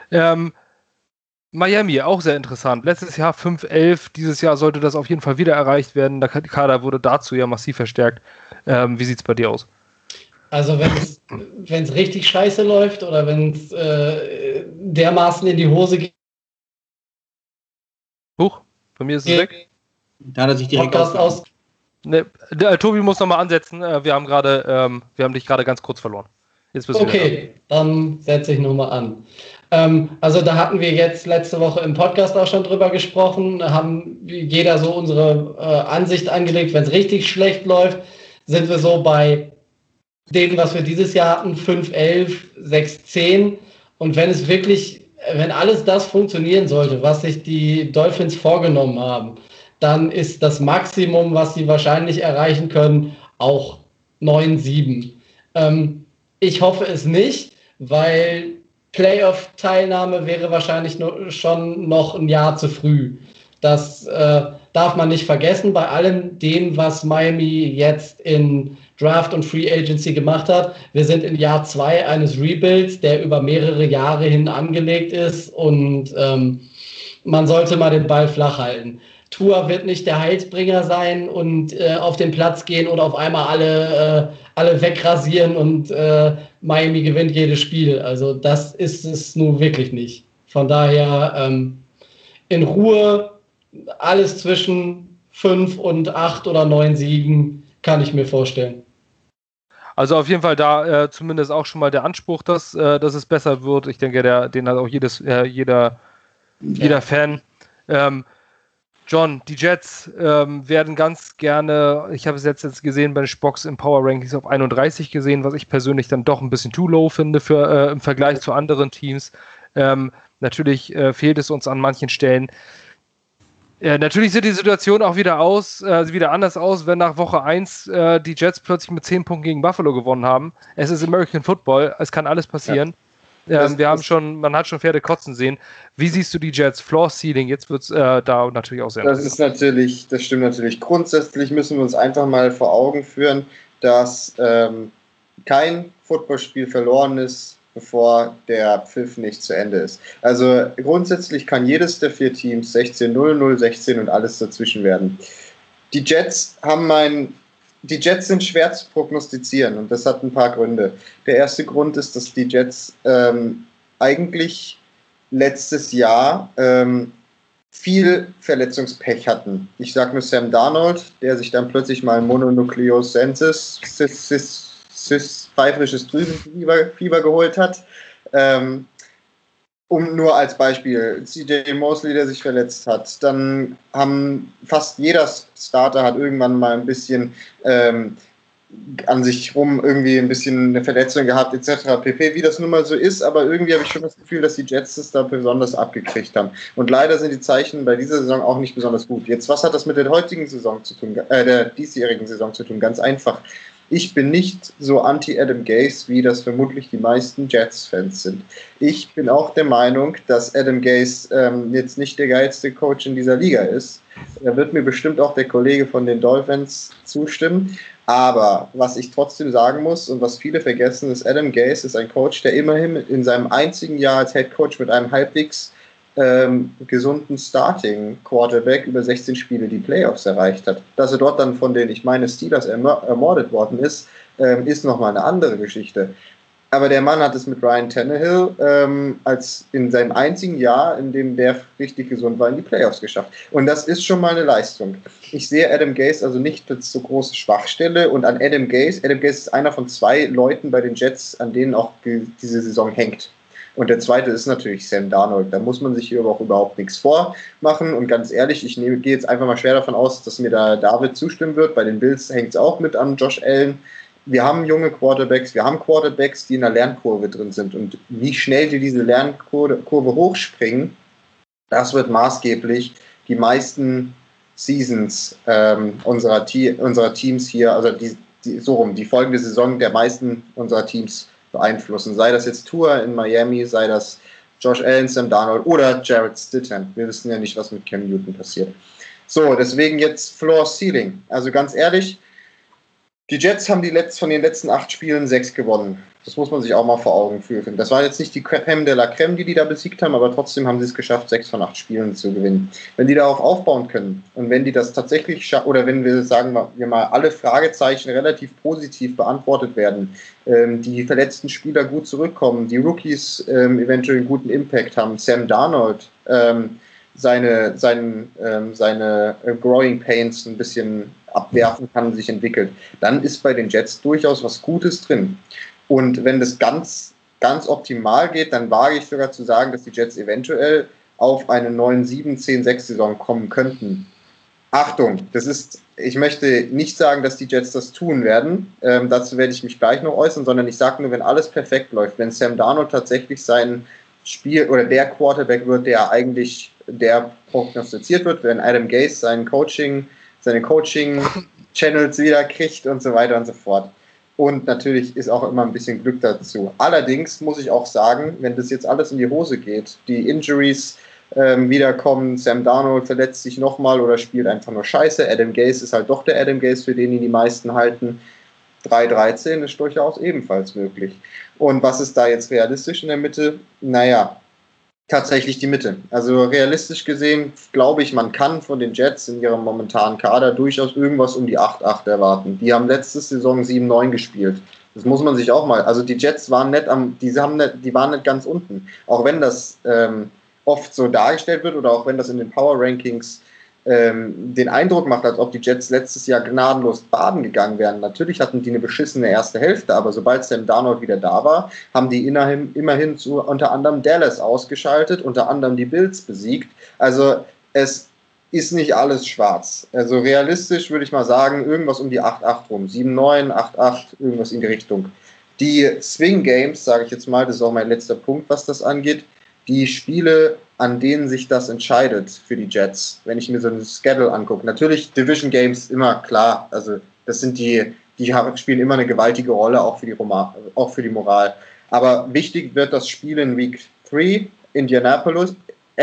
Miami, auch sehr interessant. Letztes Jahr 5-11, dieses Jahr sollte das auf jeden Fall wieder erreicht werden. Der Kader wurde dazu ja massiv verstärkt. Wie sieht es bei dir aus? Also wenn es richtig scheiße läuft oder wenn es dermaßen in die Hose geht. Huch, bei mir ist es weg. Da hat er sich direkt aus. Ne, Tobi muss nochmal ansetzen. Wir haben dich gerade ganz kurz verloren. Jetzt bist du okay, dann setze ich nochmal an. Also da hatten wir jetzt letzte Woche im Podcast auch schon drüber gesprochen, haben jeder so unsere Ansicht angelegt. Wenn es richtig schlecht läuft, sind wir so bei dem, was wir dieses Jahr hatten, 5-11, 6-10. Und wenn alles das funktionieren sollte, was sich die Dolphins vorgenommen haben, dann ist das Maximum, was sie wahrscheinlich erreichen können, auch 9-7. Ich hoffe es nicht, weil Playoff-Teilnahme wäre wahrscheinlich schon noch ein Jahr zu früh. Das darf man nicht vergessen bei allem dem, was Miami jetzt in Draft und Free Agency gemacht hat. Wir sind in Jahr 2 eines Rebuilds, der über mehrere Jahre hin angelegt ist und man sollte mal den Ball flach halten. Tua wird nicht der Heilsbringer sein und auf den Platz gehen und auf einmal alle wegrasieren und Miami gewinnt jedes Spiel. Also das ist es nun wirklich nicht. Von daher in Ruhe alles zwischen 5 und 8 oder 9 Siegen kann ich mir vorstellen. Also auf jeden Fall da zumindest auch schon mal der Anspruch, dass es besser wird. Ich denke, den hat auch jeder Fan. John, die Jets werden ganz gerne, ich habe es jetzt gesehen bei den Spox im Power Rankings auf 31 gesehen, was ich persönlich dann doch ein bisschen too low finde im Vergleich zu anderen Teams. Natürlich fehlt es uns an manchen Stellen. Natürlich sieht die Situation auch wieder anders aus, wenn nach Woche 1 die Jets plötzlich mit 10 Punkten gegen Buffalo gewonnen haben. Es ist American Football, es kann alles passieren. Ja. Man hat schon Pferde kotzen sehen. Wie siehst du die Jets? Floor Ceiling, jetzt wird es da natürlich auch sehr interessant. Das stimmt natürlich. Grundsätzlich müssen wir uns einfach mal vor Augen führen, dass kein Footballspiel verloren ist, bevor der Pfiff nicht zu Ende ist. Also grundsätzlich kann jedes der 4 Teams 16-0, 0-16 und alles dazwischen werden. Die Jets sind schwer zu prognostizieren und das hat ein paar Gründe. Der erste Grund ist, dass die Jets eigentlich letztes Jahr viel Verletzungspech hatten. Ich sage nur Sam Darnold, der sich dann plötzlich mal Mononukleosensis, pfeifrisches Drüsenfieber geholt hat. Nur als Beispiel, CJ Mosley, der sich verletzt hat, dann haben fast jeder Starter hat irgendwann mal ein bisschen an sich rum irgendwie ein bisschen eine Verletzung gehabt, etc. pp., wie das nun mal so ist, aber irgendwie habe ich schon das Gefühl, dass die Jets es da besonders abgekriegt haben. Und leider sind die Zeichen bei dieser Saison auch nicht besonders gut. Jetzt, was hat das mit der heutigen Saison zu tun, der diesjährigen Saison zu tun? Ganz einfach. Ich bin nicht so anti-Adam Gase, wie das vermutlich die meisten Jets-Fans sind. Ich bin auch der Meinung, dass Adam Gase jetzt nicht der geilste Coach in dieser Liga ist. Da wird mir bestimmt auch der Kollege von den Dolphins zustimmen. Aber was ich trotzdem sagen muss und was viele vergessen, ist, Adam Gase ist ein Coach, der immerhin in seinem einzigen Jahr als Head Coach mit einem halbwegs gesunden Starting-Quarterback über 16 Spiele die Playoffs erreicht hat. Dass er dort dann von den, ich meine, Steelers ermordet worden ist, ist nochmal eine andere Geschichte. Aber der Mann hat es mit Ryan Tannehill als in seinem einzigen Jahr, in dem der richtig gesund war, in die Playoffs geschafft. Und das ist schon mal eine Leistung. Ich sehe Adam Gase also nicht als so große Schwachstelle und an Adam Gase ist einer von 2 Leuten bei den Jets, an denen auch diese Saison hängt. Und der zweite ist natürlich Sam Darnold. Da muss man sich hier auch überhaupt nichts vormachen. Und ganz ehrlich, ich gehe jetzt einfach mal schwer davon aus, dass mir da David zustimmen wird. Bei den Bills hängt es auch mit an Josh Allen. Wir haben junge Quarterbacks, wir haben Quarterbacks, die in der Lernkurve drin sind. Und wie schnell die diese Lernkurve hochspringen, das wird maßgeblich die meisten Seasons unserer Teams hier, also die folgende Saison der meisten unserer Teams beeinflussen. Sei das jetzt Tua in Miami, sei das Josh Allen, Sam Darnold oder Jarrett Stidham. Wir wissen ja nicht, was mit Cam Newton passiert. So, deswegen jetzt Floor Ceiling. Also ganz ehrlich, die Jets haben von den letzten 8 Spielen 6 gewonnen. Das muss man sich auch mal vor Augen führen. Das war jetzt nicht die Crème de la Crème, die da besiegt haben, aber trotzdem haben sie es geschafft, 6 von 8 Spielen zu gewinnen. Wenn die darauf aufbauen können und wenn die das tatsächlich schaffen, oder wenn wir sagen wir mal alle Fragezeichen relativ positiv beantwortet werden, die verletzten Spieler gut zurückkommen, die Rookies eventuell einen guten Impact haben, Sam Darnold seine Growing Pains ein bisschen abwerfen kann, sich entwickelt, dann ist bei den Jets durchaus was Gutes drin. Und wenn das ganz, ganz optimal geht, dann wage ich sogar zu sagen, dass die Jets eventuell auf eine 9-7, 10-6-Saison kommen könnten. Achtung, ich möchte nicht sagen, dass die Jets das tun werden, dazu werde ich mich gleich noch äußern, sondern ich sage nur, wenn alles perfekt läuft, wenn Sam Darnold tatsächlich sein Spiel oder der Quarterback wird, der eigentlich der prognostiziert wird, wenn Adam Gase seine Coaching-Channels wieder kriegt und so weiter und so fort. Und natürlich ist auch immer ein bisschen Glück dazu. Allerdings muss ich auch sagen, wenn das jetzt alles in die Hose geht, die Injuries wiederkommen, Sam Darnold verletzt sich nochmal oder spielt einfach nur Scheiße, Adam Gase ist halt doch der Adam Gase, für den ihn die meisten halten, 3-13 ist durchaus ebenfalls möglich. Und was ist da jetzt realistisch in der Mitte? Naja, tatsächlich die Mitte. Also realistisch gesehen glaube ich, man kann von den Jets in ihrem momentanen Kader durchaus irgendwas um die 8-8 erwarten. Die haben letzte Saison 7-9 gespielt. Das muss man sich auch mal. Also die Jets waren die waren nicht ganz unten. Auch wenn das oft so dargestellt wird oder auch wenn das in den Power Rankings den Eindruck macht, als ob die Jets letztes Jahr gnadenlos baden gegangen wären. Natürlich hatten die eine beschissene erste Hälfte, aber sobald Sam Darnold wieder da war, haben die immerhin unter anderem Dallas ausgeschaltet, unter anderem die Bills besiegt. Also es ist nicht alles schwarz. Also realistisch würde ich mal sagen, irgendwas um die 8-8 rum. 7-9, 8-8, irgendwas in die Richtung. Die Swing Games, sage ich jetzt mal, das ist auch mein letzter Punkt, was das angeht, die Spiele, an denen sich das entscheidet für die Jets, wenn ich mir so ein Schedule angucke. Natürlich Division Games immer klar, also das sind die spielen immer eine gewaltige Rolle, auch für die Moral. Aber wichtig wird das Spiel in Week 3 Indianapolis.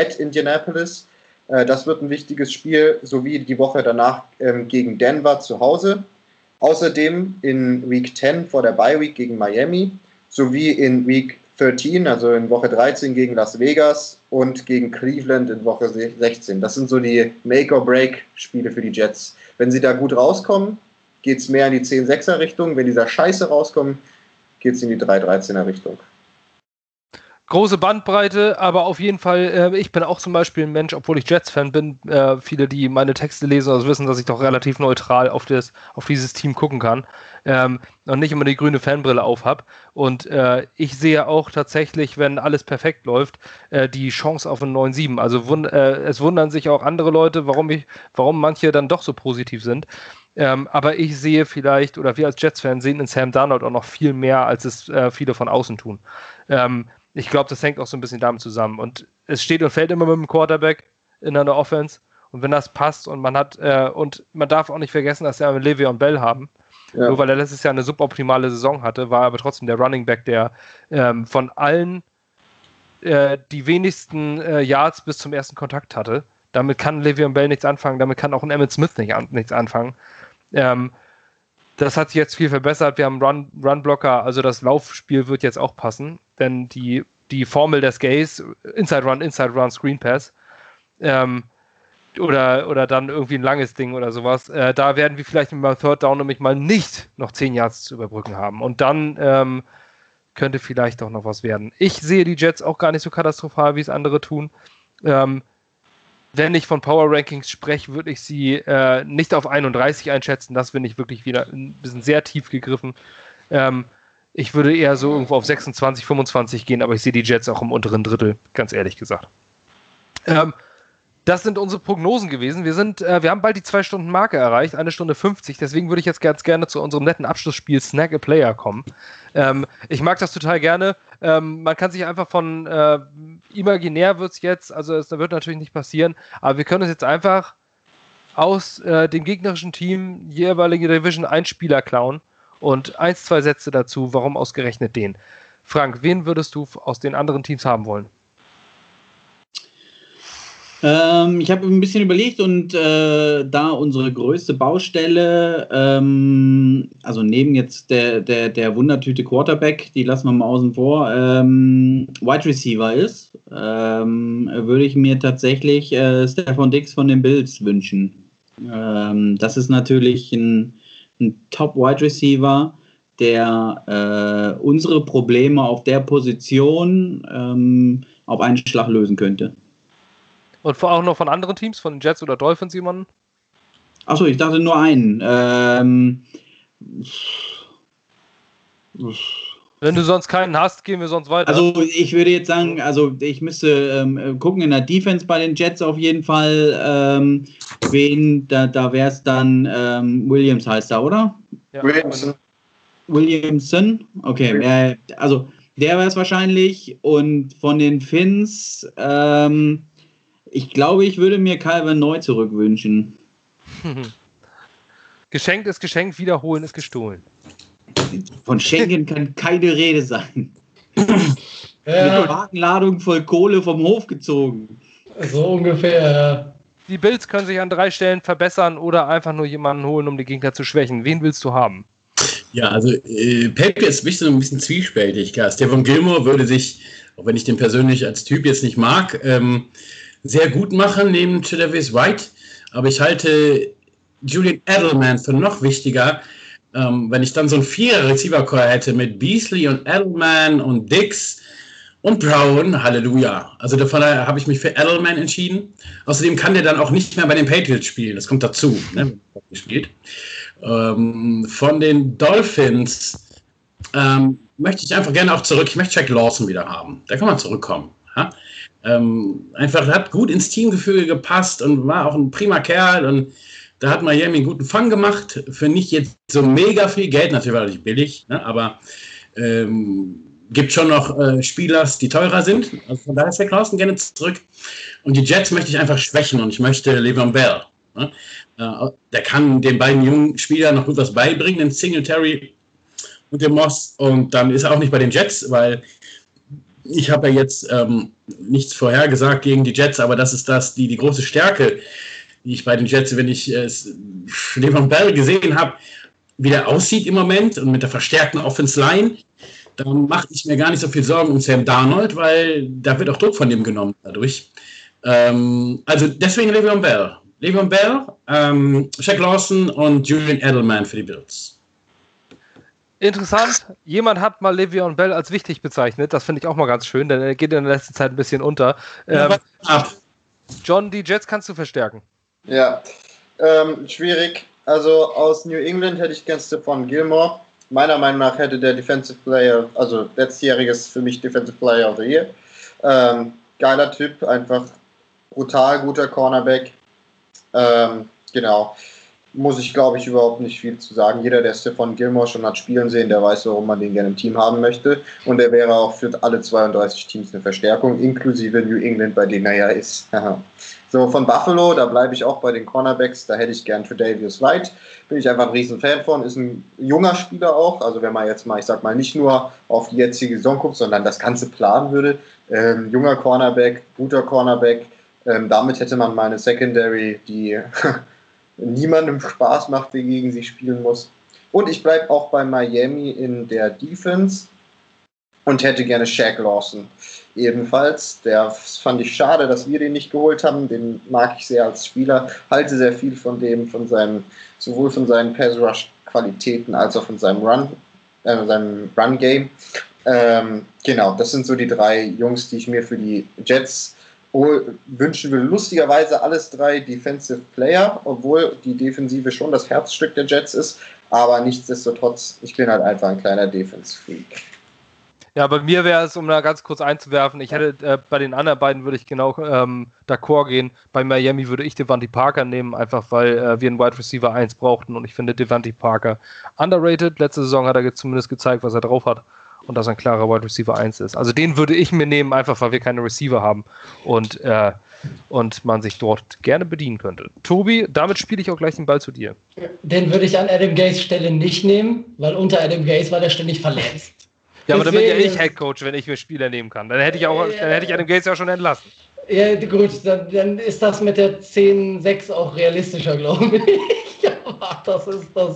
Das wird ein wichtiges Spiel, sowie die Woche danach gegen Denver zu Hause. Außerdem in Week 10 vor der Bye Week gegen Miami, sowie in Week 13, also in Woche 13 gegen Las Vegas und gegen Cleveland in Woche 16. Das sind so die Make-or-Break-Spiele für die Jets. Wenn sie da gut rauskommen, geht es mehr in die 10-6er Richtung. Wenn die da scheiße rauskommen, geht es in die 3-13er Richtung. Große Bandbreite, aber auf jeden Fall, ich bin auch zum Beispiel ein Mensch, obwohl ich Jets-Fan bin, viele, die meine Texte lesen, also wissen, dass ich doch relativ neutral auf dieses Team gucken kann und nicht immer die grüne Fanbrille aufhab. Und ich sehe auch tatsächlich, wenn alles perfekt läuft, die Chance auf ein 9-7. Also es wundern sich auch andere Leute, warum manche dann doch so positiv sind. Aber ich sehe vielleicht, oder wir als Jets-Fan sehen in Sam Darnold auch noch viel mehr, als es viele von außen tun. Ich glaube, das hängt auch so ein bisschen damit zusammen. Und es steht und fällt immer mit dem Quarterback in einer Offense. Und wenn das passt und man darf auch nicht vergessen, dass wir Le'Veon Bell haben, Ja. Nur weil er letztes Jahr eine suboptimale Saison hatte, war er aber trotzdem der Running Back, der von allen die wenigsten Yards bis zum ersten Kontakt hatte. Damit kann Le'Veon Bell nichts anfangen, damit kann auch ein Emmitt Smith nichts anfangen. Das hat sich jetzt viel verbessert. Wir haben Run-Blocker, also das Laufspiel wird jetzt auch passen, denn die Formel des Gays, Inside Run, Screen Pass, oder dann irgendwie ein langes Ding oder sowas, da werden wir vielleicht beim Third Down nämlich mal nicht noch 10 Yards zu überbrücken haben. Und dann könnte vielleicht doch noch was werden. Ich sehe die Jets auch gar nicht so katastrophal, wie es andere tun. Wenn ich von Power Rankings spreche, würde ich sie nicht auf 31 einschätzen. Das finde ich wirklich wieder ein bisschen sehr tief gegriffen. Ich würde eher so irgendwo auf 26, 25 gehen, aber ich sehe die Jets auch im unteren Drittel, ganz ehrlich gesagt. Das sind unsere Prognosen gewesen. Wir haben bald die 2-Stunden-Marke erreicht, 1 Stunde 50. Deswegen würde ich jetzt ganz gerne zu unserem netten Abschlussspiel Snag a Player kommen. Ich mag das total gerne. Man kann sich einfach von imaginär wird es jetzt, also das wird natürlich nicht passieren, aber wir können uns jetzt einfach aus dem gegnerischen Team jeweilige Division einen Spieler klauen und 1, 2 Sätze dazu, warum ausgerechnet den. Frank, wen würdest du aus den anderen Teams haben wollen? Ich habe ein bisschen überlegt und da unsere größte Baustelle, also neben jetzt der Wundertüte Quarterback, die lassen wir mal außen vor, Wide Receiver ist, würde ich mir tatsächlich Stefon Diggs von den Bills wünschen. Das ist natürlich ein Top Wide Receiver, der unsere Probleme auf der Position auf einen Schlag lösen könnte. Und auch noch von anderen Teams, von den Jets oder Dolphins jemanden? Achso, ich dachte nur einen. Wenn du sonst keinen hast, gehen wir sonst weiter. Also ich würde jetzt sagen, ich müsste gucken in der Defense bei den Jets auf jeden Fall. Da wäre es dann Williams heißt er, oder? Ja, Williamson? Okay, also der wäre es wahrscheinlich. Und von den Finns, ich glaube, ich würde mir Calvin Neu zurückwünschen. Geschenkt ist geschenkt, wiederholen ist gestohlen. Von Schenken kann keine Rede sein. Eine Wagenladung voll Kohle vom Hof gezogen. So ungefähr, ja. Die Bills können sich an 3 Stellen verbessern oder einfach nur jemanden holen, um die Gegner zu schwächen. Wen willst du haben? Ja, also Patriots ist so ein bisschen zwiespältig. Klar, Stephon Gilmore würde sich, auch wenn ich den persönlich als Typ jetzt nicht mag, sehr gut machen neben Tre'Davious White. Aber ich halte Julian Edelman für noch wichtiger, wenn ich dann so einen 4er-Receiver-Core hätte mit Beasley und Edelman und Diggs und Brown, Halleluja. Also davon habe ich mich für Edelman entschieden. Außerdem kann der dann auch nicht mehr bei den Patriots spielen. Das kommt dazu, ne, wenn er spielt. Von den Dolphins möchte ich einfach gerne auch zurück. Ich möchte Jack Lawson wieder haben. Da kann man zurückkommen. Ja? Einfach hat gut ins Teamgefüge gepasst und war auch ein prima Kerl. Und da hat Miami einen guten Fang gemacht. Für nicht jetzt so mega viel Geld, natürlich war das nicht billig, ne? Aber gibt schon noch Spieler, die teurer sind. Also von daher ist Jack Lawson gerne zurück. Und die Jets möchte ich einfach schwächen und ich möchte Le'Veon Bell. Ne? Der kann den beiden jungen Spielern noch gut was beibringen, den Singletary und den Moss. Und dann ist er auch nicht bei den Jets, weil ich habe ja jetzt nichts vorhergesagt gegen die Jets, aber das ist die große Stärke, die ich bei den Jets, wenn ich Le'Veon Bell gesehen habe, wie der aussieht im Moment und mit der verstärkten Offense Line, dann mache ich mir gar nicht so viel Sorgen um Sam Darnold, weil da wird auch Druck von dem genommen dadurch. Also deswegen Le'Veon Bell. Le'Veon Bell, Jack Lawson und Julian Edelman für die Bills. Interessant, jemand hat mal Le'Veon Bell als wichtig bezeichnet, das finde ich auch mal ganz schön, denn er geht in der letzten Zeit ein bisschen unter. John, die Jets kannst du verstärken. Ja, schwierig. Also aus New England hätte ich gern Stephon Gilmore. Meiner Meinung nach hätte der Defensive Player, also letztjähriges für mich Defensive Player of the Year. Geiler Typ, einfach brutal guter Cornerback. Genau. Muss ich, glaube ich, überhaupt nicht viel zu sagen. Jeder, der Stephon Gilmore schon hat spielen sehen, der weiß, warum man den gerne im Team haben möchte. Und er wäre auch für alle 32 Teams eine Verstärkung, inklusive New England, bei denen er ja ist. So, von Buffalo, da bleibe ich auch bei den Cornerbacks, da hätte ich gern Tre'Davious White. Bin ich einfach ein riesen Fan von, ist ein junger Spieler auch, also wenn man jetzt mal, ich sag mal, nicht nur auf die jetzige Saison guckt, sondern das Ganze planen würde. Junger Cornerback, guter Cornerback, damit hätte man meine Secondary, die niemandem Spaß macht, der gegen sie spielen muss. Und ich bleibe auch bei Miami in der Defense und hätte gerne Shaq Lawson. Ebenfalls, der fand ich schade, dass wir den nicht geholt haben. Den mag ich sehr als Spieler, halte sehr viel von dem, sowohl von seinen Pass-Rush-Qualitäten als auch von seinem Run-Game. Genau, das sind so die 3 Jungs, die ich mir für die Jets wünschen würde. Lustigerweise alles 3 Defensive Player, obwohl die Defensive schon das Herzstück der Jets ist, aber nichtsdestotrotz, ich bin halt einfach ein kleiner Defense-Freak. Ja, bei mir wäre es, um da ganz kurz einzuwerfen, ich hätte bei den anderen beiden würde ich genau d'accord gehen. Bei Miami würde ich Devontae Parker nehmen, einfach weil wir einen Wide Receiver 1 brauchten und ich finde Devontae Parker underrated. Letzte Saison hat er zumindest gezeigt, was er drauf hat und dass er ein klarer Wide Receiver 1 ist. Also den würde ich mir nehmen, einfach weil wir keine Receiver haben und man sich dort gerne bedienen könnte. Tobi, damit spiele ich auch gleich den Ball zu dir. Den würde ich an Adam Gase Stelle nicht nehmen, weil unter Adam Gase war der ständig verletzt. Ja, aber dann bin ja ich Headcoach, wenn ich mir Spieler nehmen kann. Dann hätte ich Adam Gase ja schon entlassen. Ja, gut, dann ist das mit der 10-6 auch realistischer, glaube ich. Aber das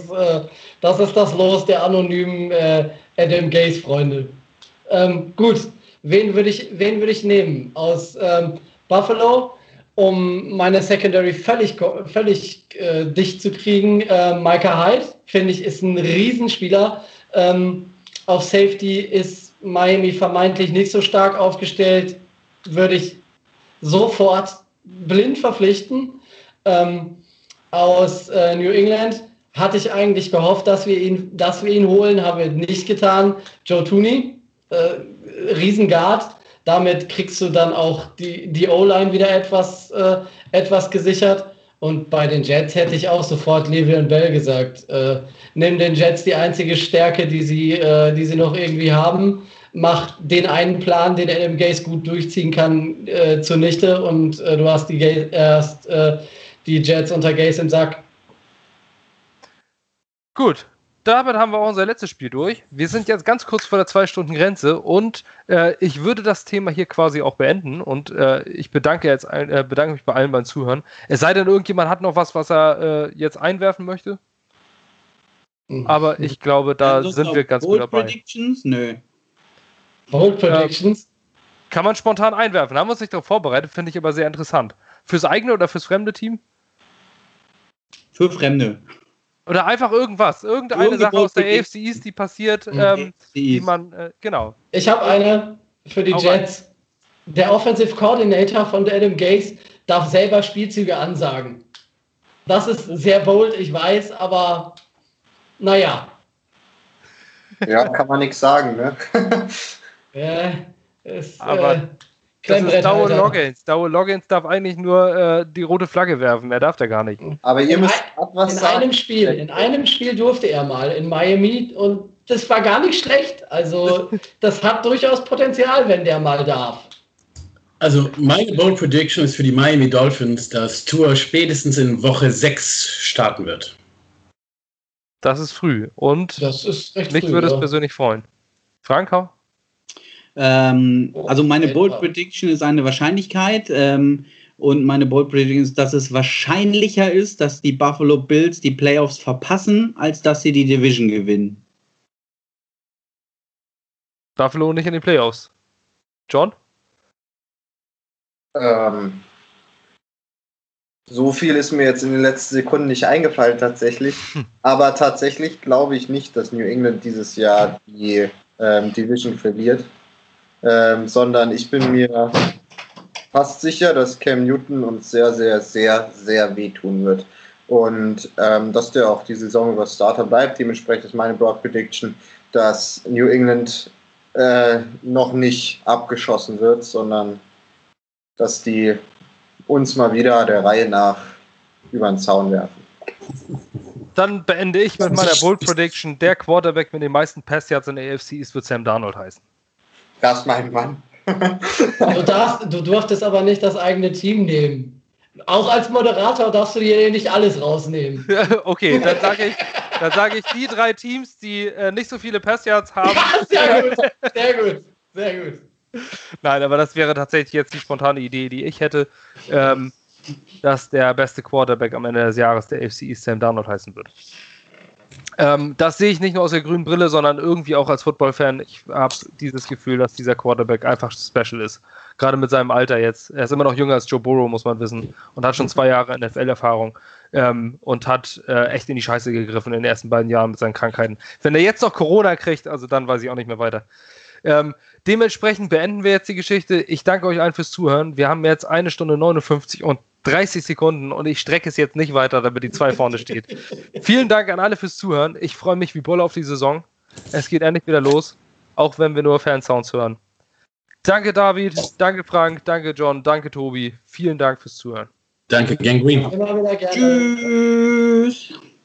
ist das Los der anonymen Adam Gase-Freunde. Gut, wen würde ich nehmen? Aus Buffalo, um meine Secondary völlig dicht zu kriegen. Micah Hyde, finde ich, ist ein Riesenspieler. Auf Safety ist Miami vermeintlich nicht so stark aufgestellt, würde ich sofort blind verpflichten. Aus New England hatte ich eigentlich gehofft, dass wir ihn holen, haben wir nicht getan. Joe Thuney, Riesenguard, damit kriegst du dann auch die O-Line wieder etwas gesichert. Und bei den Jets hätte ich auch sofort Le'Veon Bell gesagt. Nimm den Jets die einzige Stärke, die sie noch irgendwie haben, macht den einen Plan, den Adam Gase gut durchziehen kann, zunichte und du hast die Jets unter Gase im Sack. Gut, damit haben wir auch unser letztes Spiel durch. Wir sind jetzt ganz kurz vor der 2-Stunden-Grenze und ich würde das Thema hier quasi auch beenden und ich bedanke mich bei allen beim Zuhören. Es sei denn, irgendjemand hat noch was er jetzt einwerfen möchte. Aber ich glaube, da sind wir ganz gut dabei. Predictions? Nö. Bold Predictions? Kann man spontan einwerfen. Haben wir uns nicht darauf vorbereitet, finde ich aber sehr interessant. Fürs eigene oder fürs fremde Team? Für Fremde. Oder einfach irgendwas. Irgendeine Sache aus der AFC East, die passiert, die man, genau. Ich habe eine für die Jets. Der Offensive Coordinator von Adam Gase darf selber Spielzüge ansagen. Das ist sehr bold, ich weiß, aber naja. Ja, kann man nichts sagen, ne? Aber das ist Dowell Loggins. Dowell Loggins darf eigentlich nur die rote Flagge werfen. Mehr darf der gar nicht. Aber ihr müsst was sagen. In einem Spiel durfte er mal in Miami und das war gar nicht schlecht. Also das hat durchaus Potenzial, wenn der mal darf. Also meine Bold Prediction ist für die Miami Dolphins, dass Tua spätestens in Woche 6 starten wird. Das ist früh. Und das ist recht mich würde es persönlich freuen. Frank? Also meine Bold Prediction ist eine Wahrscheinlichkeit und meine Bold Prediction ist, dass es wahrscheinlicher ist, dass die Buffalo Bills die Playoffs verpassen, als dass sie die Division gewinnen. Buffalo nicht in den Playoffs. John? So viel ist mir jetzt in den letzten Sekunden nicht eingefallen tatsächlich. Aber tatsächlich glaube ich nicht, dass New England dieses Jahr die Division verliert. Sondern ich bin mir fast sicher, dass Cam Newton uns sehr, sehr, sehr, sehr wehtun wird. Und dass der auch die Saison über Starter bleibt. Dementsprechend ist meine Broad Prediction, dass New England noch nicht abgeschossen wird, sondern dass die uns mal wieder der Reihe nach über den Zaun werfen. Dann beende ich mit meiner Bold Prediction. Der Quarterback mit den meisten Pass-Yards in der AFC East wird Sam Darnold heißen. Das ist mein Mann. Du durftest aber nicht das eigene Team nehmen. Auch als Moderator darfst du dir nicht alles rausnehmen. Okay, dann sage ich die 3 Teams, die nicht so viele Passyards haben. Ja, sehr gut. Nein, aber das wäre tatsächlich jetzt die spontane Idee, die ich hätte, dass der beste Quarterback am Ende des Jahres der AFC East Sam Darnold heißen wird. Das sehe ich nicht nur aus der grünen Brille, sondern irgendwie auch als Football-Fan. Ich habe dieses Gefühl, dass dieser Quarterback einfach special ist. Gerade mit seinem Alter jetzt. Er ist immer noch jünger als Joe Burrow, muss man wissen. Und hat schon 2 Jahre NFL-Erfahrung. Und hat echt in die Scheiße gegriffen in den ersten beiden Jahren mit seinen Krankheiten. Wenn er jetzt noch Corona kriegt, also dann weiß ich auch nicht mehr weiter. Dementsprechend beenden wir jetzt die Geschichte. Ich danke euch allen fürs Zuhören. Wir haben jetzt 1 Stunde 59 und 30 Sekunden und ich strecke es jetzt nicht weiter, damit die 2 vorne steht. Vielen Dank an alle fürs Zuhören. Ich freue mich wie Bolle auf die Saison. Es geht endlich wieder los, auch wenn wir nur Fansounds hören. Danke David, danke Frank, danke John, danke Tobi. Vielen Dank fürs Zuhören. Danke, Gang Green. Immer wieder gerne. Tschüss.